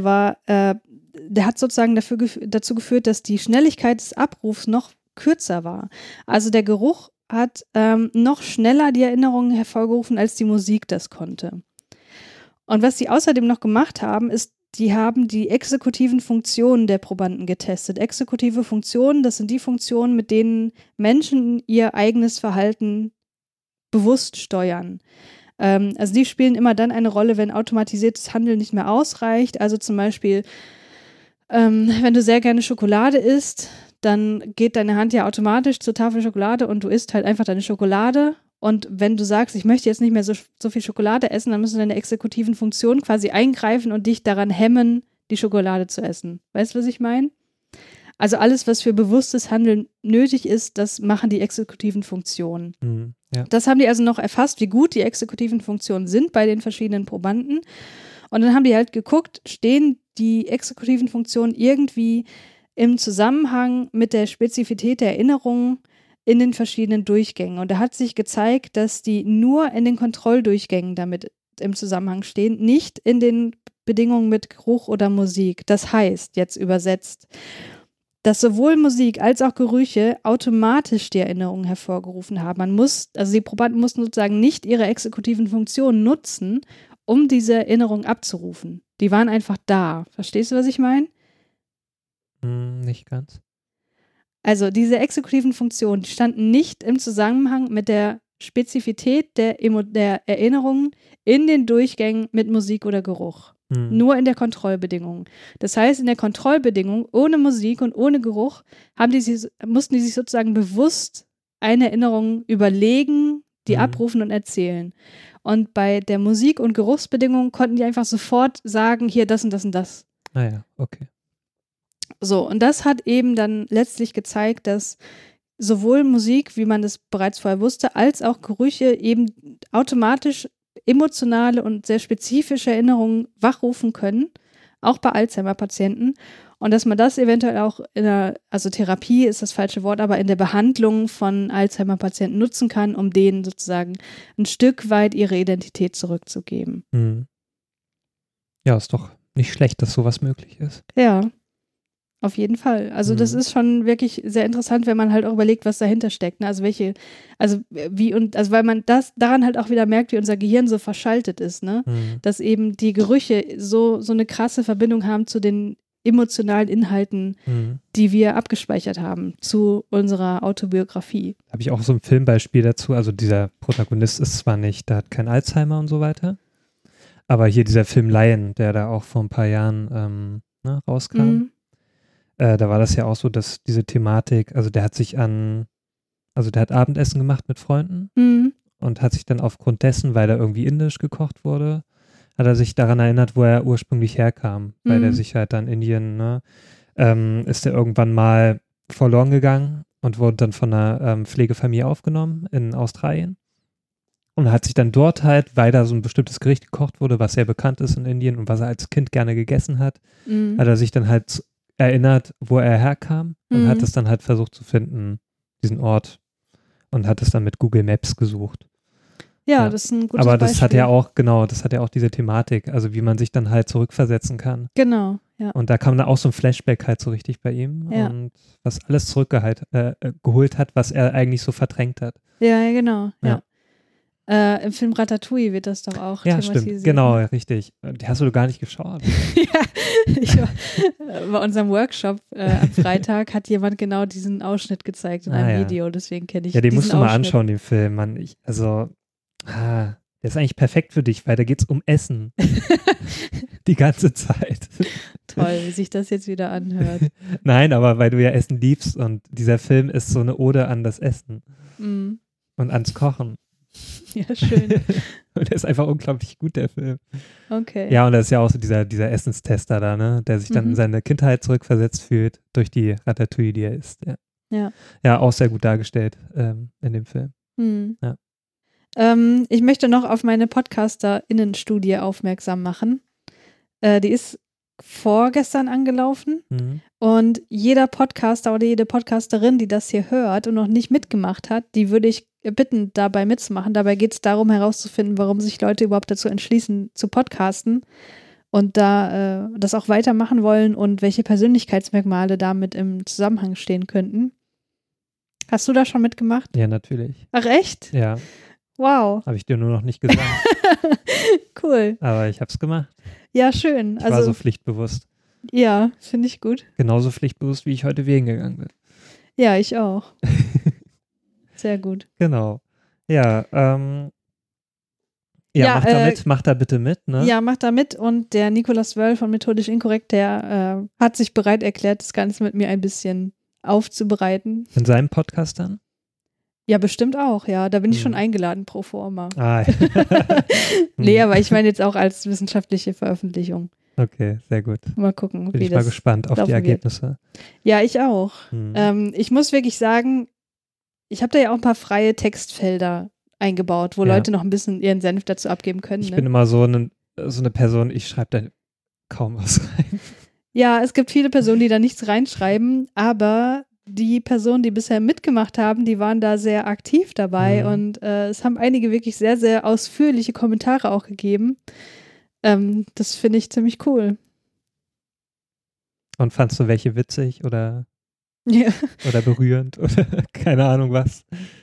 [SPEAKER 2] hat sozusagen dazu geführt, dass die Schnelligkeit des Abrufs noch kürzer war. Also der Geruch hat noch schneller die Erinnerungen hervorgerufen, als die Musik das konnte. Und was sie außerdem noch gemacht haben, ist, die haben die exekutiven Funktionen der Probanden getestet. Exekutive Funktionen, das sind die Funktionen, mit denen Menschen ihr eigenes Verhalten bewusst steuern. Also die spielen immer dann eine Rolle, wenn automatisiertes Handeln nicht mehr ausreicht. Also zum Beispiel, wenn du sehr gerne Schokolade isst, dann geht deine Hand ja automatisch zur Tafel Schokolade und du isst halt einfach deine Schokolade. Und wenn du sagst, ich möchte jetzt nicht mehr so viel Schokolade essen, dann müssen deine exekutiven Funktionen quasi eingreifen und dich daran hemmen, die Schokolade zu essen. Weißt du, was ich meine? Also alles, was für bewusstes Handeln nötig ist, das machen die exekutiven Funktionen.
[SPEAKER 3] Ja.
[SPEAKER 2] Das haben die also noch erfasst, wie gut die exekutiven Funktionen sind bei den verschiedenen Probanden. Und dann haben die halt geguckt, stehen die exekutiven Funktionen irgendwie im Zusammenhang mit der Spezifität der Erinnerungen in den verschiedenen Durchgängen. Und da hat sich gezeigt, dass die nur in den Kontrolldurchgängen damit im Zusammenhang stehen, nicht in den Bedingungen mit Geruch oder Musik. Das heißt, jetzt übersetzt, dass sowohl Musik als auch Gerüche automatisch die Erinnerungen hervorgerufen haben. Also die Probanden mussten sozusagen nicht ihre exekutiven Funktionen nutzen, um diese Erinnerung abzurufen. Die waren einfach da. Verstehst du, was ich meine?
[SPEAKER 3] Nicht ganz.
[SPEAKER 2] Also diese exekutiven Funktionen, die standen nicht im Zusammenhang mit der Spezifität der Erinnerungen in den Durchgängen mit Musik oder Geruch. Nur in der Kontrollbedingung. Das heißt, in der Kontrollbedingung ohne Musik und ohne Geruch mussten die sich sozusagen bewusst eine Erinnerung überlegen, die abrufen und erzählen. Und bei der Musik- und Geruchsbedingung konnten die einfach sofort sagen, hier das und das und das.
[SPEAKER 3] Ah ja, okay.
[SPEAKER 2] So, und das hat eben dann letztlich gezeigt, dass sowohl Musik, wie man das bereits vorher wusste, als auch Gerüche eben automatisch emotionale und sehr spezifische Erinnerungen wachrufen können, auch bei Alzheimer-Patienten. Und dass man das eventuell auch also Therapie ist das falsche Wort, aber in der Behandlung von Alzheimer-Patienten nutzen kann, um denen sozusagen ein Stück weit ihre Identität zurückzugeben.
[SPEAKER 3] Ja, ist doch nicht schlecht, dass sowas möglich ist.
[SPEAKER 2] Ja. Auf jeden Fall. Also das ist schon wirklich sehr interessant, wenn man halt auch überlegt, was dahinter steckt. Ne? Also weil man daran halt auch wieder merkt, wie unser Gehirn so verschaltet ist, ne? Dass eben die Gerüche so eine krasse Verbindung haben zu den emotionalen Inhalten, die wir abgespeichert haben, zu unserer Autobiografie.
[SPEAKER 3] Habe ich auch so ein Filmbeispiel dazu. Also dieser Protagonist ist zwar nicht, der hat kein Alzheimer und so weiter, aber hier dieser Film Lion, der da auch vor ein paar Jahren rauskam. Da war das ja auch so, dass diese Thematik, also der hat Abendessen gemacht mit Freunden und hat sich dann aufgrund dessen, weil da irgendwie indisch gekocht wurde, hat er sich daran erinnert, wo er ursprünglich herkam, weil der sich halt dann Indien, ist er irgendwann mal verloren gegangen und wurde dann von einer Pflegefamilie aufgenommen in Australien und hat sich dann dort halt, weil da so ein bestimmtes Gericht gekocht wurde, was sehr bekannt ist in Indien und was er als Kind gerne gegessen hat, hat er sich dann halt erinnert, wo er herkam und hat es dann halt versucht zu finden, diesen Ort, und hat es dann mit Google Maps gesucht.
[SPEAKER 2] Ja, das ist ein gutes
[SPEAKER 3] Aber das
[SPEAKER 2] Beispiel.
[SPEAKER 3] hat ja auch, genau, das hat ja auch diese Thematik, also wie man sich dann halt zurückversetzen kann.
[SPEAKER 2] Genau, ja.
[SPEAKER 3] Und da kam dann auch so ein Flashback halt so richtig bei ihm und was alles zurückgeholt hat, was er eigentlich so verdrängt hat.
[SPEAKER 2] Ja, genau, ja. Im Film Ratatouille wird das doch auch thematisiert.
[SPEAKER 3] Stimmt, genau, richtig. Die hast du gar nicht geschaut.
[SPEAKER 2] Ja, bei unserem Workshop am Freitag hat jemand genau diesen Ausschnitt gezeigt in einem Video, deswegen kenne ich diesen
[SPEAKER 3] Ja, den musst du mal
[SPEAKER 2] Ausschnitt.
[SPEAKER 3] anschauen, den Film, Mann. Der ist eigentlich perfekt für dich, weil da geht es um Essen. Die ganze Zeit.
[SPEAKER 2] Toll, wie sich das jetzt wieder anhört.
[SPEAKER 3] Nein, aber weil du ja Essen liebst und dieser Film ist so eine Ode an das Essen und ans Kochen.
[SPEAKER 2] Ja, schön.
[SPEAKER 3] Und der ist einfach unglaublich gut, der Film.
[SPEAKER 2] Okay.
[SPEAKER 3] Ja, und da ist ja auch so dieser Essenstester da, ne, der sich dann in seine Kindheit zurückversetzt fühlt durch die Ratatouille, die er isst. Ja, auch sehr gut dargestellt in dem Film. Ja.
[SPEAKER 2] Ich möchte noch auf meine PodcasterInnen-Studie aufmerksam machen. Die ist vorgestern angelaufen und jeder Podcaster oder jede Podcasterin, die das hier hört und noch nicht mitgemacht hat, die würde ich bitten, dabei mitzumachen. Dabei geht es darum, herauszufinden, warum sich Leute überhaupt dazu entschließen, zu podcasten und da das auch weitermachen wollen und welche Persönlichkeitsmerkmale damit im Zusammenhang stehen könnten. Hast du da schon mitgemacht?
[SPEAKER 3] Ja, natürlich.
[SPEAKER 2] Ach, echt?
[SPEAKER 3] Ja.
[SPEAKER 2] Wow.
[SPEAKER 3] Habe ich dir nur noch nicht gesagt.
[SPEAKER 2] Cool.
[SPEAKER 3] Aber ich habe es gemacht.
[SPEAKER 2] Ja, schön.
[SPEAKER 3] Ich war so pflichtbewusst.
[SPEAKER 2] Ja, finde ich gut.
[SPEAKER 3] Genauso pflichtbewusst, wie ich heute wählen gegangen bin.
[SPEAKER 2] Ja, ich auch. Sehr gut.
[SPEAKER 3] Genau. Ja, mach da bitte mit, ne?
[SPEAKER 2] Ja, mach da mit und der Nicolas Wörl von Methodisch Inkorrekt, der hat sich bereit erklärt, das Ganze mit mir ein bisschen aufzubereiten.
[SPEAKER 3] In seinem Podcast dann?
[SPEAKER 2] Ja, bestimmt auch, ja. Da bin ich schon eingeladen pro forma.
[SPEAKER 3] Ja.
[SPEAKER 2] Nee, aber ich meine jetzt auch als wissenschaftliche Veröffentlichung.
[SPEAKER 3] Okay, sehr gut.
[SPEAKER 2] Mal gucken,
[SPEAKER 3] Bin ich mal gespannt auf die Ergebnisse.
[SPEAKER 2] Ja, ich auch. Ich muss wirklich sagen, ich habe da ja auch ein paar freie Textfelder eingebaut, wo Leute noch ein bisschen ihren Senf dazu abgeben können.
[SPEAKER 3] Ich bin immer so eine Person, ich schreibe da kaum was rein.
[SPEAKER 2] Ja, es gibt viele Personen, die da nichts reinschreiben, aber die Personen, die bisher mitgemacht haben, die waren da sehr aktiv dabei und es haben einige wirklich sehr, sehr ausführliche Kommentare auch gegeben. Das finde ich ziemlich cool.
[SPEAKER 3] Und fandst du welche witzig oder berührend oder keine Ahnung was?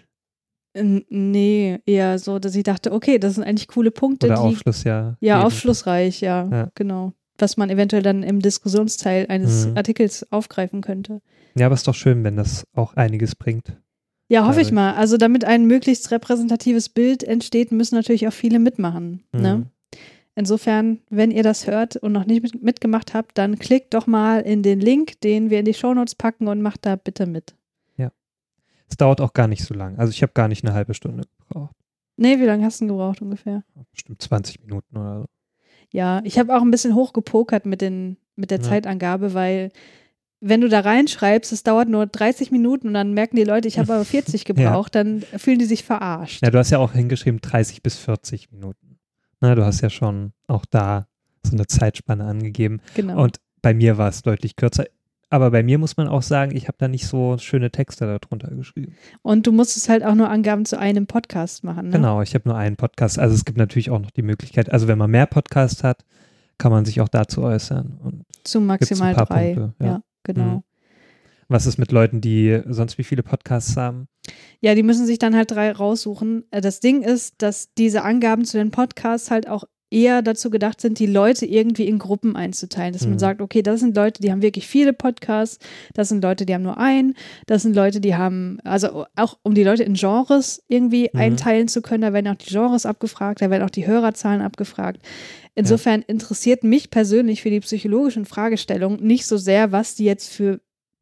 [SPEAKER 2] Nee, eher so, dass ich dachte, okay, das sind eigentlich coole Punkte.
[SPEAKER 3] Oder Aufschluss,
[SPEAKER 2] ja. Ja, aufschlussreich, ja, genau. Was man eventuell dann im Diskussionsteil eines Artikels aufgreifen könnte.
[SPEAKER 3] Ja, aber es ist doch schön, wenn das auch einiges bringt.
[SPEAKER 2] Ja, hoffe ich mal. Also damit ein möglichst repräsentatives Bild entsteht, müssen natürlich auch viele mitmachen. Ne? Insofern, wenn ihr das hört und noch nicht mitgemacht habt, dann klickt doch mal in den Link, den wir in die Shownotes packen und macht da bitte mit.
[SPEAKER 3] Ja. Es dauert auch gar nicht so lang. Also ich habe gar nicht eine halbe Stunde gebraucht.
[SPEAKER 2] Nee, wie lange hast du denn gebraucht ungefähr?
[SPEAKER 3] Bestimmt 20 Minuten oder so.
[SPEAKER 2] Ja, ich habe auch ein bisschen hochgepokert mit der Zeitangabe, weil wenn du da reinschreibst, es dauert nur 30 Minuten und dann merken die Leute, ich habe aber 40 gebraucht, dann fühlen die sich verarscht.
[SPEAKER 3] Ja, du hast ja auch hingeschrieben 30 bis 40 Minuten. Na, du hast ja schon auch da so eine Zeitspanne angegeben.
[SPEAKER 2] Genau.
[SPEAKER 3] Und bei mir war es deutlich kürzer. Aber bei mir muss man auch sagen, ich habe da nicht so schöne Texte darunter geschrieben.
[SPEAKER 2] Und du musstest halt auch nur Angaben zu einem Podcast machen, ne?
[SPEAKER 3] Genau, ich habe nur einen Podcast. Also es gibt natürlich auch noch die Möglichkeit, also wenn man mehr Podcasts hat, kann man sich auch dazu äußern. Und
[SPEAKER 2] zu maximal 3. Punkte, ja, genau.
[SPEAKER 3] Was ist mit Leuten, die sonst wie viele Podcasts haben?
[SPEAKER 2] Ja, die müssen sich dann halt 3 raussuchen. Das Ding ist, dass diese Angaben zu den Podcasts halt auch eher dazu gedacht sind, die Leute irgendwie in Gruppen einzuteilen. Dass man sagt, okay, das sind Leute, die haben wirklich viele Podcasts, das sind Leute, die haben nur einen, das sind Leute, die haben, also auch um die Leute in Genres irgendwie einteilen zu können, da werden auch die Genres abgefragt, da werden auch die Hörerzahlen abgefragt. Insofern interessiert mich persönlich für die psychologischen Fragestellungen nicht so sehr, was die jetzt für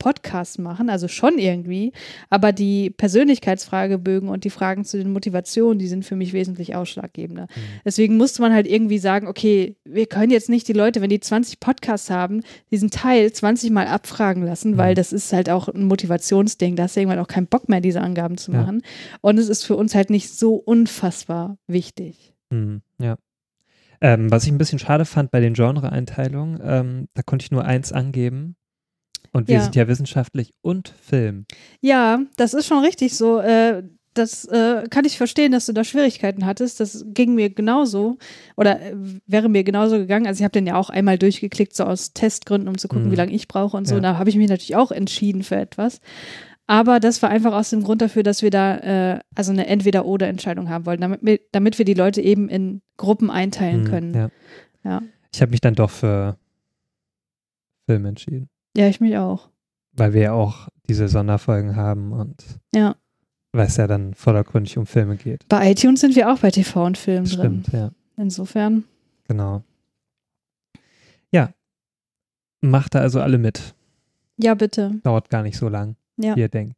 [SPEAKER 2] Podcasts machen, also schon irgendwie, aber die Persönlichkeitsfragebögen und die Fragen zu den Motivationen, die sind für mich wesentlich ausschlaggebender. Deswegen musste man halt irgendwie sagen, okay, wir können jetzt nicht die Leute, wenn die 20 Podcasts haben, diesen Teil 20 Mal abfragen lassen, weil das ist halt auch ein Motivationsding, da hast du irgendwann auch keinen Bock mehr, diese Angaben zu machen. Und es ist für uns halt nicht so unfassbar wichtig.
[SPEAKER 3] Ja. Was ich ein bisschen schade fand bei den Genre-Einteilungen, da konnte ich nur 1 angeben. Und wir sind ja wissenschaftlich und Film.
[SPEAKER 2] Ja, das ist schon richtig so. Das kann ich verstehen, dass du da Schwierigkeiten hattest. Das ging mir genauso oder wäre mir genauso gegangen. Also ich habe den ja auch einmal durchgeklickt, so aus Testgründen, um zu gucken, wie lange ich brauche und so. Da habe ich mich natürlich auch entschieden für etwas. Aber das war einfach aus dem Grund dafür, dass wir da also eine Entweder-oder-Entscheidung haben wollten, damit wir die Leute eben in Gruppen einteilen können. Ja.
[SPEAKER 3] Ich habe mich dann doch für Film entschieden.
[SPEAKER 2] Ja, ich mich auch.
[SPEAKER 3] Weil wir ja auch diese Sonderfolgen haben und weil es ja dann vordergründig um Filme geht.
[SPEAKER 2] Bei iTunes sind wir auch bei TV und Film drin.
[SPEAKER 3] Stimmt, ja.
[SPEAKER 2] Insofern.
[SPEAKER 3] Genau. Ja. Macht da also alle mit.
[SPEAKER 2] Ja, bitte.
[SPEAKER 3] Dauert gar nicht so lang,
[SPEAKER 2] wie
[SPEAKER 3] ihr denkt.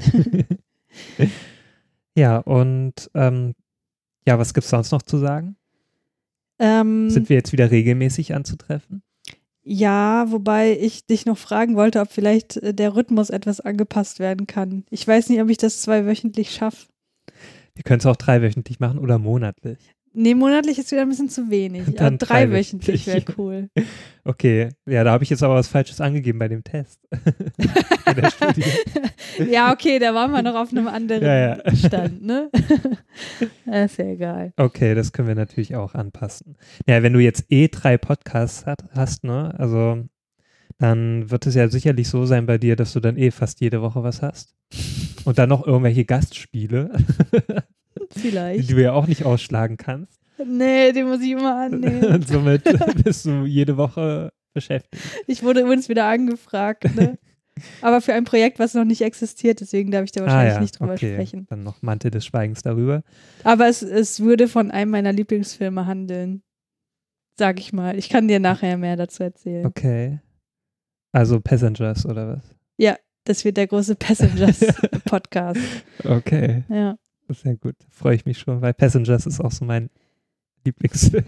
[SPEAKER 3] Ja, und was gibt es sonst noch zu sagen? Sind wir jetzt wieder regelmäßig anzutreffen?
[SPEAKER 2] Ja, wobei ich dich noch fragen wollte, ob vielleicht der Rhythmus etwas angepasst werden kann. Ich weiß nicht, ob ich das 2-wöchentlich schaffe.
[SPEAKER 3] Wir können es auch 3-wöchentlich machen oder monatlich.
[SPEAKER 2] Nee, monatlich ist wieder ein bisschen zu wenig.
[SPEAKER 3] Dann
[SPEAKER 2] 3-wöchentlich wäre cool.
[SPEAKER 3] Okay, ja, da habe ich jetzt aber was Falsches angegeben bei dem Test. Bei der Studie.
[SPEAKER 2] Ja, okay, da waren wir noch auf einem anderen Stand, ne? Ist ja egal.
[SPEAKER 3] Okay, das können wir natürlich auch anpassen. Ja, wenn du jetzt 3 Podcasts hast, ne, also dann wird es ja sicherlich so sein bei dir, dass du dann fast jede Woche was hast. Und dann noch irgendwelche Gastspiele.
[SPEAKER 2] Vielleicht.
[SPEAKER 3] Die du ja auch nicht ausschlagen kannst.
[SPEAKER 2] Nee, die muss ich immer annehmen.
[SPEAKER 3] Und somit bist du jede Woche beschäftigt.
[SPEAKER 2] Ich wurde übrigens wieder angefragt, ne? Aber für ein Projekt, was noch nicht existiert, deswegen darf ich da wahrscheinlich nicht drüber sprechen.
[SPEAKER 3] Dann noch Mantel des Schweigens darüber.
[SPEAKER 2] Aber es würde von einem meiner Lieblingsfilme handeln. Sag ich mal. Ich kann dir nachher mehr dazu erzählen.
[SPEAKER 3] Okay. Also Passengers oder was?
[SPEAKER 2] Ja, das wird der große Passengers-Podcast.
[SPEAKER 3] Okay.
[SPEAKER 2] Ja.
[SPEAKER 3] Sehr gut. Freue ich mich schon, weil Passengers ist auch so mein Lieblingsfilm.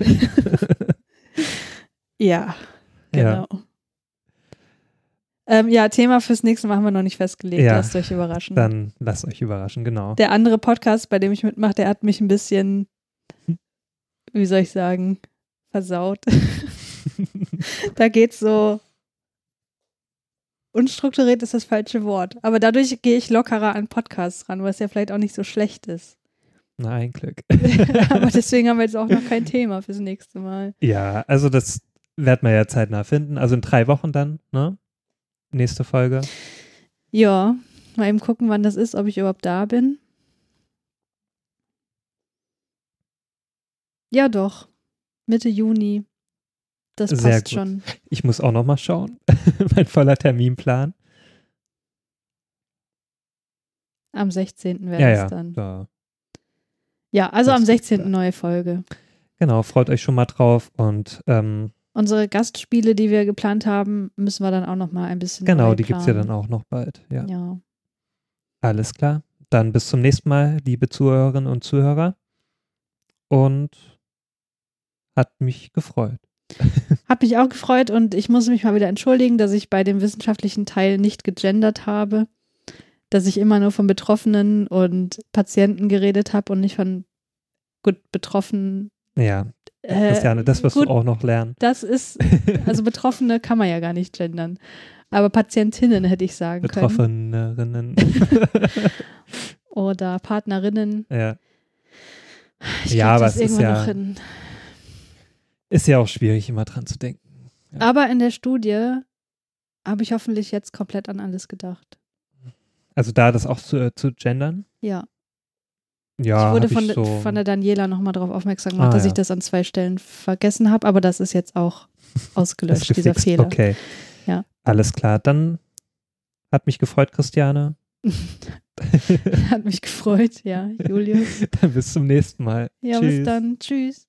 [SPEAKER 2] Ja, genau. Ja, Thema fürs nächste Mal haben wir noch nicht festgelegt.
[SPEAKER 3] Ja,
[SPEAKER 2] lasst euch überraschen.
[SPEAKER 3] Dann lasst euch überraschen, genau.
[SPEAKER 2] Der andere Podcast, bei dem ich mitmache, der hat mich ein bisschen, wie soll ich sagen, versaut. Da geht's so, unstrukturiert ist das falsche Wort, aber dadurch gehe ich lockerer an Podcasts ran, was ja vielleicht auch nicht so schlecht ist.
[SPEAKER 3] Na, ein Glück.
[SPEAKER 2] Aber deswegen haben wir jetzt auch noch kein Thema fürs nächste Mal.
[SPEAKER 3] Ja, also das werden wir ja zeitnah finden. Also in 3 Wochen dann, ne? Nächste Folge.
[SPEAKER 2] Ja, mal eben gucken, wann das ist, ob ich überhaupt da bin. Ja, doch. Mitte Juni. Das passt
[SPEAKER 3] Sehr gut.
[SPEAKER 2] schon.
[SPEAKER 3] Ich muss auch noch mal schauen. Mein voller Terminplan.
[SPEAKER 2] Am 16. wäre es dann.
[SPEAKER 3] Ja.
[SPEAKER 2] Ja, also
[SPEAKER 3] Das
[SPEAKER 2] am
[SPEAKER 3] ist
[SPEAKER 2] 16.
[SPEAKER 3] klar.
[SPEAKER 2] neue Folge.
[SPEAKER 3] Genau, freut euch schon mal drauf und
[SPEAKER 2] Unsere Gastspiele, die wir geplant haben, müssen wir dann auch noch mal ein bisschen
[SPEAKER 3] genau,
[SPEAKER 2] neu
[SPEAKER 3] die gibt es ja
[SPEAKER 2] planen.
[SPEAKER 3] dann auch noch bald. Ja.
[SPEAKER 2] Ja.
[SPEAKER 3] Alles klar. Dann bis zum nächsten Mal, liebe Zuhörerinnen und Zuhörer. Und hat mich gefreut.
[SPEAKER 2] Hat mich auch gefreut und ich muss mich mal wieder entschuldigen, dass ich bei dem wissenschaftlichen Teil nicht gegendert habe, dass ich immer nur von Betroffenen und Patienten geredet habe und nicht von Betroffenen.
[SPEAKER 3] Ja, Christiane, das wirst
[SPEAKER 2] gut,
[SPEAKER 3] du auch noch lernen.
[SPEAKER 2] Das ist, also Betroffene kann man ja gar nicht gendern, aber Patientinnen hätte ich sagen können.
[SPEAKER 3] Betroffenerinnen.
[SPEAKER 2] Oder Partnerinnen.
[SPEAKER 3] Ja.
[SPEAKER 2] Ich
[SPEAKER 3] Ja, aber
[SPEAKER 2] das
[SPEAKER 3] es ist
[SPEAKER 2] irgendwann
[SPEAKER 3] ja-
[SPEAKER 2] noch hin.
[SPEAKER 3] Ist ja auch schwierig, immer dran zu denken. Ja.
[SPEAKER 2] Aber in der Studie habe ich hoffentlich jetzt komplett an alles gedacht.
[SPEAKER 3] Also da das auch zu gendern?
[SPEAKER 2] Ja.
[SPEAKER 3] Ja,
[SPEAKER 2] Ich wurde
[SPEAKER 3] hab
[SPEAKER 2] von
[SPEAKER 3] so
[SPEAKER 2] der Daniela nochmal darauf aufmerksam gemacht, dass
[SPEAKER 3] ja.
[SPEAKER 2] ich das an 2 Stellen vergessen habe, aber das ist jetzt auch ausgelöscht,
[SPEAKER 3] ist
[SPEAKER 2] dieser
[SPEAKER 3] gefixt.
[SPEAKER 2] Fehler.
[SPEAKER 3] Okay.
[SPEAKER 2] Ja.
[SPEAKER 3] Alles klar. Dann hat mich gefreut, Christiane.
[SPEAKER 2] Hat mich gefreut, ja, Julius.
[SPEAKER 3] Dann bis zum nächsten Mal.
[SPEAKER 2] Ja,
[SPEAKER 3] Tschüss.
[SPEAKER 2] bis dann. Tschüss.